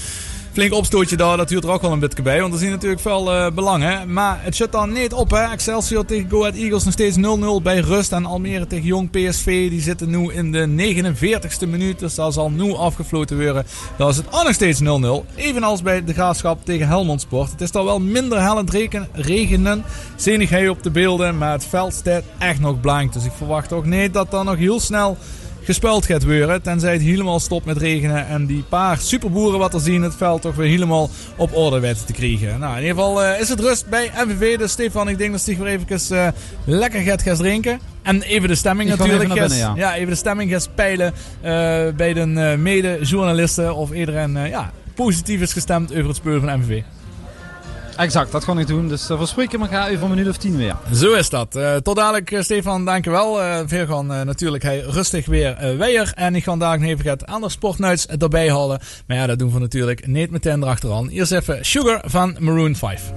flink opstootje daar, dat huurt er ook wel een beetje bij. Want er zijn natuurlijk veel uh, belangen. Maar het zit dan niet op, hè. Excelsior tegen Go Ahead Eagles nog steeds nul nul bij rust. En Almere tegen Jong P S V, die zitten nu in de negenenveertigste minuut. Dus dat zal nu afgefloten worden. Daar is het ook nog steeds nul nul. Evenals bij de Graafschap tegen Helmond Sport. Het is dan wel minder hellend reken, regenen. Zenigheid op de beelden, maar het veld staat echt nog blank. Dus ik verwacht ook niet dat dan nog heel snel gespeeld gaat worden. Tenzij het helemaal stopt met regenen. En die paar superboeren wat er zien het veld toch weer helemaal op orde weten te krijgen. Nou, in ieder geval uh, is het rust bij M V V. Dus Stefan, ik denk dat Steve weer even uh, lekker gaat gaan drinken. En even de stemming ik natuurlijk. Even binnen, ja. ja, even de stemming gaan spelen uh, bij de uh, mede-journalisten. Of iedereen uh, ja, positief is gestemd over het spelen van M V V. Exact, dat kan ik doen. Dus uh, voor spreken we gaan over een minuut of tien weer. Zo is dat. Uh, tot dadelijk, uh, Stefan, dankjewel. Uh, we gaan uh, natuurlijk hij rustig weer uh, weer. En ik ga daar nog even het andere sportnuits erbij halen. Maar ja, dat doen we natuurlijk niet meteen erachteraan. Eerst even Sugar van Maroon vijf.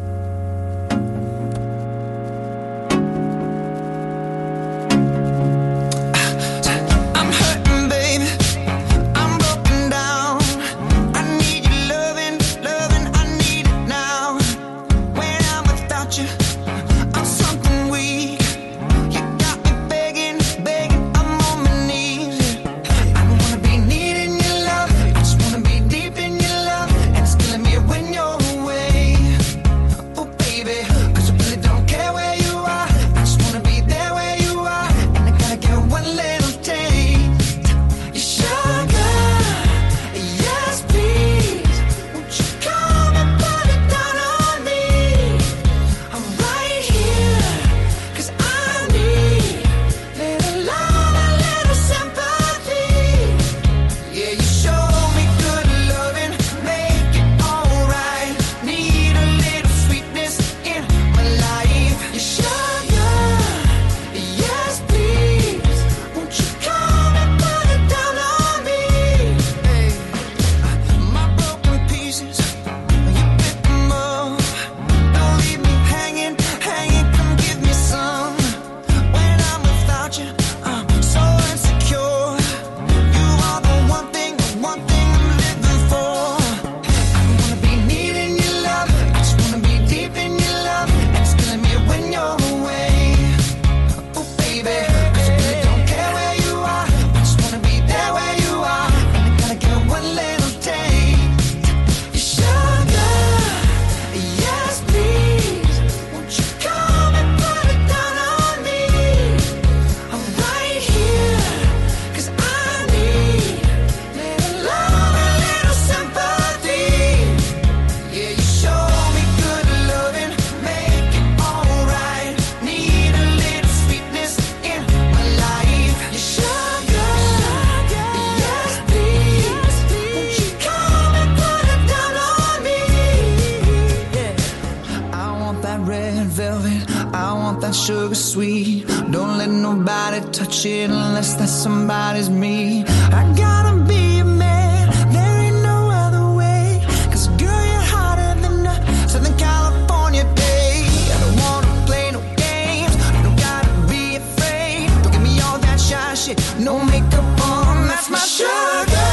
Sugar sweet, don't let nobody touch it unless that somebody's me. I gotta be a man, there ain't no other way. Cause girl, you're hotter than a Southern California day. I don't wanna play no games, you don't gotta be afraid. Don't give me all that shy shit, no makeup on, that's my sugar.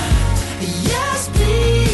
Yes, please.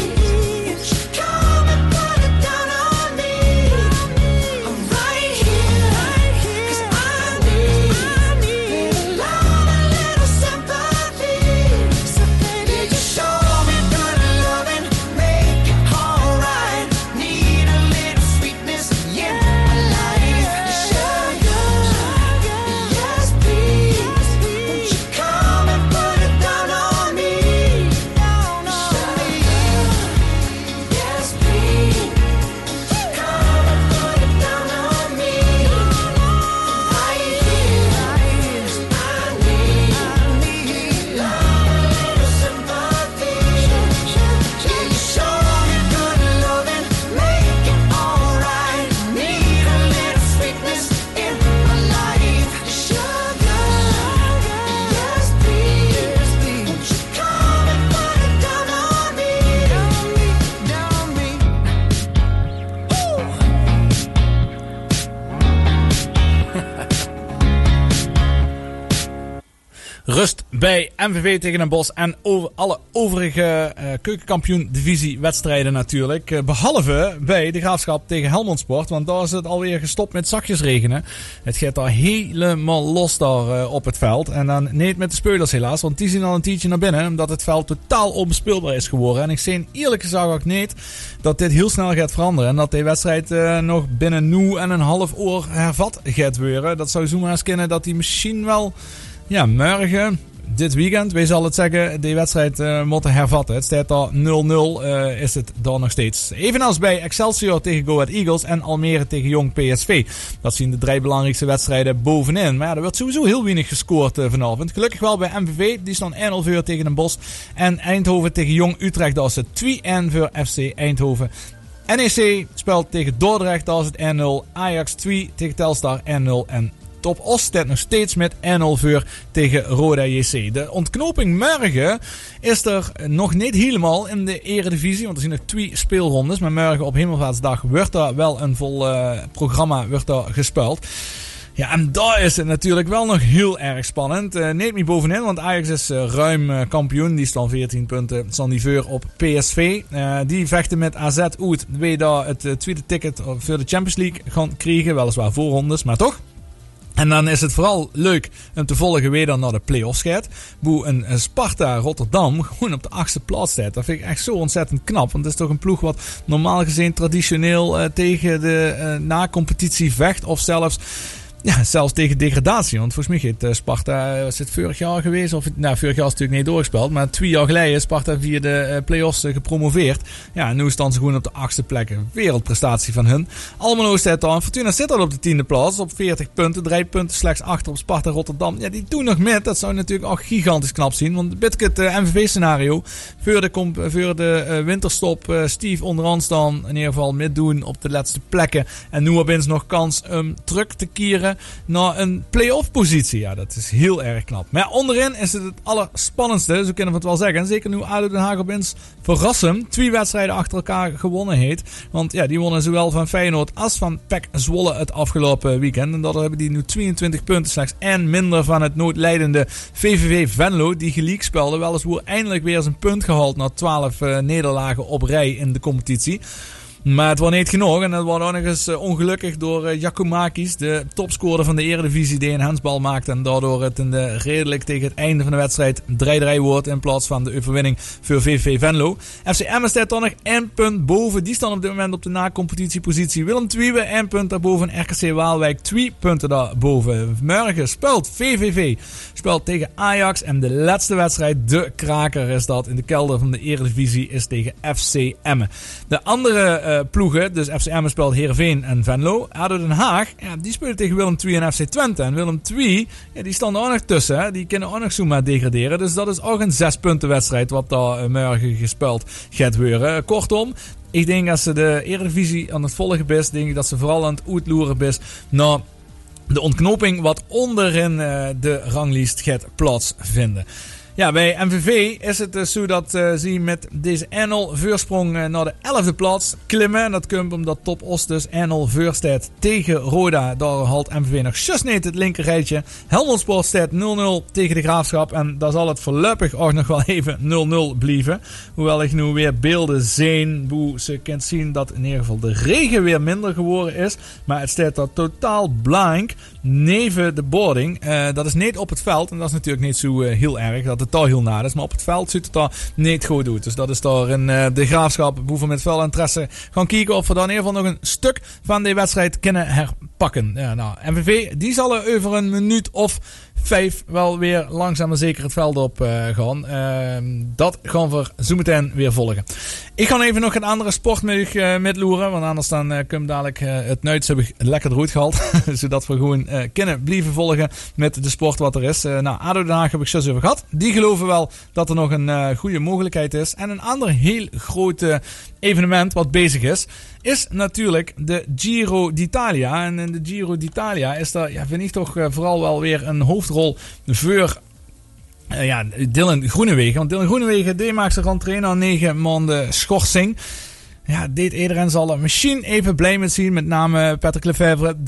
Rust bij M V V tegen Den Bosch en over alle overige uh, keukenkampioen-divisie wedstrijden natuurlijk. Uh, behalve bij de Graafschap tegen Helmond Sport, want daar is het alweer gestopt met zakjes regenen. Het gaat daar helemaal los daar uh, op het veld. En dan niet met de speulers helaas, want die zien al een tientje naar binnen, omdat het veld totaal onbespeelbaar is geworden. En ik zie eerlijk gezegd ook niet dat dit heel snel gaat veranderen. En dat die wedstrijd uh, nog binnen nu en een half uur hervat gaat worden. Dat zou zomaar eens kunnen dat die misschien wel... Ja, morgen, dit weekend, wij zullen het zeggen, die wedstrijd uh, moeten hervatten. Het staat daar nul nul, uh, is het daar nog steeds. Evenals bij Excelsior tegen Go Ahead Eagles en Almere tegen Jong P S V. Dat zien de drie belangrijkste wedstrijden bovenin. Maar ja, er wordt sowieso heel weinig gescoord uh, vanavond. Gelukkig wel bij M V V, die staan één nul voor tegen Den Bosch. En Eindhoven tegen Jong Utrecht, dat is het twee een voor F C Eindhoven. N E C speelt tegen Dordrecht, dat is het één nul. Ajax twee tegen Telstar één nul en Top Os staat nog steeds met één nul voor tegen Roda J C. De ontknoping morgen is er nog niet helemaal in de eredivisie, want er zijn nog twee speelrondes. Maar morgen op Hemelvaartsdag wordt er wel een vol uh, programma wordt er gespeeld. Ja, en daar is het natuurlijk wel nog heel erg spannend. Uh, neemt niet bovenin, want Ajax is uh, ruim uh, kampioen. Die staan veertien punten, staan die voor op P S V. Uh, die vechten met A Z uit. Wie daar het uh, tweede ticket voor de Champions League gaan krijgen. Weliswaar voorrondes, maar toch. En dan is het vooral leuk om te volgen weer dan naar de play-offs gaat. Hoe een Sparta Rotterdam gewoon op de achtste plaats staat. Dat vind ik echt zo ontzettend knap. Want het is toch een ploeg wat normaal gezien traditioneel uh, tegen de uh, na-competitie vecht. Of zelfs... Ja, zelfs tegen degradatie. Want volgens mij heeft Sparta, was het vorig jaar geweest? Of, nou, vorig jaar is het natuurlijk niet doorgespeeld. Maar twee jaar geleden is Sparta via de uh, play-offs uh, gepromoveerd. Ja, en nu staan ze gewoon op de achtste plek. Een wereldprestatie van hun. Almelo staat daar. Fortuna zit al op de tiende plaats. Op veertig punten. Drie punten slechts achter op Sparta Rotterdam. Ja, die doen nog met. Dat zou natuurlijk ook gigantisch knap zien. Want het het uh, M V V-scenario. Voor de, comp- voor de uh, winterstop. Uh, Steve onderaan staan. In ieder geval meedoen op de laatste plekken. En nu opeens nog kans om um, terug te keren naar een play-off positie. Ja, dat is heel erg knap. Maar ja, onderin is het het allerspannendste, zo kunnen we het wel zeggen. Zeker nu A D O Den Haag opeens verrassen twee wedstrijden achter elkaar gewonnen heeft. Want ja, die wonnen zowel van Feyenoord als van P E C Zwolle het afgelopen weekend. En daardoor hebben die nu tweeëntwintig punten slechts en minder van het noodlijdende V V V Venlo, die gelijk speelde. Weliswaar eindelijk weer eens een punt gehaald na twaalf uh, nederlagen op rij in de competitie. Maar het was niet genoeg en dat was ook nog eens uh, ongelukkig door uh, Giacomakis, de topscorer van de Eredivisie, die een handsbal maakte en daardoor het in de, redelijk tegen het einde van de wedstrijd drie drie wordt in plaats van de overwinning voor V V V Venlo. F C Emmen staat dan nog één punt boven. Die staan op dit moment op de na-competitiepositie. Willem twee één punt daarboven. R K C Waalwijk twee punten daarboven. Morgen speelt V V V speelt tegen Ajax en de laatste wedstrijd, de kraker is dat in de kelder van de Eredivisie, is tegen F C Emmen. De andere uh, ploegen, dus F C Emmen speelt Heerenveen en Venlo. A D O Den Haag, ja, die spelen tegen Willem twee en F C Twente. En Willem twee, ja, die staan er ook nog tussen. Hè. Die kunnen ook nog zomaar degraderen. Dus dat is ook een zes punten wedstrijd wat daar uh, morgen gespeeld gaat worden. Kortom, ik denk als ze de Eredivisie aan het volgen is, denk ik dat ze vooral aan het uitloeren is naar de ontknoping wat onderin uh, de ranglijst gaat plaatsvinden. Ja, bij M V V is het dus zo dat uh, ze met deze één nul voorsprong uh, naar de elfde plaats klimmen. En dat komt omdat Top Os dus één nul voor staat tegen Roda. Daar haalt M V V nog just niet het linker rijtje. Helmond Sport staat nul nul tegen de Graafschap. En daar zal het voorlopig ook nog wel even nul nul blijven. Hoewel ik nu weer beelden zie hoe ze kunt zien dat in ieder geval de regen weer minder geworden is. Maar het staat daar totaal blank neven de boarding. Uh, dat is niet op het veld. En dat is natuurlijk niet zo uh, heel erg dat het daar heel na is. Maar op het veld ziet het daar niet goed uit. Dus dat is daar in uh, de Graafschap. Boeven met veel interesse gaan kijken of we dan in ieder geval nog een stuk van die wedstrijd kunnen herpakken. Ja, nou, M V V die zal er over een minuut of vijf wel weer langzaam maar zeker het veld op uh, gaan. Uh, dat gaan we zo meteen weer volgen. Ik ga even nog een andere sport met u uh, metloeren. Want anders dan uh, komt dadelijk uh, het nuits heb ik lekker eruit gehaald. Zodat we gewoon uh, kunnen blijven volgen met de sport wat er is. Uh, nou, A D O Den Haag heb ik zo over gehad. Die geloven wel dat er nog een uh, goede mogelijkheid is. En een ander heel groot uh, evenement wat bezig is, is natuurlijk de Giro d'Italia. En in de Giro d'Italia is daar, ja, vind ik toch uh, vooral wel weer een hoofdrol voor Uh, ja, Dylan Groenewegen. Want Dylan Groenewegen, die maakt zich rentree na negen maanden schorsing. Ja, dit iedereen zal er misschien even blij mee zien. Met name Patrick Lefevre, de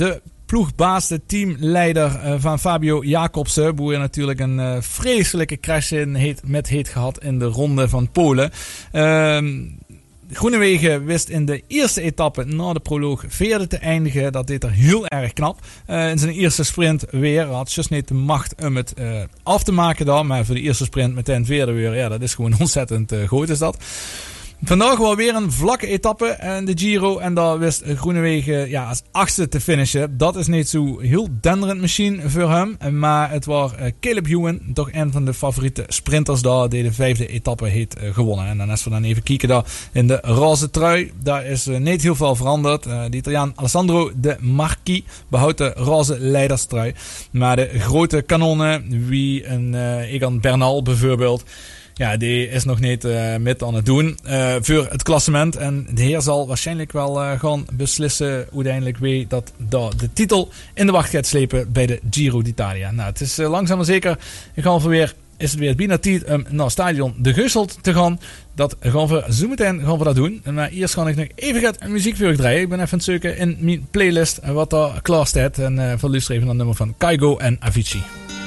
ploegbaas, de teamleider uh, van Fabio Jacobsen. Boer natuurlijk een uh, vreselijke crash in heet, met heet gehad in de ronde van Polen. Uh, Groenewegen wist in de eerste etappe na de proloog vierde te eindigen. Dat deed er heel erg knap. Uh, in zijn eerste sprint weer had just niet de macht om het uh, af te maken dan. Maar voor de eerste sprint meteen vierde weer. Ja, dat is gewoon ontzettend uh, goed is dat. Vandaag wel weer een vlakke etappe in de Giro. En daar wist Groenewegen ja, als achtste te finishen. Dat is niet zo heel denderend machine voor hem. Maar het was uh, Caleb Ewan, toch een van de favoriete sprinters daar. Die de vijfde etappe heeft uh, gewonnen. En dan als we dan even kijken daar in de roze trui. Daar is uh, niet heel veel veranderd. Uh, de Italiaan Alessandro De Marchi behoudt de roze leiderstrui. Maar de grote kanonnen, wie een uh, Egan Bernal bijvoorbeeld. Ja, die is nog niet uh, met aan het doen uh, voor het klassement. En de heer zal waarschijnlijk wel uh, gaan beslissen uiteindelijk wie dat de titel in de wacht gaat slepen bij de Giro d'Italia. Nou, het is uh, langzaam maar zeker. Ik ga weer, is het weer bijna tijd om naar stadion De Gusselt te gaan. Dat gaan we zo meteen gaan we dat doen. Maar eerst ga ik nog even gaat muziek voor je draaien. Ik ben even aan het zoeken in mijn playlist wat daar klaar staat. En uh, voor luisteren even naar het nummer van Kygo en Avicii.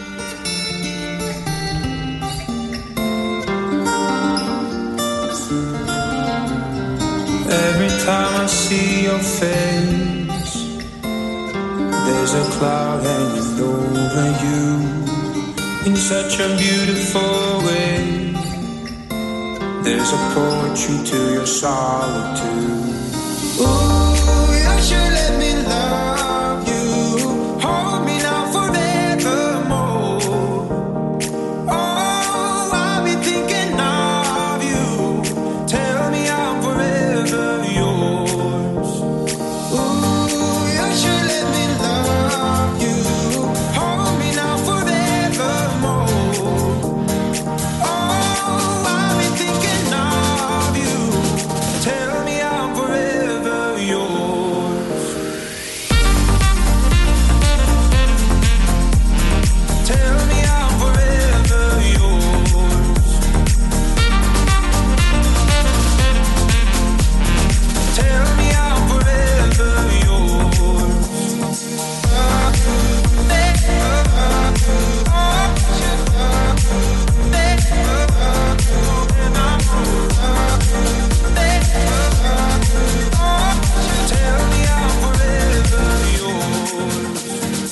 Every time I see your face, there's a cloud hanging over you in such a beautiful way. There's a poetry to your solitude. Ooh, you should let me love you. Hold me now forevermore. Oh, I'll be thinking of you. Tell me I'm forever yours. Ooh, you should let me love you. Hold me now forevermore. Oh, I'll be thinking of you. Tell me I'm forever yours. Tell me I'm forever yours. Tell me I'm forever Tell me I'm forever yours.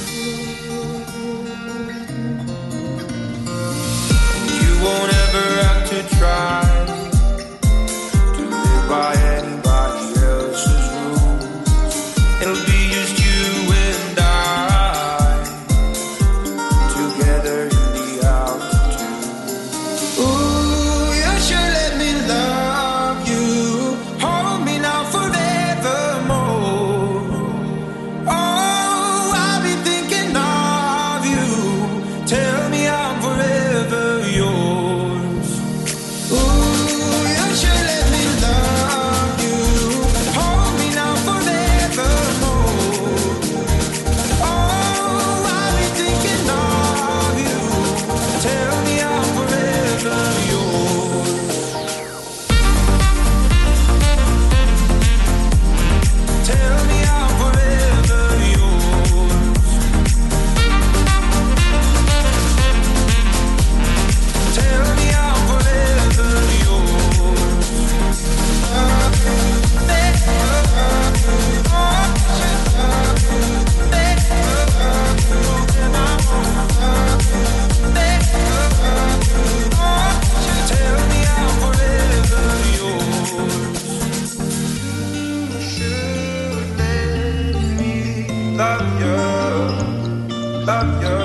You won't ever have to try to live by anybody else's rules. It'll be just you and I together in the altitude. Ooh, you should let me love you. Hold me now forevermore. Oh, I'll be thinking of you. Tell me I'm forever yours. Ooh, you should let me love you. Hold me now forevermore. Oh, I'll be thinking of you. Tell me I'm forever yours. Tell me I'm forever yours. Tell me I'm forever yours. Tell me I'm forever yours. You should let me love you, love you.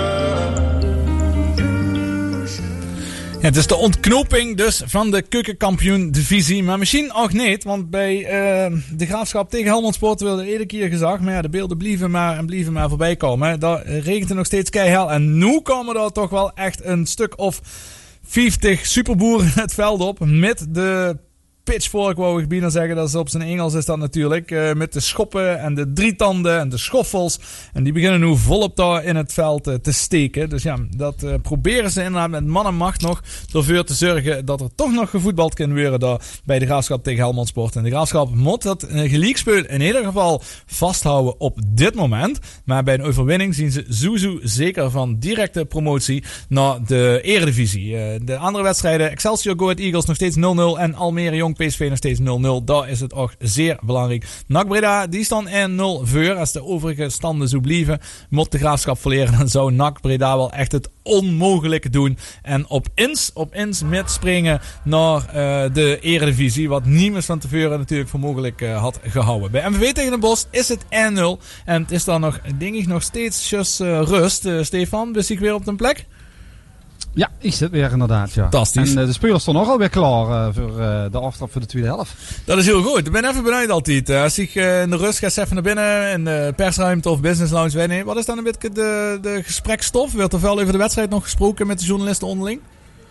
Ja, het is de ontknoping dus van de keukenkampioen-divisie. Maar misschien ook niet, want bij uh, de Graafschap tegen Helmond Sport wilde iedere keer gezegd. Maar ja, de beelden blieven maar en blieven maar voorbij komen. Daar regent het nog steeds keihard. En nu komen er toch wel echt een stuk of vijftig superboeren het veld op. Met de pitchfork, wou ik bijna zeggen. Dat is op zijn Engels is dat natuurlijk. Uh, met de schoppen en de drietanden en de schoffels. En die beginnen nu volop daar in het veld uh, te steken. Dus ja, dat uh, proberen ze inderdaad met man en macht nog ervoor te zorgen dat er toch nog gevoetbald kan worden daar bij de Graafschap tegen Helmond Sport. En de Graafschap moet dat uh, gelijkspel in ieder geval vasthouden op dit moment. Maar bij een overwinning zien ze sowieso zeker van directe promotie naar de Eredivisie. Uh, de andere wedstrijden, Excelsior Go Ahead Eagles nog steeds nul nul en Almere Jong P S V nog steeds nul nul. Daar is het ook zeer belangrijk. N A C Breda, die staan één nul voor. Als de overige standen zo blijven, moet de Graafschap verleren. Dan zou N A C Breda wel echt het onmogelijke doen. En op ins, op ins met springen naar uh, de Eredivisie. Wat niemand van tevoren natuurlijk voor mogelijk uh, had gehouden. Bij M V V tegen Den Bosch is het één nul. En het is dan nog, denk ik, nog steeds just, uh, rust. Uh, Stefan, ben ik weer op de plek? Ja, ik zit weer inderdaad, ja. Fantastisch. En uh, de spelers stonden nog alweer klaar uh, voor uh, de aftrap voor de tweede helft. Dat is heel goed. Ik ben even benieuwd altijd. Uh, als ik uh, in de rust ga even naar binnen in de persruimte of business lounge weet, wat is dan een beetje de, de gesprekstof? Werd er veel over de wedstrijd nog gesproken met de journalisten onderling?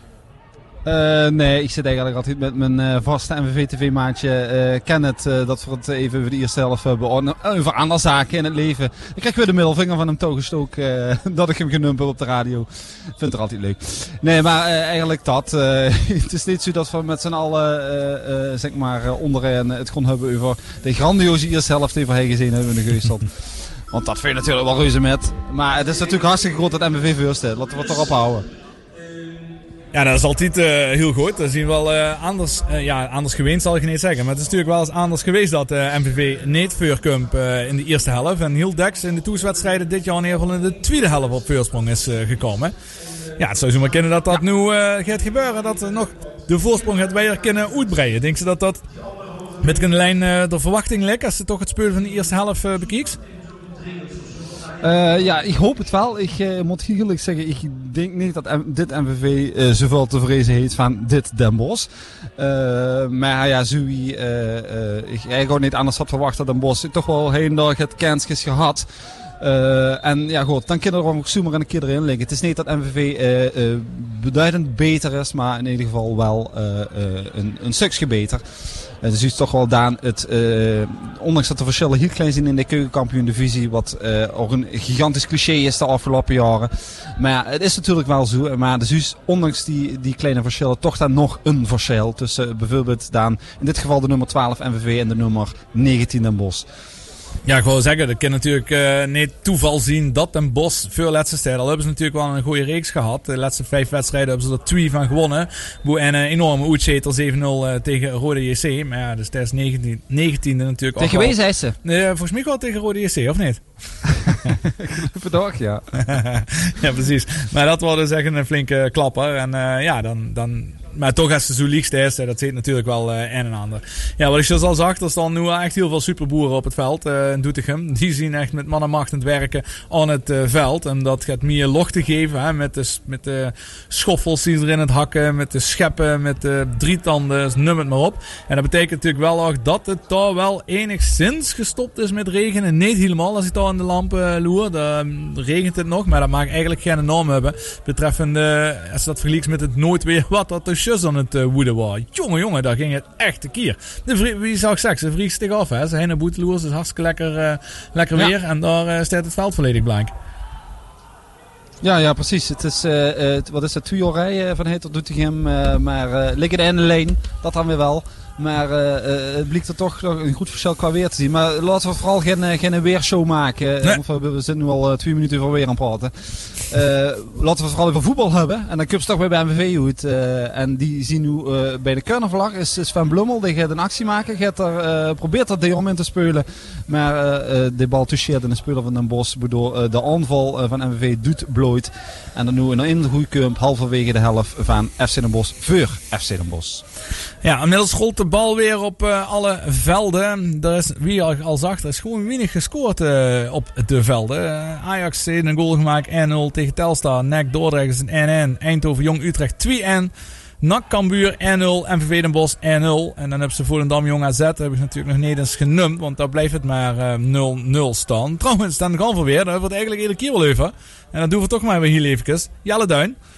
Uh, nee, ik zit eigenlijk altijd met mijn uh, vaste M V V T V-maatje uh, Kenneth, uh, dat we het even over de eerste helft uh, beordenen. Over andere zaken in het leven. Ik krijg weer de middelvinger van hem toegestoken uh, dat ik hem genumpel op de radio. Ik vind het er altijd leuk. Nee, maar uh, eigenlijk dat. Uh, het is niet zo dat we met z'n allen uh, uh, zeg maar, uh, onderin het gewoon hebben over de grandioze eerste helft die we gezien hebben in de Geustad. Want dat vind je natuurlijk wel reuze met. Maar het is natuurlijk hartstikke goed dat M V V voor staat. Laten we het erop houden. Ja, dat is altijd uh, heel goed. Dat zien we wel uh, anders, uh, ja, anders geweest zal ik niet zeggen. Maar het is natuurlijk wel eens anders geweest dat uh, M V V niet voorkomt uh, in de eerste helft. En heel Dex in de toetswedstrijden dit jaar in ieder geval in de tweede helft op voorsprong is uh, gekomen. Ja, het zou zo maar kunnen dat dat ja. nu uh, gaat gebeuren. Dat er nog de voorsprong gaat weer kunnen uitbreiden. Denk je dat dat met een lijn uh, de verwachting ligt als je toch het spelen van de eerste helft uh, bekijkt? Uh, ja, ik hoop het wel. Ik uh, moet eerlijk zeggen, ik denk niet dat M- dit M V V uh, zoveel te vrezen heeft van dit Den Bosch. Uh, maar ja, Zui, uh, uh, ik eigenlijk niet anders had verwacht dat Den Bosch toch wel heen door het kansjes gehad. Uh, en ja goed, dan kunnen er ook zomaar een keer erin liggen. Het is niet dat M V V uh, uh, beduidend beter is, maar in ieder geval wel uh, uh, een, een stukje beter. Uh, dus is toch wel Daan, het, uh, ondanks dat de verschillen heel klein zijn in de keukenkampioen-divisie, wat uh, ook een gigantisch cliché is de afgelopen jaren. Maar ja, het is natuurlijk wel zo. Maar dus is, ondanks die, die kleine verschillen, toch dan nog een verschil tussen uh, bijvoorbeeld Daan, in dit geval de nummer twaalf M V V en de nummer negentien Den Bosch. Ja, ik wou zeggen, dat kan natuurlijk uh, niet toeval zien dat Den Bosch veel laatste stijl. Al hebben ze natuurlijk wel een goede reeks gehad. De laatste vijf wedstrijden hebben ze er twee van gewonnen. Boe en een enorme uitzetel zeven nul uh, tegen Rode J C. Maar ja, dus tijdens negentien, negentiende natuurlijk tegen ook wie zei ze? Nee, uh, volgens mij wel tegen Rode J C, of niet? Verdacht, ja. Ja, precies. Maar dat was dus echt een flinke klapper. En uh, ja, dan... dan maar toch als ze zo liefst is, dat zit natuurlijk wel uh, een en ander. Ja, wat ik zoals al zag, er staan nu echt heel veel superboeren op het veld uh, in Doetinchem. Die zien echt met man en macht aan het werken aan het uh, veld. En dat gaat meer loch te geven, hè, met, de, met de schoffels die erin het hakken, met de scheppen, met de drietanden, dus noem het maar op. En dat betekent natuurlijk wel ook dat het daar wel enigszins gestopt is met regenen. Niet helemaal, als ik daar aan de lampen uh, loer, dan regent het nog. Maar dat mag eigenlijk geen norm hebben. Betreffende, uh, als je dat vergelijkt met het noodweer, wat dat dus aan het uh, woede was. Jongen, jongen, daar ging het echt een keer. De vrie, wie zou ik zeggen, ze vriest zich af. Hè? Ze zijn naar Boeteloers, is hartstikke lekker, uh, lekker ja. weer. En daar uh, staat het veld volledig blank. Ja, ja, precies. Het is, uh, uh, wat is het, twee uur rijden van Heter Doetinchem. Uh, maar uh, liggen in de lijn, dat dan weer wel. Maar uh, uh, het blijkt er toch een goed verschil qua weer te zien. Maar laten we vooral geen, geen weershow maken. Nee. We, we zitten nu al uh, twee minuten over weer aan het praten. Uh, laten we vooral over voetbal hebben. En dan kun je toch weer bij M V V uit. Uh, en die zien nu uh, bij de Kernenvlag is Sven Blummel. Die gaat een actie maken. Gaat er, uh, probeert er Deon in te spelen. Maar uh, uh, de bal toucheert in de speler van Den Bosch. Waardoor uh, de aanval uh, van M V V doet blooit. En dan nu in de goeiekump halverwege de helft van F C Den Bosch voor F C Den Bosch. Ja, inmiddels rolt de bal weer op uh, alle velden. Er is, wie al, al zag, er is gewoon weinig gescoord uh, op de velden. Uh, Ajax heeft een goal gemaakt, één nul tegen Telstar. N E C Dordrecht is een één één. Eindhoven Jong Utrecht twee één. N A C Cambuur één nul. M V V Den Bosch één nul. En dan hebben ze Volendam Jong A Z. Dat heb ik natuurlijk nog niet eens genoemd. Want daar blijft het maar uh, nul nul staan. Trouwens, dan gaan we weer. Dat wordt eigenlijk iedere keer wel even. En dan doen we toch maar weer heel even. Jelle Duin.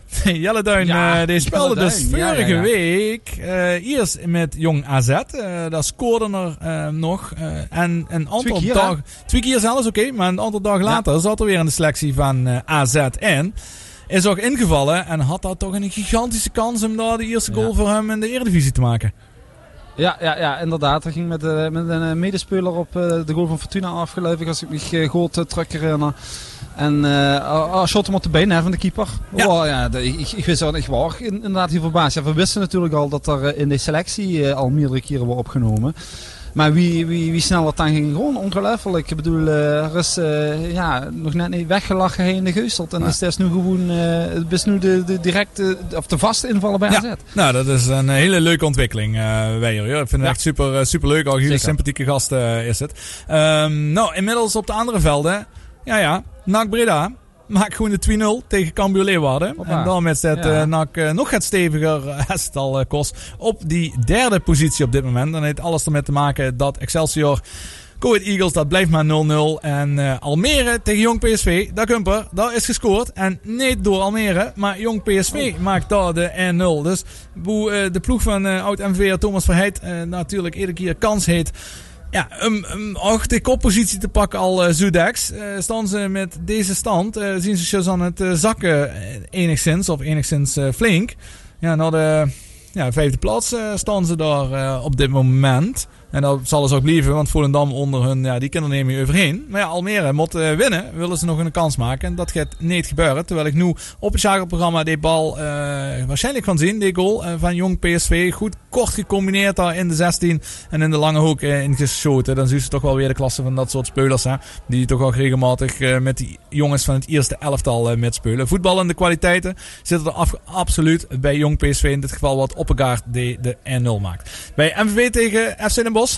Jelle Duin, Ja, uh, die speelde Jelle dus Duin, ja, vorige ja, ja. week uh, eerst met Jong A Z. Uh, daar scoorde er uh, nog. Uh, en een aantal Twee keer, dagen... Twee keer zelfs, oké. Okay, maar een aantal dagen later ja. zat er weer in de selectie van uh, A Z in. Is ook ingevallen en had daar toch een gigantische kans om daar de eerste goal ja. voor hem in de Eredivisie te maken. Ja, ja, ja, inderdaad. Hij ging met, uh, met een medespeler op uh, de goal van Fortuna afgelopen. Als ik me uh, goed uh, terug herinner. En uh, shot hem op de been hè, van de keeper. Ja. Oh, ja, de, ik, ik wist wel echt waar. Inderdaad, heel verbaasd. Ja, we wisten natuurlijk al dat er uh, in de selectie uh, al meerdere keren wordt opgenomen. Maar wie, wie, wie snel dat dan ging, gewoon ongelooflijk. Ik bedoel, uh, er is uh, ja, nog net niet weggelachen heen in de Geusteld. En ja. dus het is nu gewoon uh, het is nu de, de directe, of de vaste invallen bij ja. A Z. Nou, dat is een hele leuke ontwikkeling, uh, Weijer. Ik vind het ja. echt super, super leuk. Al hele sympathieke gast uh, is het. Um, nou, inmiddels op de andere velden. Ja, ja. N A C Breda maakt gewoon de twee nul tegen Cambuur Leeuwarden. Hoppa. En daarmee staat ja. uh, N A C uh, nog het steviger uh, als het al uh, kost op die derde positie op dit moment. Dan heeft alles ermee te maken dat Excelsior, Go Ahead Eagles, dat blijft maar nul nul. En uh, Almere tegen Jong P S V, daar Kumper, daar is gescoord. En niet door Almere, maar Jong P S V oh. maakt daar de één nul. Dus hoe uh, de ploeg van uh, oud-M V R Thomas Verheid uh, natuurlijk iedere keer kans heeft. Ja, om, om ook de koppositie te pakken al uh, Zudex. Uh, staan ze met deze stand, uh, zien ze dus aan het uh, zakken uh, enigszins, of enigszins uh, flink. Ja, naar de ja, vijfde plaats uh, staan ze daar uh, op dit moment. En dat zal dus ook blijven, want Volendam onder hun, ja, die kunnen er niet meer overheen. Maar ja, Almere moet uh, winnen, willen ze nog een kans maken. En dat gaat niet gebeuren. Terwijl ik nu op het schakelprogramma die bal uh, waarschijnlijk kan zien, die goal uh, van Jong P S V. Goed kort gecombineerd daar in de zestien en in de lange hoek uh, ingeschoten. Dan zien ze toch wel weer de klasse van dat soort spelers, hè, die toch ook regelmatig uh, met die jongens van het eerste elftal uh, metspelen. Voetballende kwaliteiten zitten er af, absoluut bij Jong P S V. In dit geval wat Oppegaard die de één nul maakt. Bij M V V tegen F C Den Bosch.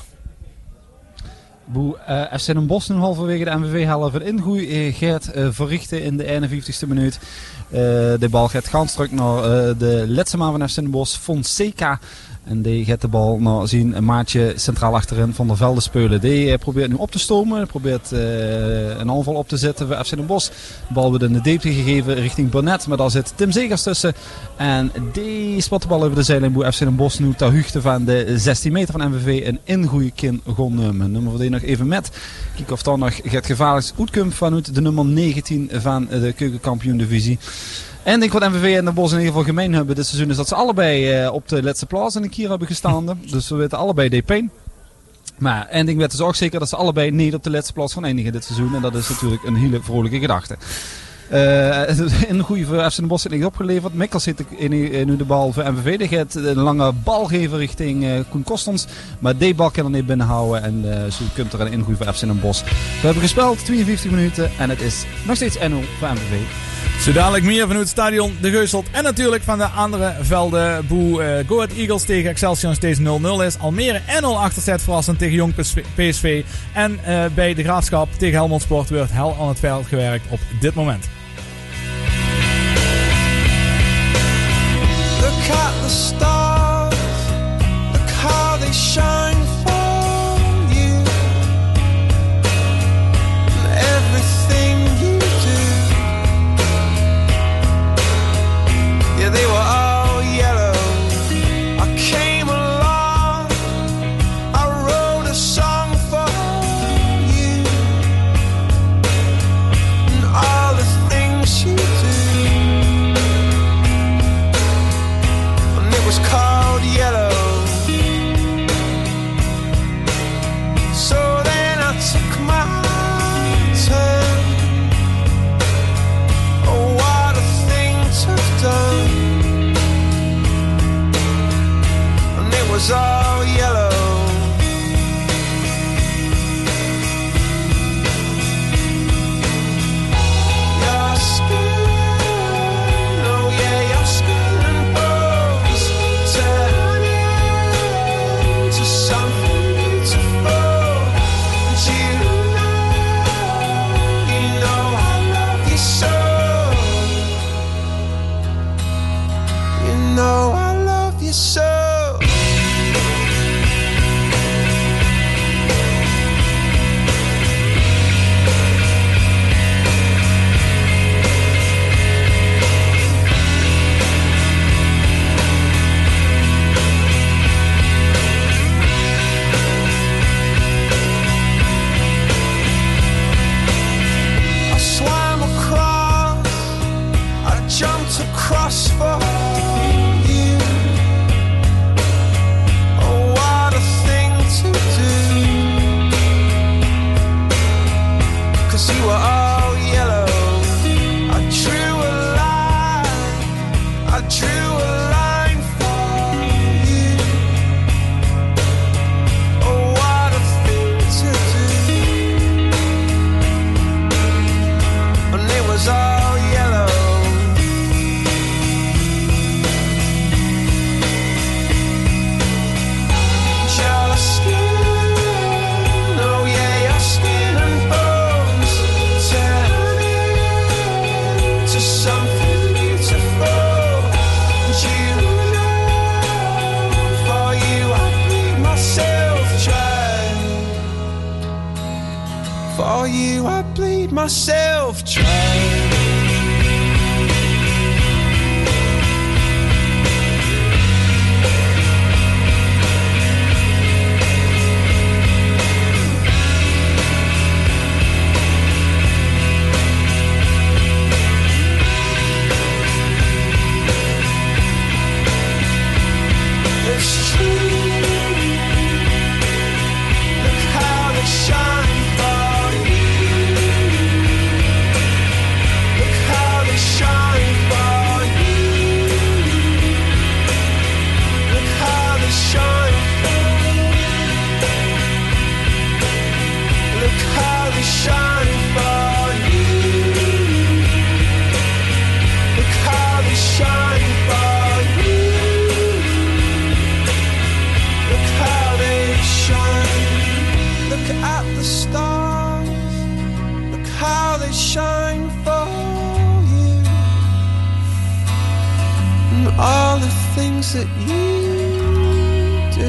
Boe, uh, F C Den Bosch nu halverwege de M V V-helft een ingooi uh, gaat uh, verrichten in de eenenvijftigste minuut. Uh, de bal gaat ganz terug naar uh, de laatste man van F C Den Bosch, Fonseca. En die gaat de bal nou zien een maatje centraal achterin van der Velde spelen. Die uh, probeert nu op te stomen. Probeert uh, een aanval op te zetten voor F C Den Bosch. De bal wordt in de diepte gegeven richting Bonnet. Maar daar zit Tim Zegers tussen. En die spot de bal over de zijlijn. Boe F C Den Bosch nu ter hoogte van de zestien meter van M V V. Een ingoeie kin gaan nemen. Nummer voor die nog even met. Kijk of dan nog het gevaarlijkst uitkomt vanuit de nummer negentien van de keukenkampioen divisie. En ik wat M V V en Den Bosch in ieder geval gemeen hebben dit seizoen is dat ze allebei uh, op de laatste plaats in de kier hebben gestaan. Dus we weten allebei D P. Maar en ik weet dus ook zeker dat ze allebei niet op de laatste plaats gaan eindigen dit seizoen. En dat is natuurlijk een hele vrolijke gedachte. Uh, een goede voor F C Den Bosch is niet opgeleverd. Mikkels zit nu de bal voor M V V. Die gaat een lange bal geven richting uh, Koen Kostons. Maar die bal kan er niet binnenhouden. En uh, zo kunt er een ingooi voor F C Den Bosch. We hebben gespeeld tweeënvijftig minuten. En het is nog steeds één nul voor M V V. Zo dadelijk meer vanuit het stadion De Geusteld. En natuurlijk van de andere velden. Boe uh, Go Ahead Eagles tegen Excelsior steeds nul nul is. Almere één nul achterstand verrassend tegen Jong P S V. En uh, bij de Graafschap tegen Helmond Sport wordt hel aan het veld gewerkt op dit moment. Look at the stars, look how they shine for you. And everything you do, yeah, they were all yellow. I came along, I wrote a song for you. And all the things you do, was called yellow. for you. Oh, what a thing to do. 'Cause you were all yellow. I drew a line. I drew a line for you. Oh, what a thing to do. And it was all yellow. Your skin, oh yeah, your skin and bones turn into something beautiful. And you know, for you I bleed myself dry. For you I bleed myself dry. It's true. Look how they shine for you. Look how they shine for you. Look how they shine for you. Look how they shine for you. Look how they shine for you. Look how they shine. Look at the stars. Look how they shine for you. And all the things that you do.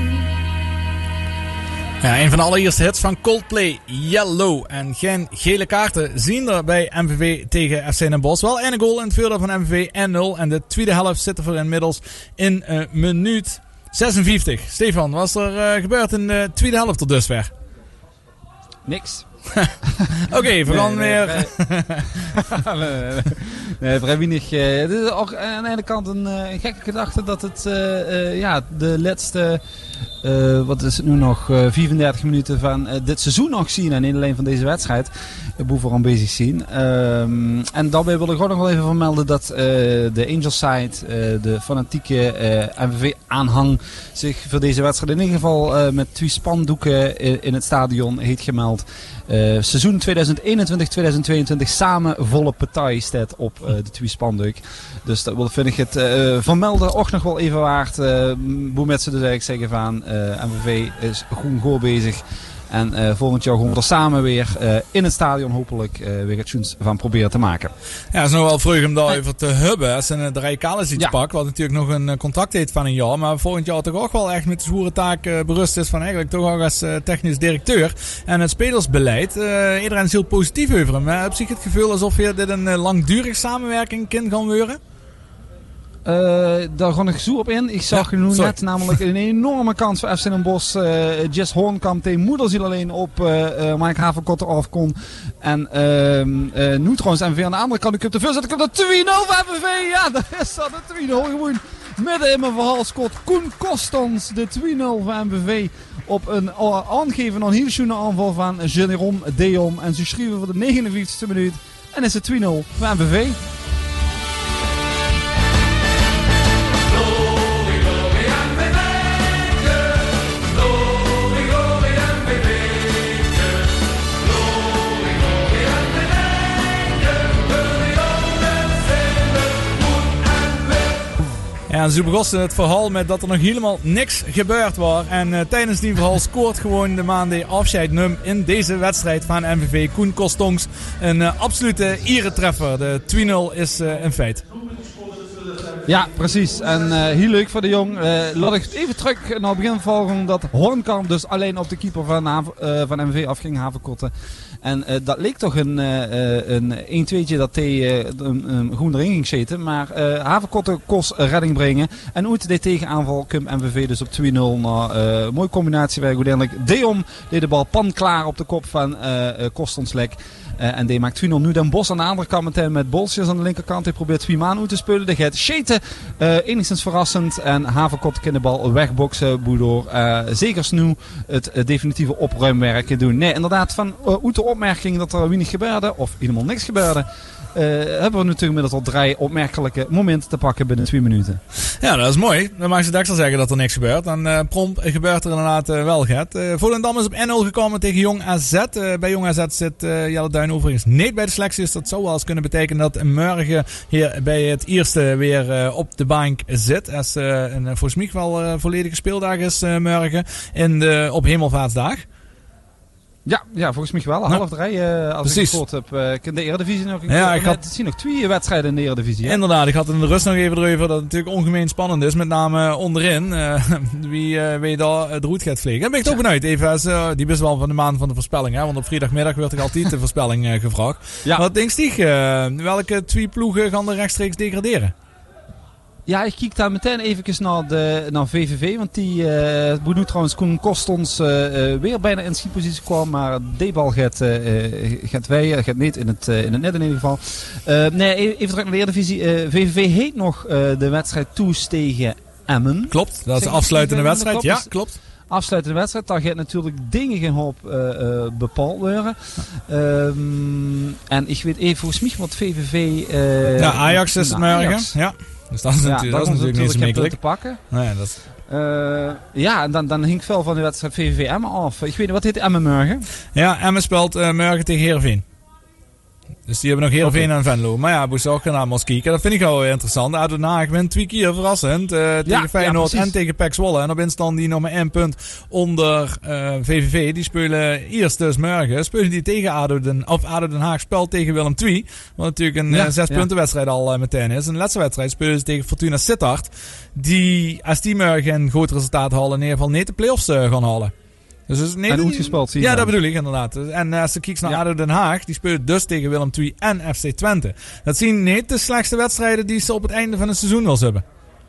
Ja, een van de allereerste hits van Coldplay, Yellow. En geen gele kaarten zien er bij M V V tegen F C Den Bosch. Wel één goal in het voordeel van M V V, één nul. En de tweede helft zit er voor inmiddels in uh, minuut zesenvijftig. Stefan, wat is er uh, gebeurd in de tweede helft tot dusver? Niks. Oké, okay, we gaan nee, weer... Nee, nee, nee, vrij weinig. Uh, dit is ook aan de ene kant een uh, gekke gedachte dat het uh, uh, ja, de laatste, uh, wat is het nu nog, uh, vierendertig minuten van uh, dit seizoen nog zien en niet alleen van deze wedstrijd. Uh, boven aan bezig zien. Um, en daarbij wil ik gewoon nog wel even vermelden dat uh, de Angels side, uh, de fanatieke uh, M V V aanhang zich voor deze wedstrijd in ieder geval uh, met twee spandoeken in, in het stadion heeft gemeld. Uh, seizoen tweeduizend eenentwintig tweeduizend tweeëntwintig samen volle partij staat op uh, de twee spandoek. Dus dat wil, vind ik het uh, vermelden ook nog wel even waard. Uh, hoe met ze dus eigenlijk zeggen van uh, M V V is goed goed bezig. En uh, volgend jaar gaan we er samen weer uh, in het stadion hopelijk uh, weer het schoens van proberen te maken. Ja, het is nog wel vroeg om daar even te hebben. Als een de Rijkalis iets Ja. pakt, wat natuurlijk nog een uh, contract heeft van een jaar. Maar volgend jaar toch ook wel echt met de zwoere taak uh, berust is van eigenlijk toch ook als uh, technisch directeur. En het spelersbeleid. Uh, iedereen is heel positief over hem. Heb je het gevoel alsof je dit een uh, langdurig samenwerking kan gaan worden? Uh, daar ga ik zo op in. Ik zag Ja, nu sorry. net namelijk een enorme kans voor F C Den Bosch. Uh, Jess Hoornkamp tegen Moederziel alleen op uh, uh, Mike Havenkotter af kon. En uh, uh, nu trouwens M V V aan de andere kant. Ik heb de veel zet. Ik heb de twee nul voor M V V. Ja, daar is dat de twee nul gewoon. Midden in mijn verhaal scoort Koen Kostons de twee nul voor M V V. Op een uh, aangeven een heel schoene aanval van Jeroen Deom. En ze schreven voor de negenenvijftigste minuut. En is het twee nul voor M V V. Ja, en zo begon het verhaal met dat er nog helemaal niks gebeurd was. En uh, tijdens die verhaal scoort gewoon de maandag afscheidnum in deze wedstrijd van M V V. Koen Kostongs, een uh, absolute eretreffer. De twee nul is uh, een feit. Ja, precies. En uh, heel leuk voor de jong. Uh, laat ik even terug naar het begin volgen dat Hoornkamp dus alleen op de keeper van, Haven, uh, van M V V afging, Havenkotten. En uh, dat leek toch een, uh, een een-tweetje dat hij uh, um, gewoon erin ging zitten. Maar uh, Havenkotten kost redding brengen. En uit de tegenaanval komt M V V dus op twee nul naar uh, mooie combinatiewerk. Uiteindelijk Deom deed de bal pan klaar op de kop van uh, uh, Kostonslek. Uh, en die maakt twee nul. Nu Den Bosch aan de andere kant meteen met Bolsjes aan de linkerkant. Hij probeert twee man uit te spelen. Die gaat Scheten uh, enigszins verrassend. En Haverkot kan de bal wegboksen. Waardoor uh, Zegers nu het uh, definitieve opruimwerk doen. Nee, inderdaad, van uh, uit de opmerking dat er weinig gebeurde. Of helemaal niks gebeurde. Uh, hebben we natuurlijk inmiddels al drie opmerkelijke momenten te pakken binnen twee minuten. Ja, dat is mooi. Dan mag je direct al zeggen dat er niks gebeurt. Dan uh, prompt gebeurt er inderdaad uh, wel gaat. Uh, Volendam is op één nul gekomen tegen Jong A Z. Uh, bij Jong A Z zit uh, Jelle Duin overigens niet bij de selectie. Dus dat zou wel eens kunnen betekenen dat morgen hier bij het eerste weer uh, op de bank zit. Als uh, een uh, volgens mij wel uh, volledige speeldag is uh, morgen in de, op Hemelvaartsdag. Ja, ja, volgens mij wel. Een half drie. Uh, als Precies. ik het heb, uh, in de Eredivisie nog. Ja, ik had... Het zien nog twee wedstrijden in de Eredivisie. Hè? Inderdaad, ik had in de rust nog even erover dat het natuurlijk ongemeen spannend is. Met name onderin. Uh, wie, uh, wie daar het roet gaat vliegen. En ben ik toch benieuwd. Even als, uh, die is wel van de maand van de voorspelling. Hè? Want op vrijdagmiddag werd ik altijd de voorspelling uh, gevraagd. Ja. Wat denk je, uh, welke twee ploegen gaan er rechtstreeks degraderen? Ja, ik kijk daar meteen even naar, de, naar V V V. Want die uh, moet nu trouwens Koen Kost ons uh, weer bijna in schietpositie kwam. Maar de bal gaat, uh, gaat wij, gaat niet in het, uh, in het net in ieder geval. Uh, nee, even terug naar de Eredivisie. Uh, V V V heet nog uh, de wedstrijd Toes tegen Emmen. Klopt, dat is de afsluitende wedstrijd. Ja, klopt. Afsluitende wedstrijd, daar gaat natuurlijk dingen geen hoop uh, uh, bepaald worden. Um, en ik weet even volgens mij wat V V V... Uh, ja, Ajax is het morgen. Ajax. Ja. Dus dat is, ja, natuurlijk, dat is natuurlijk niet zo makkelijk te pakken. Nee, dat is... uh, ja, en dan, dan hing ik veel van de wedstrijd V V V Emmen af. Ik weet niet, wat heet Emmen morgen? Ja, Emmen speelt uh, morgen tegen Heerenveen. Dus die hebben nog Heerenveen okay. en Venlo. Maar ja, moest ook gaan naar kijken. Dat vind ik wel interessant. Uit Den Haag wint twee keer verrassend. Uh, tegen ja, Feyenoord ja, en tegen P E C Zwolle. En op instand die nog maar één punt onder uh, V V V. Die spelen eerst dus morgen. Spelen die tegen ADO Den, of ADO Den Haag speelt tegen Willem twee. Wat natuurlijk een ja, uh, zes ja. punten wedstrijd al uh, meteen is. En de laatste wedstrijd spelen ze tegen Fortuna Sittard. Die, als die morgen een groot resultaat halen, in ieder geval niet de play-offs uh, gaan halen. Dus is nee, en goed gespeeld, zie je. Ja, dan. Dat bedoel ik inderdaad. En als je kijkt naar ja. ADO Den Haag, die speelt dus tegen Willem twee en F C Twente. Dat zien niet de slechtste wedstrijden die ze op het einde van het seizoen wel hebben.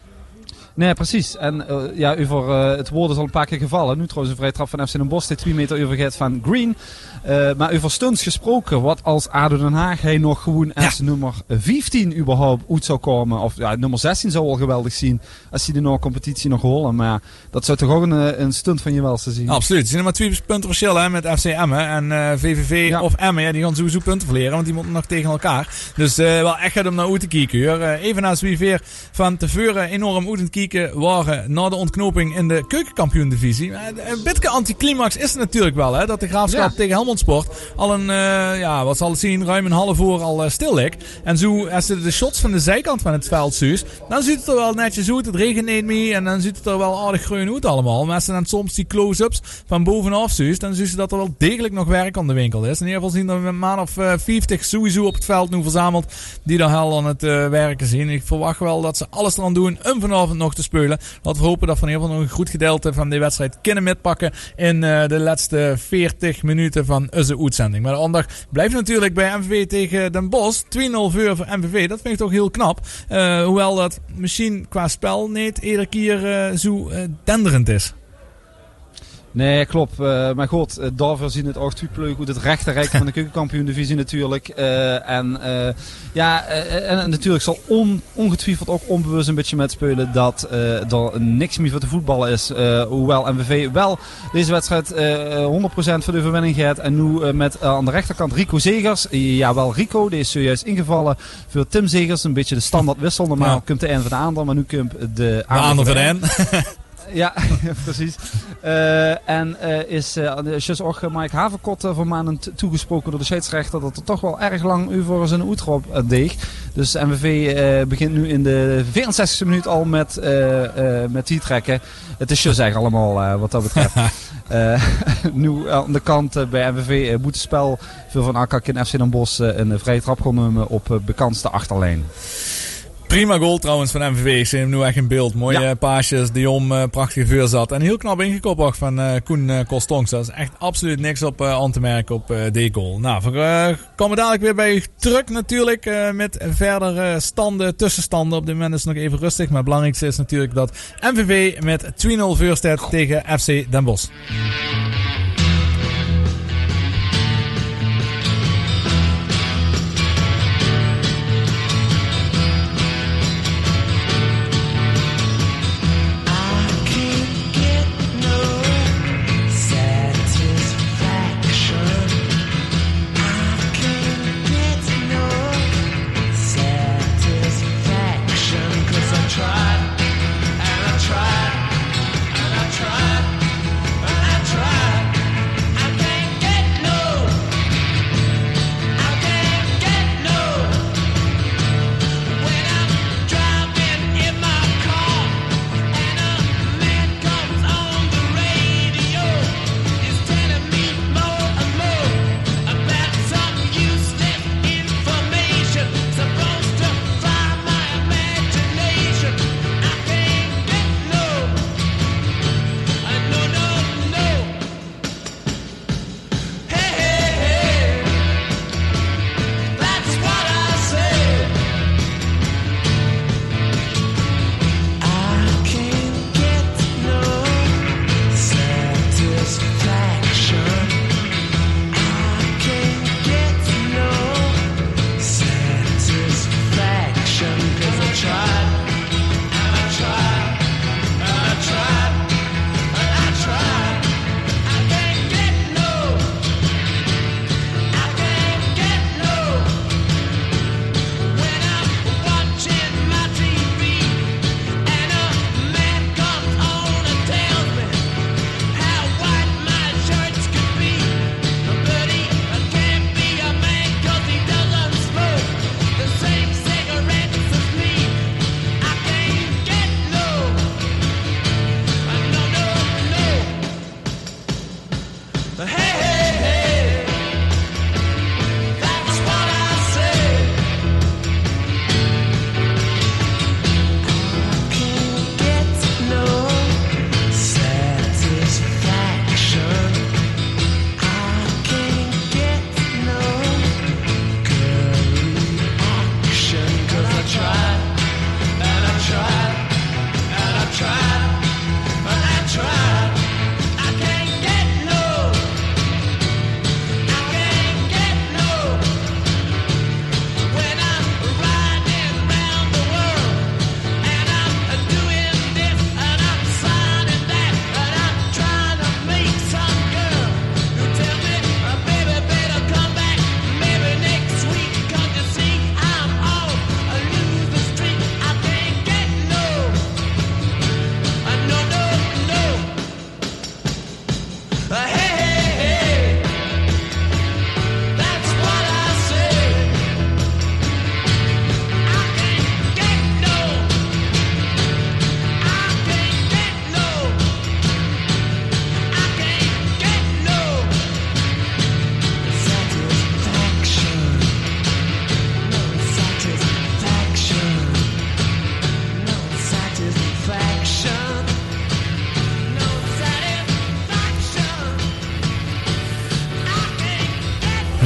Nee, precies. En uh, ja, over uh, het woord is al een paar keer gevallen. Nu trouwens een vrije trap van F C Den Bosch, die twee meter overgeeft van Green. Uh, maar over stunts gesproken, wat als ADO Den Haag hij nog gewoon als ja. nummer vijftien überhaupt uit zou komen. Of ja, nummer zestien zou wel geweldig zien als hij de nog competitie nog holen. Maar ja, dat zou toch ook een, een stunt van je welste zien. Absoluut. Er zijn er maar twee punten verschil hè, met F C Emmen. En uh, V V V ja. of Emmen, ja, die gaan sowieso punten verleren, want die moeten nog tegen elkaar. Dus uh, wel echt gaat om naar uit te kijken. Uh, even als wie weer van tevoren enorm uit te kijken waren na de ontknoping in de keukenkampioen-divisie. Uh, een beetje anticlimax is het natuurlijk wel, hè, dat de Graafschap ja. tegen Helmond Sport al een, uh, ja, wat zal het zien, ruim een half uur al uh, stil ligt. En zo, als je de shots van de zijkant van het veld ziet, dan ziet het er wel netjes uit. Het regent niet meer en dan ziet het er wel aardig groen uit allemaal. Maar als je dan soms die close-ups van bovenaf ziet, dan zie je dat er wel degelijk nog werk aan de winkel is. In ieder geval zien er een man of uh, vijftig sowieso op het veld nu verzameld die daar hel aan het uh, werken zien. Ik verwacht wel dat ze alles eraan doen om vanavond nog te spelen. Laten we hopen dat van in ieder geval nog een goed gedeelte van die wedstrijd kunnen metpakken in uh, de laatste veertig minuten van onze uitzending. Maar de aandacht blijft natuurlijk bij M V V tegen Den Bosch. twee nul voor voor M V V. Dat vind ik toch heel knap. Uh, hoewel dat misschien qua spel niet iedere keer uh, zo uh, denderend is. Nee, klopt. Uh, maar goed, uh, daarvoor zien het ook twee ploegen uit het rechterrijk van de keukenkampioen-divisie natuurlijk. Uh, en uh, ja, uh, en natuurlijk zal on, ongetwijfeld ook onbewust een beetje metspelen dat uh, er niks meer voor te voetballen is. Uh, hoewel M V V wel deze wedstrijd uh, honderd procent voor de overwinning gaat. En nu uh, met uh, aan de rechterkant Rico Zegers. Jawel, Rico, die is zojuist ingevallen voor Tim Zegers. Een beetje de standaard wissel. Normaal ja. komt de een van de ander, maar nu komt de ander van de een. Ja, precies. Uh, en uh, is uh, ook Mike Haverkot uh, voor maanden toegesproken door de scheidsrechter dat er toch wel erg lang over zijn oetrop uh, deeg. Dus M V V uh, begint nu in de vierenzestigste minuut al met, uh, uh, met die trekken. Het is just eigenlijk allemaal uh, wat dat betreft. uh, nu aan de kant uh, bij M V V uh, moet het spel veel van Akkak in F C Den Bosch uh, een vrije trap genomen op uh, bekendste achterlijn. Prima goal trouwens van M V V. Ik zie hem nu echt in beeld. Mooie ja. paasjes. Dion uh, prachtig vuur zat. En heel knap ingekopt ook van uh, Koen uh, Kostonks. Dat is echt absoluut niks op uh, aan te merken op uh, die goal. Nou, we uh, komen dadelijk weer bij u terug natuurlijk. Uh, met verder uh, standen, tussenstanden. Op dit moment is het nog even rustig. Maar het belangrijkste is natuurlijk dat M V V met twee nul voor staat tegen F C Den Bosch.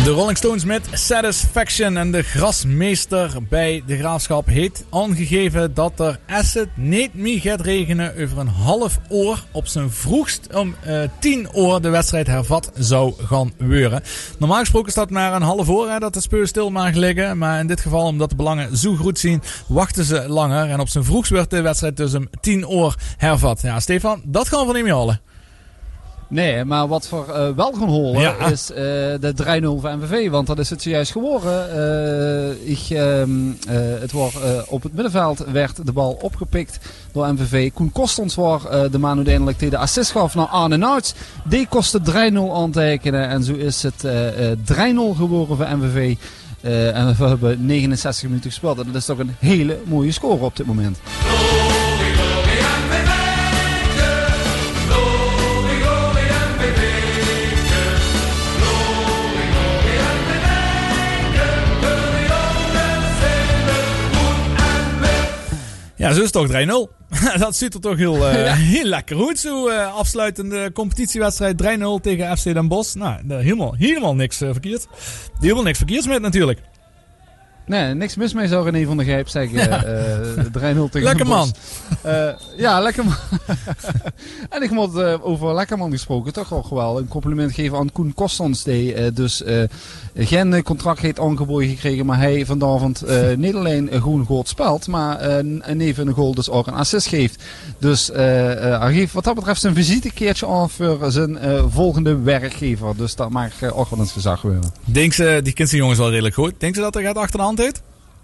De Rolling Stones met Satisfaction en de grasmeester bij de Graafschap heeft aangegeven dat er, als het niet meer gaat regenen, over een half uur op zijn vroegst om uh, tien uur de wedstrijd hervat zou gaan worden. Normaal gesproken staat maar een half uur hè, dat het speel stil mag liggen, maar in dit geval omdat de belangen zo goed zien, wachten ze langer en op zijn vroegst wordt de wedstrijd dus om tien uur hervat. Ja, Stefan, dat gaan we niet meer halen. Nee, maar wat we uh, wel gaan horen ja. is uh, de drie nul van M V V. Want dat is het zojuist geworden. Uh, ik, uh, uh, het wordt, uh, op het middenveld werd de bal opgepikt door M V V. Koen Kostons was uh, de man uiteindelijk die de assist gaf naar Arne Nouts. Die kostte drie nul aantekenen. En zo is het uh, uh, drie nul geworden voor M V V. Uh, en we hebben negenenzestig minuten gespeeld. En dat is toch een hele mooie score op dit moment. Ja, zo is het toch drie nul. Dat ziet er toch heel, uh, ja. heel lekker uit. Zo uh, afsluitende competitiewedstrijd drie nul tegen F C Den Bosch. Nou, helemaal, helemaal niks uh, verkeerd. Helemaal niks verkeerds met natuurlijk. Nee, niks mis mee zou René van der Gijp zeggen. Ja. Uh, drie nul tegen lekker Den Bosch. man. Uh, ja, lekker man. En ik moet uh, over lekker man gesproken toch ook wel een compliment geven aan Koen Kostons. Die uh, dus uh, geen contract heeft aangeboden gekregen, maar hij vanavond uh, niet alleen gewoon goed speelt, maar uh, even een goal dus ook een assist geeft. Dus uh, uh, hij geeft wat dat betreft zijn visitekaartje aan voor zijn uh, volgende werkgever. Dus dat mag uh, ook wel eens gezag worden. Denk ze, die kent zijn jongens wel redelijk goed. Denk ze dat er gaat achter de hand heeft?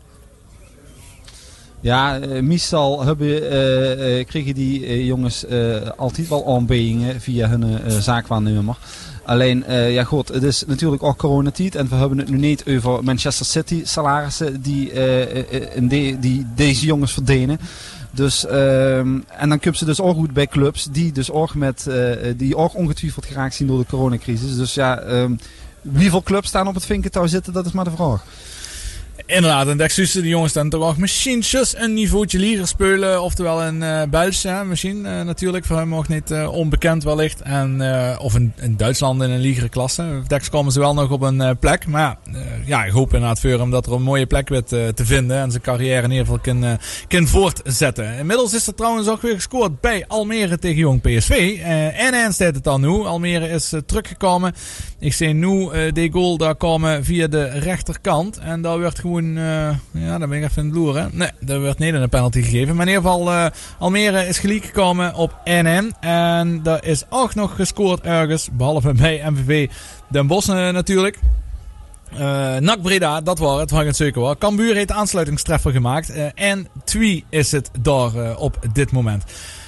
Ja, uh, meestal hebben, uh, uh, kregen die uh, jongens uh, altijd wel aanbiedingen via hun uh, zaakwaarnemer. Alleen, uh, ja goed, het is natuurlijk ook coronatijd en we hebben het nu niet over Manchester City salarissen die, uh, in de, die deze jongens verdienen. Dus, uh, en dan kunnen ze dus ook goed bij clubs die dus ook, met, uh, die ook ongetwijfeld geraakt zien door de coronacrisis. Dus ja, um, wieveel clubs staan op het vinkentouw zitten, dat is maar de vraag. Inderdaad, en Dexusse, die jongens dan toch ook misschien een niveautje lieger spelen. Oftewel in uh, België, ja, misschien uh, natuurlijk. Voor hem ook niet uh, onbekend wellicht. En, uh, of in, in Duitsland in een liegere klasse. Dex komen ze wel nog op een uh, plek. Maar uh, ja, ik hoop inderdaad voor hem dat er een mooie plek weet uh, te vinden. En zijn carrière in ieder geval kan, uh, kan voortzetten. Inmiddels is er trouwens ook weer gescoord bij Almere tegen Jong P S V. Uh, en en staat het dan nu. Almere is uh, teruggekomen. Ik zie nu uh, die goal daar komen via de rechterkant. En daar werd gewoon... Uh, ja, daar ben ik even in het loeren. Nee, daar werd niet een penalty gegeven. Maar in ieder geval, uh, Almere is gelijk gekomen op één één. En er is ook nog gescoord ergens. Behalve bij M V V Den Bosch uh, natuurlijk. Uh, N A C Breda, dat was het, waar het zeker was. Cambuur heeft de aansluitingstreffer gemaakt. Uh, en twee is het daar uh, op dit moment.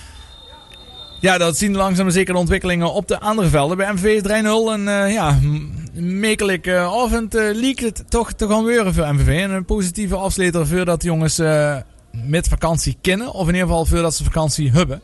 Ja, dat zien langzaam zeker de ontwikkelingen op de andere velden. Bij M V V drie nul en uh, ja, mekelijk uh, avond uh, leek het toch te gaan gebeuren voor M V V. En een positieve afsluiter voor dat de jongens uh, met vakantie kennen. Of in ieder geval voor dat ze vakantie hebben.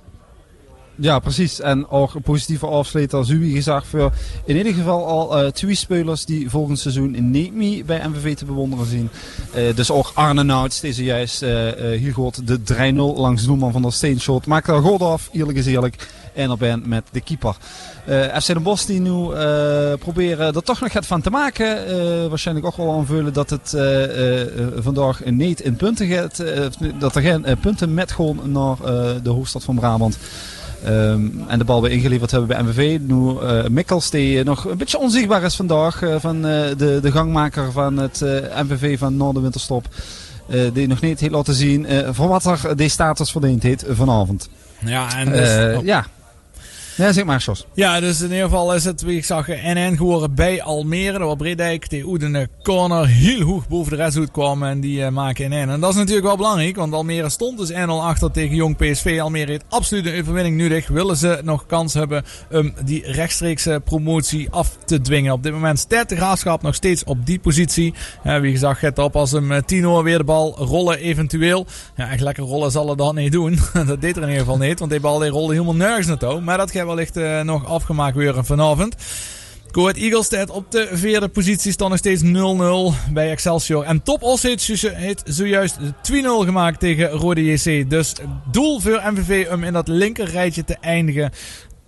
Ja, precies. En ook een positieve afsluiter, zoals u gezegd, voor in ieder geval al uh, twee spelers die volgend seizoen in niet meer bij M V V te bewonderen zien. Uh, dus ook Arne Nouts, deze juist uh, uh, hier goed de drie nul langs de doelman van de Steenschot. Maakt er goed af, eerlijk is eerlijk. En op ben met de keeper. Uh, F C Den Bosch die nu uh, proberen er toch nog wat van te maken. Uh, waarschijnlijk ook wel aanvullen dat het uh, uh, vandaag niet in punten gaat. Uh, dat er geen uh, punten met gewoon naar uh, de hoofdstad van Brabant. Um, en de bal weer ingeleverd hebben bij M V V. Nu uh, Mikkels die nog een beetje onzichtbaar is vandaag. Uh, van uh, de, de gangmaker van het uh, M V V van na de winterstop. Uh, die nog niet heeft laten zien uh, voor wat er deze status verdiend heeft vanavond. Ja, en dus, uh, oh. ja. Ja, zeg maar, Jos. Ja, dus in ieder geval is het, wie ik zag, één één geworden bij Almere. Dat was Bredijk, die uit een corner heel hoog boven de rest uitkwam en die uh, maken één één. En dat is natuurlijk wel belangrijk, want Almere stond dus één nul achter tegen Jong P S V. Almere heeft absoluut een overwinning nodig. Willen ze nog kans hebben om die rechtstreekse promotie af te dwingen. Op dit moment staat de Graafschap nog steeds op die positie. Uh, wie gezegd, gaat op als hem tien uur weer de bal rollen eventueel. Ja, echt lekker rollen zal het dat niet doen. Dat deed er in ieder geval niet, want die bal die rolde helemaal nergens naartoe. Maar dat gaat wellicht uh, nog afgemaakt worden vanavond. Go Ahead Eagles staat op de vierde positie, staat nog steeds nul nul bij Excelsior. En Top Os heeft zojuist twee nul gemaakt tegen Rode J C. Dus doel voor M V V om in dat linker rijtje te eindigen.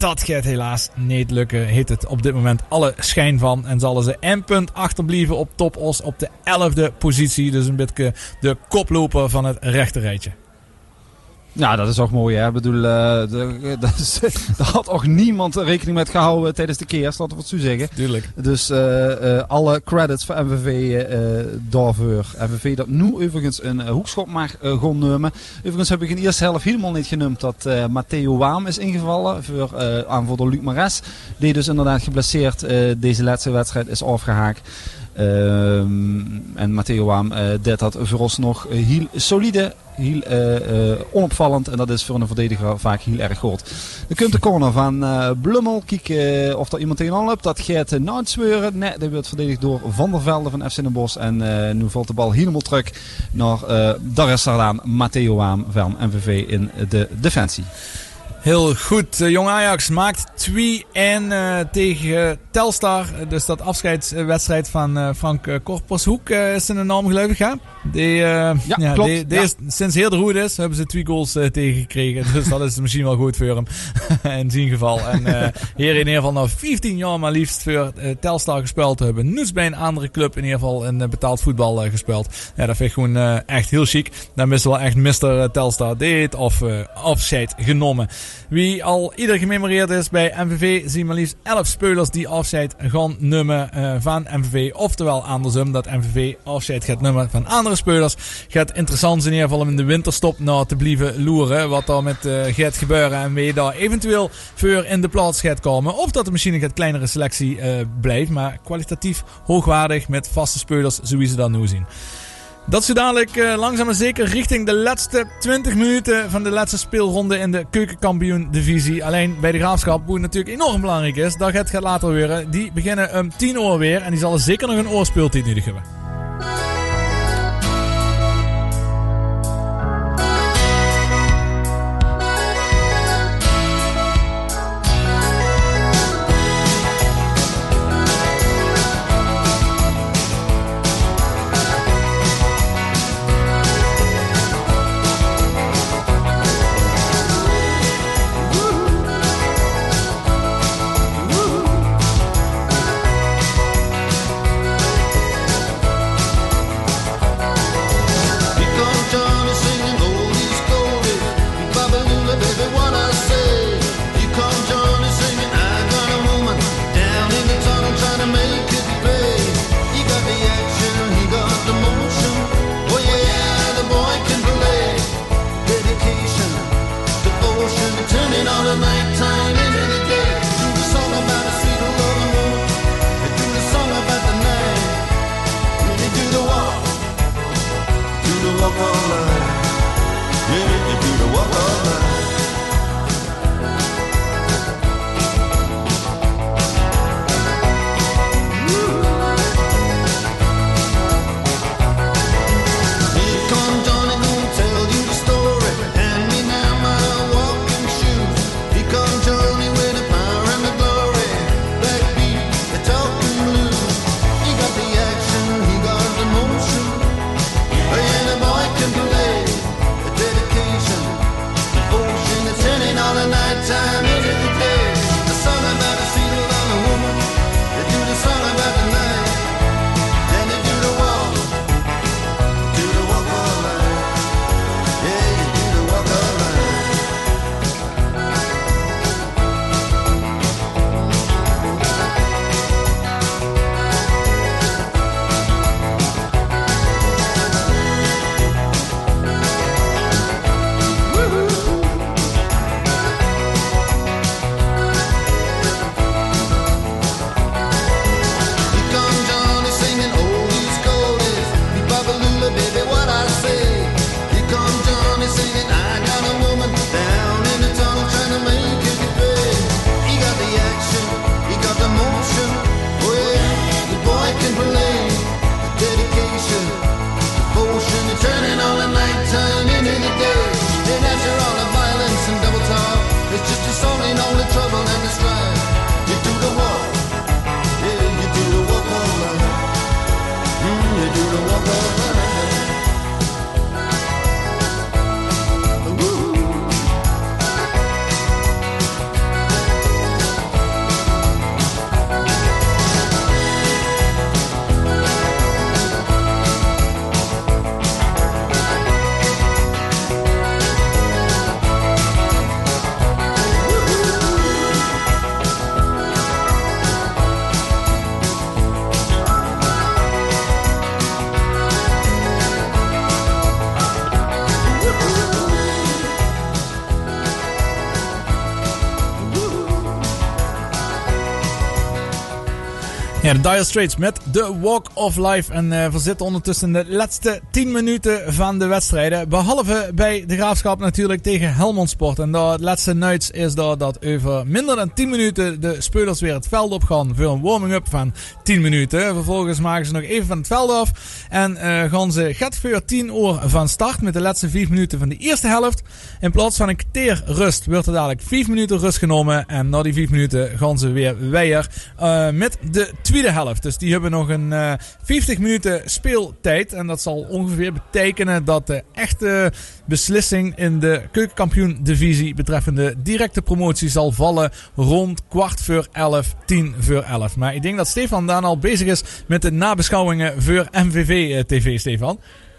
dat gaat helaas niet lukken. Heeft het op dit moment alle schijn van. En zullen ze één punt achterblijven op Topos op de elfde positie. Dus een beetje de koploper van het rechterrijtje. Ja, dat is ook mooi, hè. Ik bedoel, uh, de, dat is, daar had ook niemand rekening met gehouden tijdens de kerst, laten we het zo zeggen. Tuurlijk. Dus uh, uh, alle credits voor M V V uh, daarvoor. M V V dat nu overigens een uh, hoekschop mag uh, gaan nemen. Overigens heb ik in de eerste helft helemaal niet genoemd dat uh, Matteo Waam is ingevallen voor uh, aanvoerder Luc Mares. Die dus inderdaad geblesseerd uh, deze laatste wedstrijd is afgehaakt. Um, en Matteo Waam uh, deed dat voor ons nog uh, heel solide, heel uh, uh, onopvallend. En dat is voor een verdediger vaak heel erg goed. Dan komt de corner van uh, Blummel. Kijken uh, of er iemand tegenaan loopt. Dat gaat uh, nooit zweuren. Nee, dat wordt verdedigd door Van der Velde van F C Den Bosch. En uh, nu valt de bal helemaal terug naar uh, daar is er dan Matteo Waam van M V V in de defensie. Heel goed. Uh, Jong Ajax maakt twee een uh, tegen Telstar. Dus dat afscheidswedstrijd van uh, Frank uh, Korpershoek uh, is een enorm gelukkig. Hè? Die, uh, ja, ja, klopt. Die, die ja. is, sinds heel de roede is, hebben ze twee goals uh, tegengekregen. Dus dat is misschien wel goed voor hem. In zijn geval. En uh, hier in ieder geval nog vijftien jaar maar liefst voor uh, Telstar gespeeld te hebben. Nu is bij een andere club in ieder geval in uh, betaald voetbal uh, gespeeld. Ja, dat vind ik gewoon uh, echt heel chic. Dan is wel echt mister Telstar deed of uh, afscheid genomen. Wie al ieder gememoreerd is bij M V V, zien maar liefst elf spelers die afscheid gaan nemen uh, van M V V. Oftewel andersom, dat M V V afscheid gaat nemen van andere spelers. Gaat interessant zijn in ieder geval om in de winterstop nou te blijven loeren. Wat er met uh, gaat gebeuren en wie daar eventueel voor in de plaats gaat komen. Of dat er misschien een wat kleinere selectie uh, blijft, maar kwalitatief hoogwaardig met vaste spelers zoals ze dat nu zien. Dat zo dadelijk uh, langzaam maar zeker richting de laatste twintig minuten van de laatste speelronde in de keukenkampioen-divisie. Alleen bij de Graafschap, hoe het natuurlijk enorm belangrijk is, dat gaat, gaat later weer. Die beginnen om tien uur weer en die zullen zeker nog een oorspeeltijd nodig hebben. Oh Ja, de Dire Straits met The Walk of Life. En uh, we zitten ondertussen in de laatste tien minuten van de wedstrijden. Behalve bij de Graafschap natuurlijk tegen Helmond Sport. En dat het laatste nieuws is dat, dat over minder dan tien minuten de spelers weer het veld op gaan voor een warming-up van tien minuten. Vervolgens maken ze nog even van het veld af. En uh, gaan ze gaat voor tien uur van start met de laatste vijf minuten van de eerste helft. In plaats van een kwartier rust wordt er dadelijk vijf minuten rust genomen. En na die vijf minuten gaan ze weer weer uh, met de tweede helft. Dus die hebben nog een uh, vijftig minuten speeltijd. En dat zal ongeveer betekenen dat de echte beslissing in de keukenkampioen-divisie betreffende directe promotie zal vallen rond kwart voor elf, tien voor elf. Maar ik denk dat Stefan dan al bezig is met de nabeschouwingen voor M V V T V, Stefan.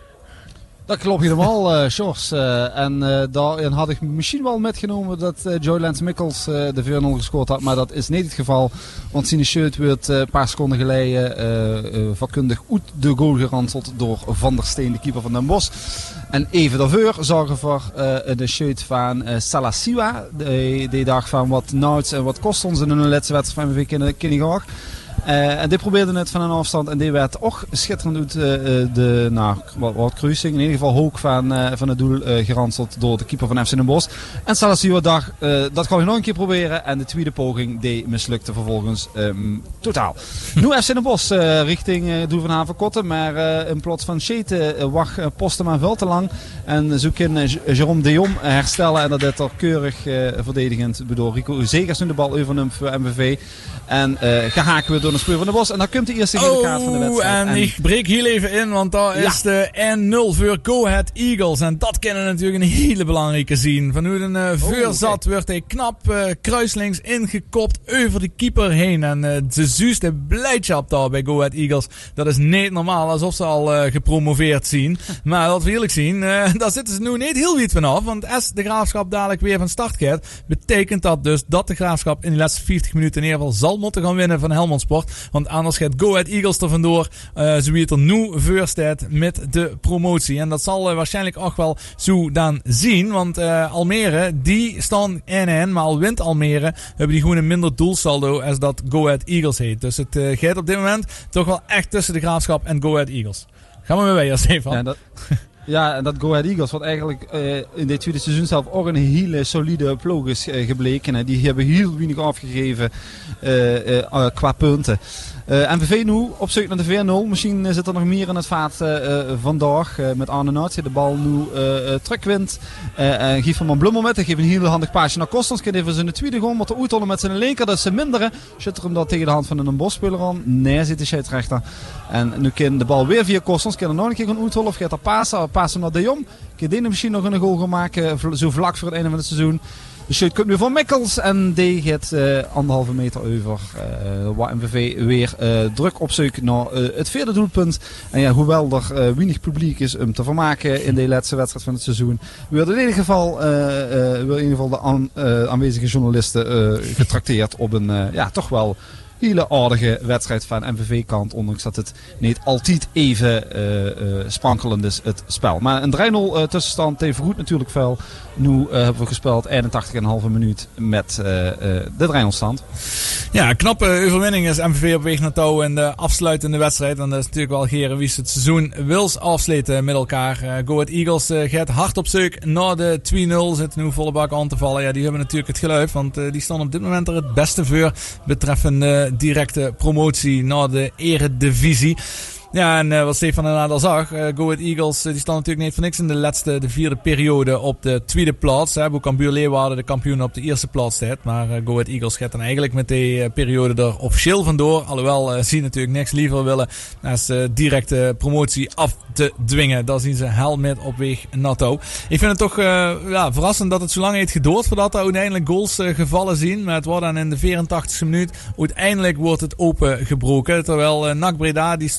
Dat klopt helemaal, uh, Sjors. Uh, en uh, daarin had ik misschien wel metgenomen dat uh, Joy Lance Mikkels uh, de vier nul gescoord had. Maar dat is niet het geval. Want zijn shirt werd uh, een paar seconden geleden uh, uh, vakkundig uit de goal geranseld door Van der Steen, de keeper van Den Bosch. En even daarvoor zorgen voor uh, de shirt van uh, Salasiwa. Die, die dag van wat Nouts en wat kost ons in hun laatste wedstrijd van M V V Kinnigaag. Uh, en die probeerde het van een afstand en die werd ook schitterend uit uh, de nou, wat, wat kruising, in ieder geval hoog van, uh, van het doel uh, geranseld door de keeper van F C Den Bosch. En Salasiwa dacht, uh, dat kan ik nog een keer proberen en de tweede poging die mislukte vervolgens um, totaal. Nu F C Den Bosch uh, richting uh, doel van Havenkotten, maar uh, in plaats van Scheten uh, wacht uh, Postema veel te lang en zo kan uh, Jérôme de Jong herstellen en dat dit er keurig uh, verdedigend bedoel Rico Zegers nu de bal overneemt voor M V V en uh, gehaken we door een speur van de Bos. En dan komt de eerste gele kaart van de wedstrijd. En, en ik breek hier even in, want daar ja. is de één nul voor Go Ahead Eagles. En dat kennen natuurlijk een hele belangrijke zien. Van hoe een uh, vuur zat, okay. wordt hij knap uh, kruislinks ingekopt over de keeper heen. En uh, de zuiste blijdschap daar bij Go Ahead Eagles. Dat is niet normaal, alsof ze al uh, gepromoveerd zien. Maar dat we eerlijk zien, uh, daar zitten ze nu niet heel wiet vanaf. Want als de Graafschap dadelijk weer van start gaat, betekent dat dus dat de Graafschap in de laatste vijftig minuten in ieder geval zal moeten gaan winnen van Helmond Sport. Want anders gaat Go Ahead Eagles er vandoor, uh, zo wie het er nu voor staat met de promotie. En dat zal uh, waarschijnlijk ook wel zo dan zien. Want uh, Almere, die staan één één, maar al wint Almere, hebben die gewoon een minder doelsaldo als dat Go Ahead Eagles heet. Dus het uh, gaat op dit moment toch wel echt tussen de Graafschap en Go Ahead Eagles. Gaan we weer, Stefan. Ja, dat... Ja, en dat Go Ahead Eagles, wat eigenlijk uh, in dit tweede seizoen zelf ook een hele solide ploeg is uh, gebleken. Hè. Die hebben heel weinig afgegeven uh, uh, uh, qua punten. Uh, M V V nu op zoek naar de vier nul. Misschien zit er nog meer in het vaat uh, vandaag uh, met Arne Nouts. De bal nu uh, uh, teruggewint. Uh, uh, Guy van Blommel met. Hij geeft een heel handig paasje naar Kostens. Kan even zijn tweede gewoon wat te uithollen met zijn linker. Dat is zijn mindere. Zit er hem dat tegen de hand van een bosspeler aan? Nee, zit de scheidsrechter. En nu kan de bal weer via Kostens. Kan er nog een keer gaan uithollen of gaat er passen? Passen naar De Jong. Kan die misschien nog een goal gaan maken. Zo vlak voor het einde van het seizoen. De shoot komt nu van Mikkels en die gaat uh, anderhalve meter over. Uh, waar M V V weer uh, druk op zoek naar uh, het vierde doelpunt. En ja, hoewel er uh, weinig publiek is om te vermaken in de laatste wedstrijd van het seizoen, werden in ieder geval, uh, uh, in ieder geval de aan, uh, aanwezige journalisten uh, getrakteerd op een uh, ja, toch wel hele aardige wedstrijd van M V V-kant, ondanks dat het niet altijd even uh, uh, sprankelend is, het spel. Maar een drie nul uh, tussenstand tegen goed natuurlijk wel. Nu uh, hebben we gespeeld eenentachtig komma vijf minuut met uh, uh, de drie nul stand. Ja, een knappe overwinning is M V V op weg naar touw in de afsluitende wedstrijd. En dat is natuurlijk wel Geren wie het seizoen wils afsluiten met elkaar. Uh, Go Ahead Eagles uh, gaat hard op zoek naar de twee nul. Zit nu volle bak aan te vallen. Ja, die hebben natuurlijk het geluid, want uh, die staan op dit moment er het beste voor betreffende directe promotie naar de eredivisie. Ja, en uh, wat Stefan inderdaad al zag, uh, Go Ahead Eagles, uh, die staan natuurlijk niet voor niks in de laatste, de vierde periode op de tweede plaats. Hè. Cambuur Leeuwarden, de kampioen, op de eerste plaats staat. Maar uh, Go Ahead Eagles gaat dan eigenlijk met die uh, periode er officieel vandoor. Alhoewel uh, ze natuurlijk niks liever willen als uh, directe promotie af te dwingen. Daar zien ze hel met op weg naartoe. Ik vind het toch uh, ja, verrassend dat het zo lang heeft gedoord voordat er uiteindelijk goals uh, gevallen zien. Maar het wordt dan in de vierentachtigste minuut. Uiteindelijk wordt het opengebroken. Terwijl uh, N A C Breda, die stond er nog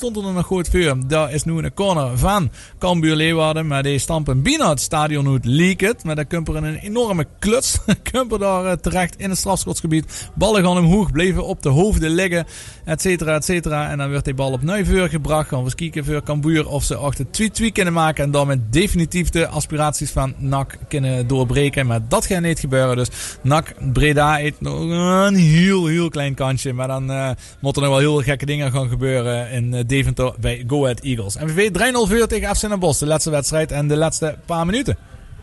nog goed voor. Daar is nu een corner van Cambuur Leeuwarden. Maar die stampen bijna het stadion uit Lieket. Maar dan komt er een enorme kluts. Komt er daar uh, terecht in het strafschopsgebied. Ballen gaan omhoog, bleven op de hoofden liggen. Et cetera, et cetera. En dan wordt die bal op Nuiveur gebracht. Gaan we eens kijken voor Cambuur of ze achter twee twee kunnen maken. En daarmee definitief de aspiraties van N A C kunnen doorbreken. Maar dat gaat niet gebeuren. Dus N A C Breda heeft nog een heel, heel klein kansje. Maar dan uh, moeten er wel heel gekke dingen gaan gebeuren in uh, Deventer bij Go Ahead Eagles. M V V drie nul voor tegen F C Den Bosch. De laatste wedstrijd en de laatste paar minuten.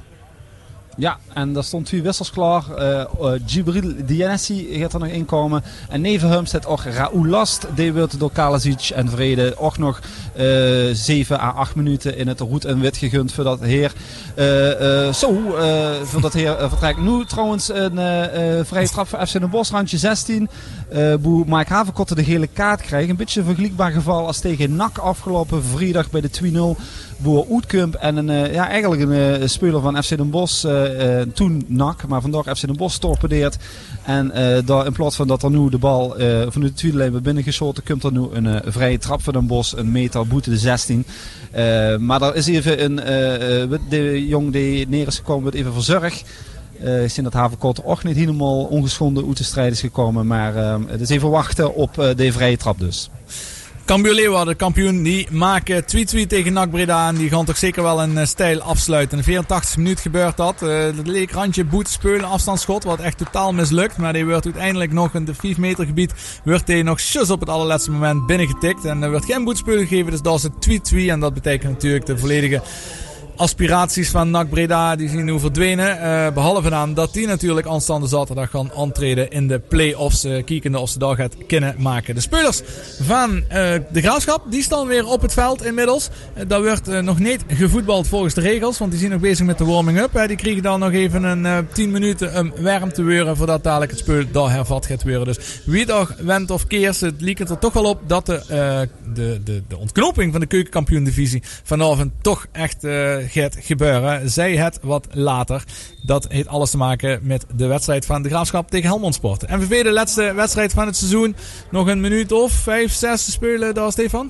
Ja, en daar stond twee wissels klaar. Uh, uh, Djibril Dienessi gaat er nog inkomen. En neven hem staat ook Raoul Last. Die wordt door Kalasic en Vrede ook nog uh, zeven à acht minuten in het roet en wit gegund voor dat heer. Uh, uh, zo, uh, voor dat heer uh, vertrekt. Nu trouwens een uh, uh, vrije trap voor F C Den Bosch, randje zestien. Uh, Boe Mike Haverkotte de gele kaart krijgt. Een beetje een vergelijkbaar geval als tegen N A C afgelopen vrijdag bij de twee nul. Boer Oetkump en een, uh, ja, eigenlijk een uh, speler van F C Den Bosch, uh, uh, toen N A C, maar vandaag F C Den Bosch torpedeert. En uh, daar, in plaats van dat er nu de bal uh, van de tweede lijn wordt binnengeschoten, komt er nu een uh, vrije trap voor Den Bosch, een meter boete de zestien. Uh, maar daar is even een, uh, de jong die neer is gekomen, wordt even verzorgd. Uh, ik zie dat Haverkotte ook niet helemaal ongeschonden uit de strijd is gekomen, maar uh, het is even wachten op uh, de vrije trap dus. Cambuur Leeuwarden, kampioen, die maken twee twee tegen N A C Breda. En die gaan toch zeker wel een uh, stijl afsluiten. In de vierentachtigste minuut gebeurt dat. Uh, dat leek randje boet, speulen, afstandsschot. Wat echt totaal mislukt. Maar die wordt uiteindelijk nog in de vijf meter gebied. Wordt hij nog zus op het allerlaatste moment binnengetikt. En er wordt geen boetspeulen gegeven. Dus dat is het twee twee. En dat betekent natuurlijk de volledige aspiraties van N A C Breda, die zien nu verdwenen. Uh, behalve dan dat die natuurlijk aanstaande zaterdag gaan aantreden in de play-offs. Uh, kijkende of ze daar gaat kunnen maken. De spelers van uh, de Graafschap, die staan weer op het veld inmiddels. Uh, daar wordt uh, nog niet gevoetbald volgens de regels, want die zijn nog bezig met de warming-up. Uh, die krijgen dan nog even een uh, tien minuten om warm te worden, voordat dadelijk het speel daar hervat gaat worden. Dus wie toch went of keert, het lijkt er toch wel op dat de, uh, de, de, de ontknoping van de keukenkampioen-divisie vanavond toch echt uh, gaat gebeuren. Zij het wat later. Dat heeft alles te maken met de wedstrijd van de Graafschap tegen Helmond Sport. M V V, de laatste wedstrijd van het seizoen. Nog een minuut of vijf, zes te spelen daar, Stefan?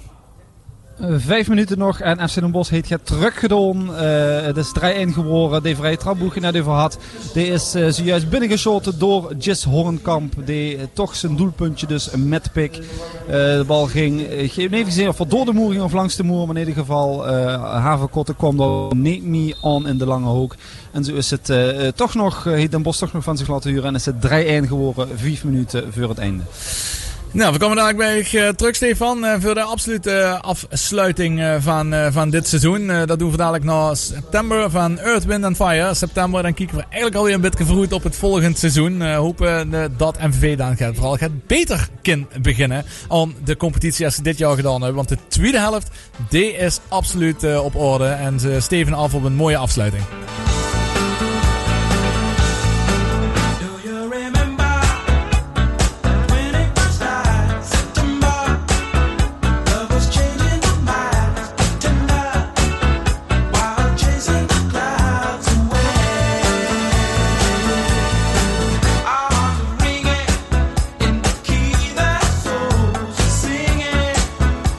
Uh, vijf minuten nog en F C Den Bosch heeft het teruggedaan. Uh, het is drie een geworden. De vrije trapboekje net even had. Die is uh, zojuist binnengeschoten door Jis Hornkamp. Die uh, toch zijn doelpuntje dus met pik. Uh, de bal ging, ik uh, heb even gezien of het door de moer ging of langs de moer. Maar in ieder geval, uh, Haverkotte kwam er niet meer aan in de lange hoek. En zo is het uh, toch nog, uh, heeft Den Bosch toch nog van zich laten huren. En is het drie een geworden, vijf minuten voor het einde. Nou, we komen dadelijk bij je uh, terug, Stefan, uh, voor de absolute uh, afsluiting uh, van, uh, van dit seizoen. Uh, dat doen we dadelijk na september van Earth, Wind and Fire. September, dan kijken we eigenlijk alweer een beetje vervroegd op het volgend seizoen. Uh, hopen uh, dat M V V dan gaat, vooral gaat beter kunnen beginnen aan de competitie als ze dit jaar gedaan hebben. Want de tweede helft, die is absoluut uh, op orde. En ze steven af op een mooie afsluiting.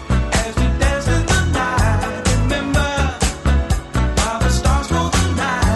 Stars for the night.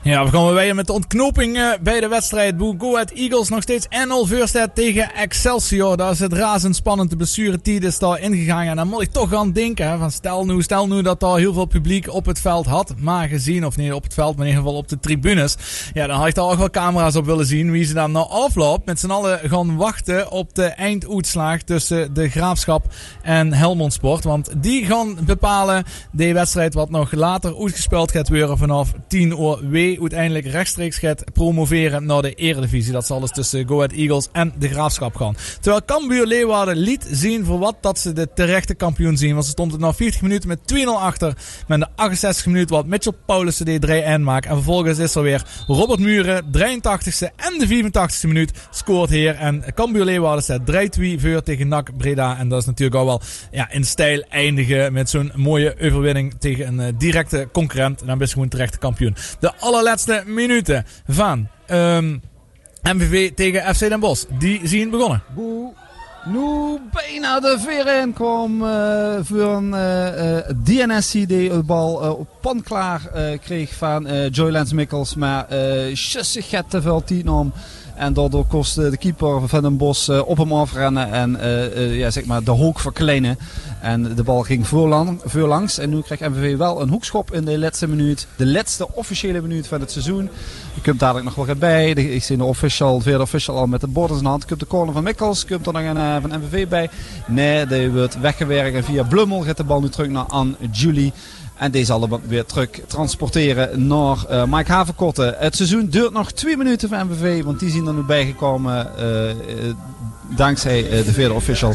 Ja, we gaan weer met de ontknoping uh, bij de wedstrijd. Go Ahead Eagles nog steeds één nul voorstaat tegen Excelsior. Daar is het razendspannend. De blessuretijd is daar ingegaan. En dan moet ik toch gaan denken. Hè, van stel, nu, stel nu dat daar heel veel publiek op het veld had. Maar gezien, of niet op het veld, maar in ieder geval op de tribunes. Ja, dan had ik daar ook wel camera's op willen zien. Wie ze dan nou afloopt. Met z'n allen gaan wachten op de einduitslag tussen de Graafschap en Helmond Sport. Want die gaan bepalen de wedstrijd wat nog later uitgespeeld gaat worden vanaf tien uur. Wie uiteindelijk rechtstreeks gaat promoveren naar de Eredivisie. Dat zal dus tussen Go Ahead Eagles en de Graafschap gaan. Terwijl Cambuur Leeuwarden liet zien voor wat dat ze de terechte kampioen zien. Want ze stond het na veertig minuten met twee nul achter. Met de achtenzestig minuten wat Mitchell Paulussen de drie een maakt. En vervolgens is er weer Robert Muren, drieëntachtigste en de vierentachtigste minuut scoort hier. En Cambuur Leeuwarden staat drie twee voor tegen N A C Breda. En dat is natuurlijk al wel ja, in stijl eindigen met zo'n mooie overwinning tegen een uh, directe concurrent. En dan ben je gewoon terechte kampioen. De allerlaatste minuten van um, M V V tegen F C Den Bosch. Die zien begonnen. Boe. Nu bijna de veer in kwam uh, voor een uh, uh, D N S C die de bal uh, op pan klaar uh, kreeg van uh, Joylens Mikkels. Maar uh, zich gaat te veel tijd om. En daardoor kostte de keeper van Den Bosch uh, op hem afrennen en uh, uh, ja, zeg maar de hoek verkleinen. En de bal ging voorlang, voorlangs. En nu krijgt M V V wel een hoekschop in de laatste minuut. De laatste officiële minuut van het seizoen. Je kunt dadelijk nog wel gaan bij. De, ik zie de official, de vierde official al met de bord in zijn hand. Je kunt de corner van Mikkels. Je kunt er nog een uh, van M V V bij. Nee, die wordt weggewerkt. En via Blummel gaat de bal nu terug naar Anne Julie. En deze zal hem weer terug transporteren naar uh, Mike Haverkotten. Het seizoen duurt nog twee minuten voor M V V. Want die zien er nu bijgekomen uh, uh, dankzij uh, de vierde official.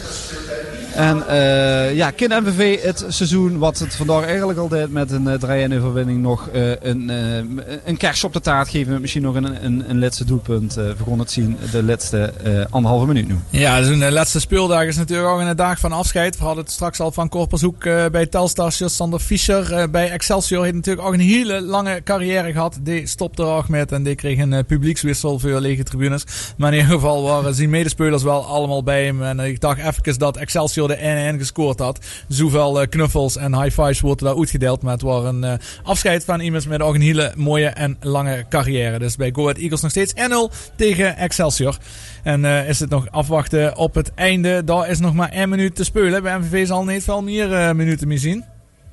En uh, ja, kind M V V het seizoen wat het vandaag eigenlijk al deed met een uh, drie een overwinning nog uh, een, uh, een kers op de taart geven. Met misschien nog een, een, een laatste doelpunt. Uh, we gaan het zien de laatste uh, anderhalve minuut nu. Ja, zo'n uh, laatste speeldag is natuurlijk ook een dag van afscheid. We hadden het straks al van Korpershoek uh, bij Telstar. Sander Fischer uh, bij Excelsior heeft natuurlijk ook een hele lange carrière gehad. Die stopte er ook met en die kreeg een uh, publiekswissel voor lege tribunes. Maar in ieder geval waren zijn medespelers wel allemaal bij hem. En uh, ik dacht even dat Excelsior de één een gescoord had. Zoveel uh, knuffels en high fives worden daar uitgedeeld. Maar het was een uh, afscheid van iemand met ook een hele mooie en lange carrière. Dus bij Go Ahead Eagles nog steeds één nul tegen Excelsior. En uh, is het nog afwachten op het einde. Daar is nog maar één minuut te spelen. Bij M V V zal niet veel meer uh, minuten meer zien.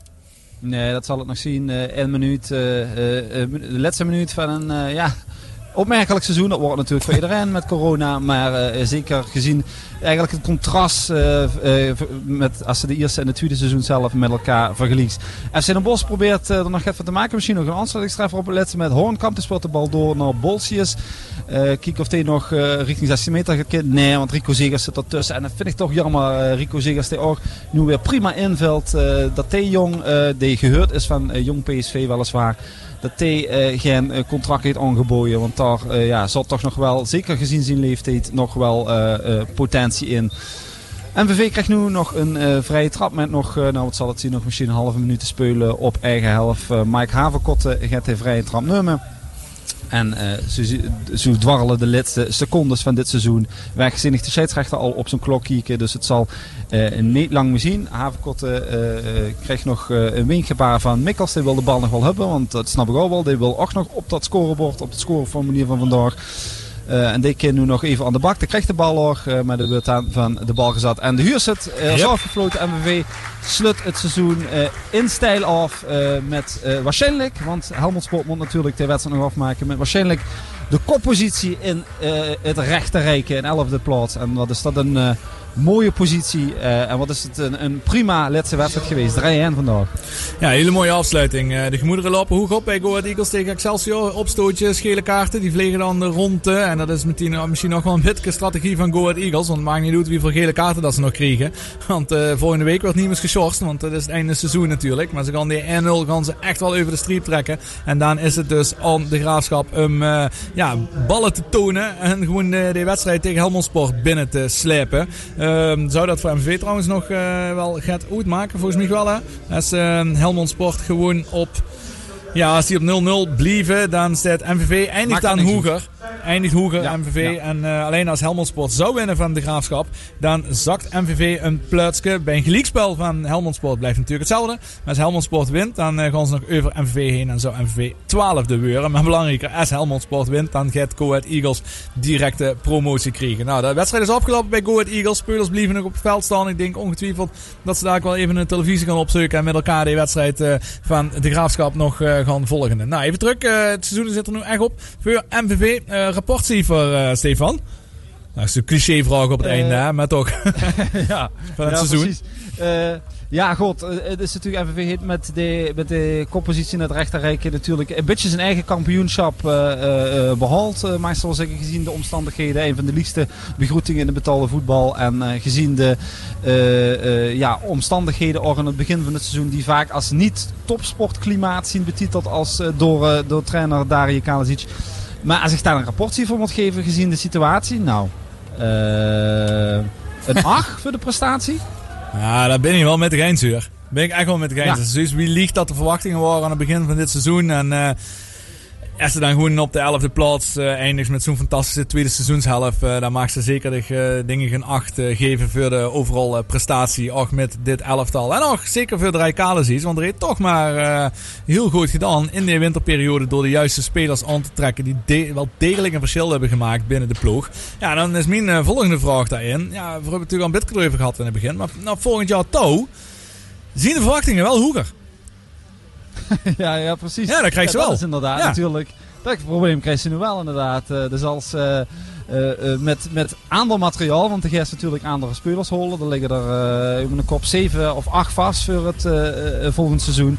Nee, dat zal het nog zien. Uh, één minuut. Uh, uh, de laatste minuut van een... Uh, ja... opmerkelijk seizoen, dat wordt natuurlijk voor iedereen met corona, maar uh, zeker gezien eigenlijk het contrast uh, uh, met als ze de eerste en de tweede seizoen zelf met elkaar vergelijkt. F C Den Bosch probeert uh, er nog even te maken, misschien nog een aansluitingstreffer op het laatste met Hoornkamp. Die speelt de bal door naar Bolsius. Uh, kijk of hij nog uh, richting zestien meter gaat. Nee, want Rico Zegers zit ertussen en dat vind ik toch jammer. Uh, Rico Zegers die ook nu weer prima invult. Uh, dat hij jong, uh, die gehuurd is van uh, jong P S V weliswaar. Dat hij uh, geen uh, contract heeft aangeboden. Want daar uh, ja, zat toch nog wel, zeker gezien zijn leeftijd, nog wel uh, uh, potentie in. M V V krijgt nu nog een uh, vrije trap met nog, uh, nou wat zal het zien, nog misschien een halve minuut te spelen op eigen helft. Uh, Mike Haverkotten gaat de vrije trap nemen. En uh, zo, zo dwarrelen de laatste secondes van dit seizoen weg. Zinnig de scheidsrechter al op zijn klok kijken. Dus het zal uh, niet lang meer zien. Haverkotten uh, krijgt nog uh, een winkgebaar van Mikkels. Die wil de bal nog wel hebben. Want dat snap ik ook wel. Die wil ook nog op dat scorebord. Op het scoreformulier van vandaag. Uh, en die keer nu nog even aan de bak. Die krijgt de bal ook. Uh, maar de wordt aan van de bal gezet. En de huurzit uh, is yep. afgefloten. M V V sluit het seizoen uh, in stijl af. Uh, met uh, waarschijnlijk. Want Helmond Sport moet natuurlijk de wedstrijd nog afmaken. Met waarschijnlijk de koppositie in uh, het rechterrijke. In elfde plaats. En wat is dat een uh, mooie positie. Uh, en wat is het een, een prima laatste wedstrijd geweest. drie een vandaag. Ja, hele mooie afsluiting. Uh, de gemoederen lopen hoog op bij Go Ahead Eagles tegen Excelsior. Opstootjes, gele kaarten. Die vliegen dan de ronde. En dat is meteen, misschien nog wel een bitke strategie van Go Ahead Eagles. Want het maakt niet uit wie voor gele kaarten dat ze nog kregen. Want uh, volgende week wordt niemand geschorst. Want dat is het einde seizoen natuurlijk. Maar ze gaan die één nul gaan ze echt wel over de streep trekken. En dan is het dus aan de Graafschap om uh, ja, ballen te tonen. En gewoon uh, de wedstrijd tegen Helmond Sport binnen te slepen. Uh, zou dat voor M V V trouwens nog uh, wel gaat uitmaken? Volgens mij wel, hè. Als uh, Helmond Sport gewoon op Ja, als die op nul nul blijven, dan staat M V V eindigt Maakt dan er niks hoger. Eindigt hoger, Ja, M V V. ja. En uh, alleen als Helmond Sport zou winnen van de Graafschap, dan zakt M V V een plaatsje. Bij een gelijkspel van Helmond Sport blijft natuurlijk hetzelfde. Maar als Helmond Sport wint, dan uh, gaan ze nog over M V V heen en zou M V V twaalfde worden. Maar belangrijker, als Helmond Sport wint, dan gaat Go Ahead Eagles directe promotie krijgen. Nou, de wedstrijd is afgelopen bij Go Ahead Eagles. Spelers blijven nog op het veld staan. Ik denk ongetwijfeld dat ze daar ook wel even een televisie gaan opzoeken en met elkaar die wedstrijd uh, van de Graafschap nog uh, gaan volgen. Nou, even terug. Uh, het seizoen zit er nu echt op voor M V V. Uh, rapportcijfer, uh, Stefan. Nou, dat is een cliché-vraag op het uh, einde, hè, maar toch. ja, van het ja, seizoen. Precies. Uh, ja, goed. Uh, het is natuurlijk M V V heeft met de, met de koppositie in het rechterrijk natuurlijk een beetje zijn eigen kampioenschap uh, uh, behaald. Uh, maar zoals ik gezien de omstandigheden, een van de liefste begroetingen in de betaalde voetbal. En uh, gezien de uh, uh, ja, omstandigheden aan het begin van het seizoen, die vaak als niet topsportklimaat zien betiteld als uh, door, uh, door trainer Darije Kalazic. Maar als ik daar een rapportje voor moet geven gezien de situatie, nou, uh, een acht voor de prestatie. Ja, daar ben je wel met de Geinsuur. Ben ik echt wel met de Geinsuur. Ja. Dus wie liegt dat de verwachtingen waren aan het begin van dit seizoen. En uh, als ze dan gewoon op de elfde plaats uh, eindigt met zo'n fantastische tweede seizoenshelft, uh, dan mag ze zeker de uh, dingen geen acht uh, geven voor de overal uh, prestatie. Ook met dit elftal. En ook zeker voor de Rijkalesies. Want er heeft toch maar uh, heel goed gedaan in de winterperiode door de juiste spelers aan te trekken. Die de- wel degelijk een verschil hebben gemaakt binnen de ploeg. Ja, dan is mijn uh, volgende vraag daarin. Ja, we hebben het natuurlijk al een beetje over gehad in het begin. Maar nou, volgend jaar touw zien de verwachtingen wel hoger. ja, ja, precies. Ja, dat krijgt ze ja, wel. Dat is inderdaad Ja. natuurlijk. Dat probleem krijgt ze nu wel inderdaad. Uh, dus als uh, uh, uh, met, met ander materiaal, want de gaat natuurlijk andere spelers holen. Er liggen er uh, een kop zeven of acht vast voor het uh, uh, volgend seizoen.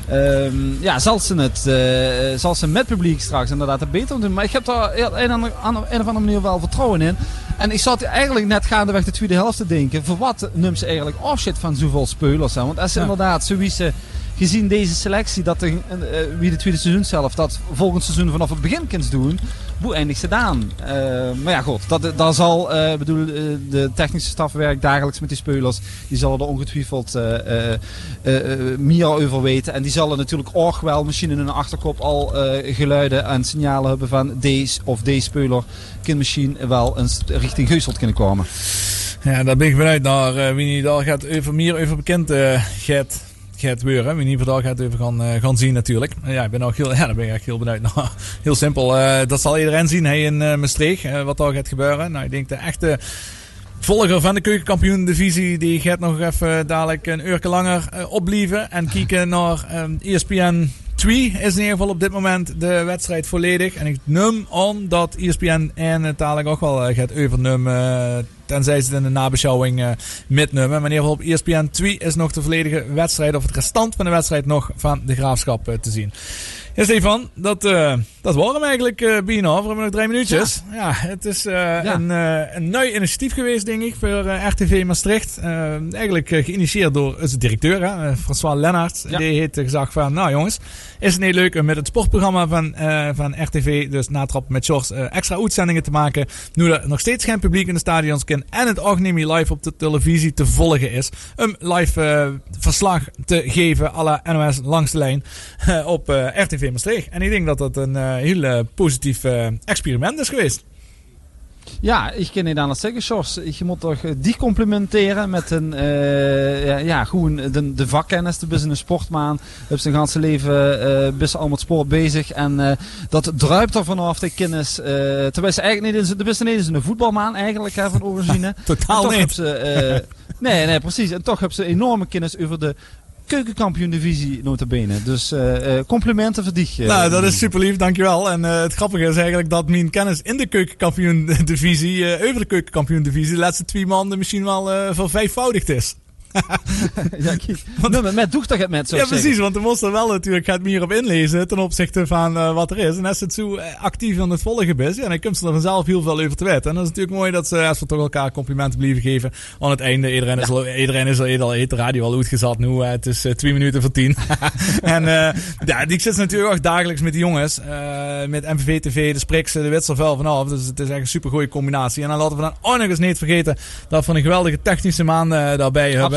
Um, ja, zal ze het uh, zal ze met publiek straks inderdaad het beter doen. Maar ik heb daar ja, een, ander, aan een of andere manier wel vertrouwen in. En ik zat eigenlijk net gaandeweg de tweede helft te denken. Voor wat neemt ze eigenlijk afscheid van zoveel spelers? Hè? Want als ze Ja. inderdaad zoiets... Gezien deze selectie, dat de, uh, wie de tweede seizoen zelf dat volgend seizoen vanaf het begin kunt doen, hoe eindigt ze dan? Uh, maar ja, goed, dat, dat zal, uh, bedoel, uh, de technische staf werkt dagelijks met die spelers. Die zullen er ongetwijfeld uh, uh, uh, meer over weten. En die zullen natuurlijk ook wel misschien in hun achterkop al uh, geluiden en signalen hebben van deze of deze speler kan misschien wel eens richting Geuselt kunnen komen. Ja, daar ben ik benieuwd naar uh, wie daar gaat over, meer over bekend uh, gaat. gaat worden. Wie niet vandaag gaat even gaan, uh, gaan zien natuurlijk. Uh, ja, ik ben ook heel, ja, daar ben ik echt heel benieuwd naar. Heel simpel. Uh, dat zal iedereen zien hey, in uh, Maastricht. Uh, wat daar gaat gebeuren. Nou, ik denk de echte volger van de keukenkampioen divisie die gaat nog even dadelijk een uurtje langer uh, opblijven en kijken naar um, E S P N twee is in ieder geval op dit moment de wedstrijd volledig. En ik neem aan dat E S P N en het dadelijk ook wel uh, gaat overnemen. Uh, tenzij ze het in de nabeschouwing uh, metnemen. Maar in ieder geval op E S P N twee is nog de volledige wedstrijd, of het restant van de wedstrijd nog van de Graafschap uh, te zien. Ja, Stefan, dat, uh, dat waren hem eigenlijk uh, bijna. We hebben nog drie minuutjes. Ja, ja het is uh, ja. een, uh, een nieuw initiatief geweest, denk ik, voor uh, R T V Maastricht. Uh, eigenlijk uh, geïnitieerd door onze directeur, hè, uh, François Lennart. Ja. Die heeft gezegd van, nou jongens, is het niet leuk om met het sportprogramma van, uh, van R T V, dus Natrap met Shorts, uh, extra uitzendingen te maken. Nu er nog steeds geen publiek in de stadions kan en het ook niet meer live op de televisie te volgen is. Een live uh, verslag te geven à la N O S langs de lijn uh, op uh, R T V Maastricht. En ik denk dat dat een uh, heel uh, positief uh, experiment is geweest. Ja, ik kan niet anders zeggen, Sjors. Je moet toch die complimenteren met een, uh, ja, ja, gewoon de, de vakkennis. De is een sportman. Heb zijn ganse leven uh, best al met sport bezig. En uh, dat druipt er vanaf, de kennis. Uh, terwijl ze eigenlijk niet, de beste niet eens een voetbalman eigenlijk, hè, van origine. Totaal niet. Ze, uh, nee, nee, precies. En toch hebben ze enorme kennis over de keukenkampioen-divisie notabene. Dus uh, uh, complimenten voor die. Uh, nou, dat is super lief, dankjewel. En uh, het grappige is eigenlijk dat mijn kennis in de keukenkampioen-divisie, uh, over de keukenkampioen-divisie, de laatste twee maanden misschien wel uh, vervijfvoudigd is. ja, want, met, met doeg toch het met zo. Ja, zeggen. precies, want er moest er wel natuurlijk gaat meer op inlezen ten opzichte van uh, wat er is. En als het zo actief aan het volgen is, ja, dan komt ze er vanzelf heel veel over te weten. En dat is natuurlijk mooi dat ze, als we toch elkaar complimenten blijven geven aan het einde. Iedereen is, ja. al, iedereen is al, al de radio al uitgezet nu. Uh, het is uh, twee minuten voor tien. en uh, ja, die zit natuurlijk ook dagelijks met die jongens. Uh, met M V V T V, de Sprikse, de Witservel vanaf. Dus het is echt een super goede combinatie. En dan laten we dan ook nog eens niet vergeten dat we een geweldige technische man uh, daarbij hebben.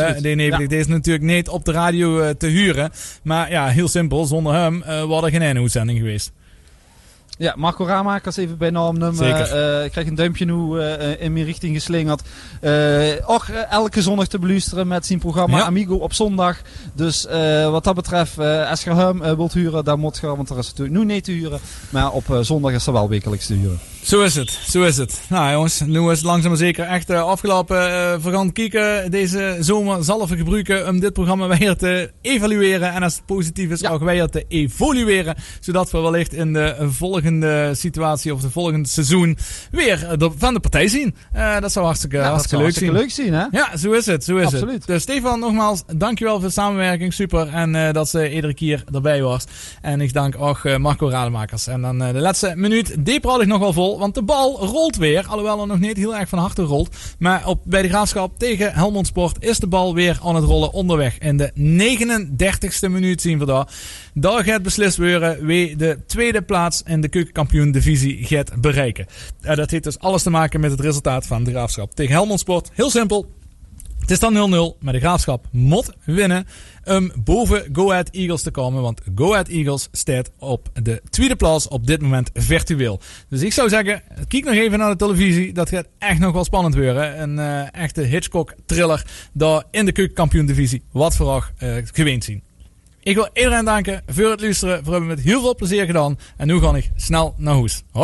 Absoluut. Die Nebelig, ja. Deze is natuurlijk niet op de radio uh, te huren. Maar ja, heel simpel. Zonder hem uh, was er geen ene uitzending geweest. Ja, Marco Ramakers even bij naam noemen. Uh, ik krijg een duimpje nu uh, in mijn richting geslingerd. Uh, ook uh, elke zondag te beluisteren met zijn programma ja. Amigo op zondag. Dus uh, wat dat betreft, uh, als je hem uh, wilt huren, dan moet je, want er is natuurlijk nu niet te huren. Maar op uh, zondag is er wel wekelijks te huren. Zo is het, zo is het. Nou jongens, nu is het langzaam maar zeker echt uh, afgelopen. Uh, we gaan kijken, deze zomer zal we gebruiken om dit programma weer te evalueren. En als het positief is, ja. ook weer te evolueren. Zodat we wellicht in de volgende situatie of de volgende seizoen weer de, van de partij zien. Uh, dat zou hartstikke, ja, hartstikke, dat zou leuk, hartstikke zien. leuk zien. Hè? Ja, zo is het, zo is Absoluut. het. Dus Stefan, nogmaals, dankjewel voor de samenwerking. Super. En uh, dat ze iedere keer erbij was. En ik dank ook uh, Marco Rademakers. En dan uh, de laatste minuut, die praat ik nog wel vol. Want de bal rolt weer, alhoewel er nog niet heel erg van harte rolt. Maar op, bij de Graafschap tegen Helmond Sport is de bal weer aan het rollen onderweg. In de negenendertigste minuut zien we daar. Daar gaat beslist worden wie de tweede plaats in de keukenkampioen divisie gaat bereiken. En dat heeft dus alles te maken met het resultaat van de Graafschap tegen Helmond Sport. Heel simpel. Het is dan nul nul, maar de Graafschap moet winnen om boven Go Ahead Eagles te komen. Want Go Ahead Eagles staat op de tweede plaats op dit moment virtueel. Dus ik zou zeggen, kijk nog even naar de televisie. Dat gaat echt nog wel spannend worden. Een uh, echte Hitchcock-thriller daar in de keukenkampioen-divisie. Wat vooral uh, gewend zien. Ik wil iedereen danken voor het luisteren. We hebben het met heel veel plezier gedaan. En nu ga ik snel naar huis.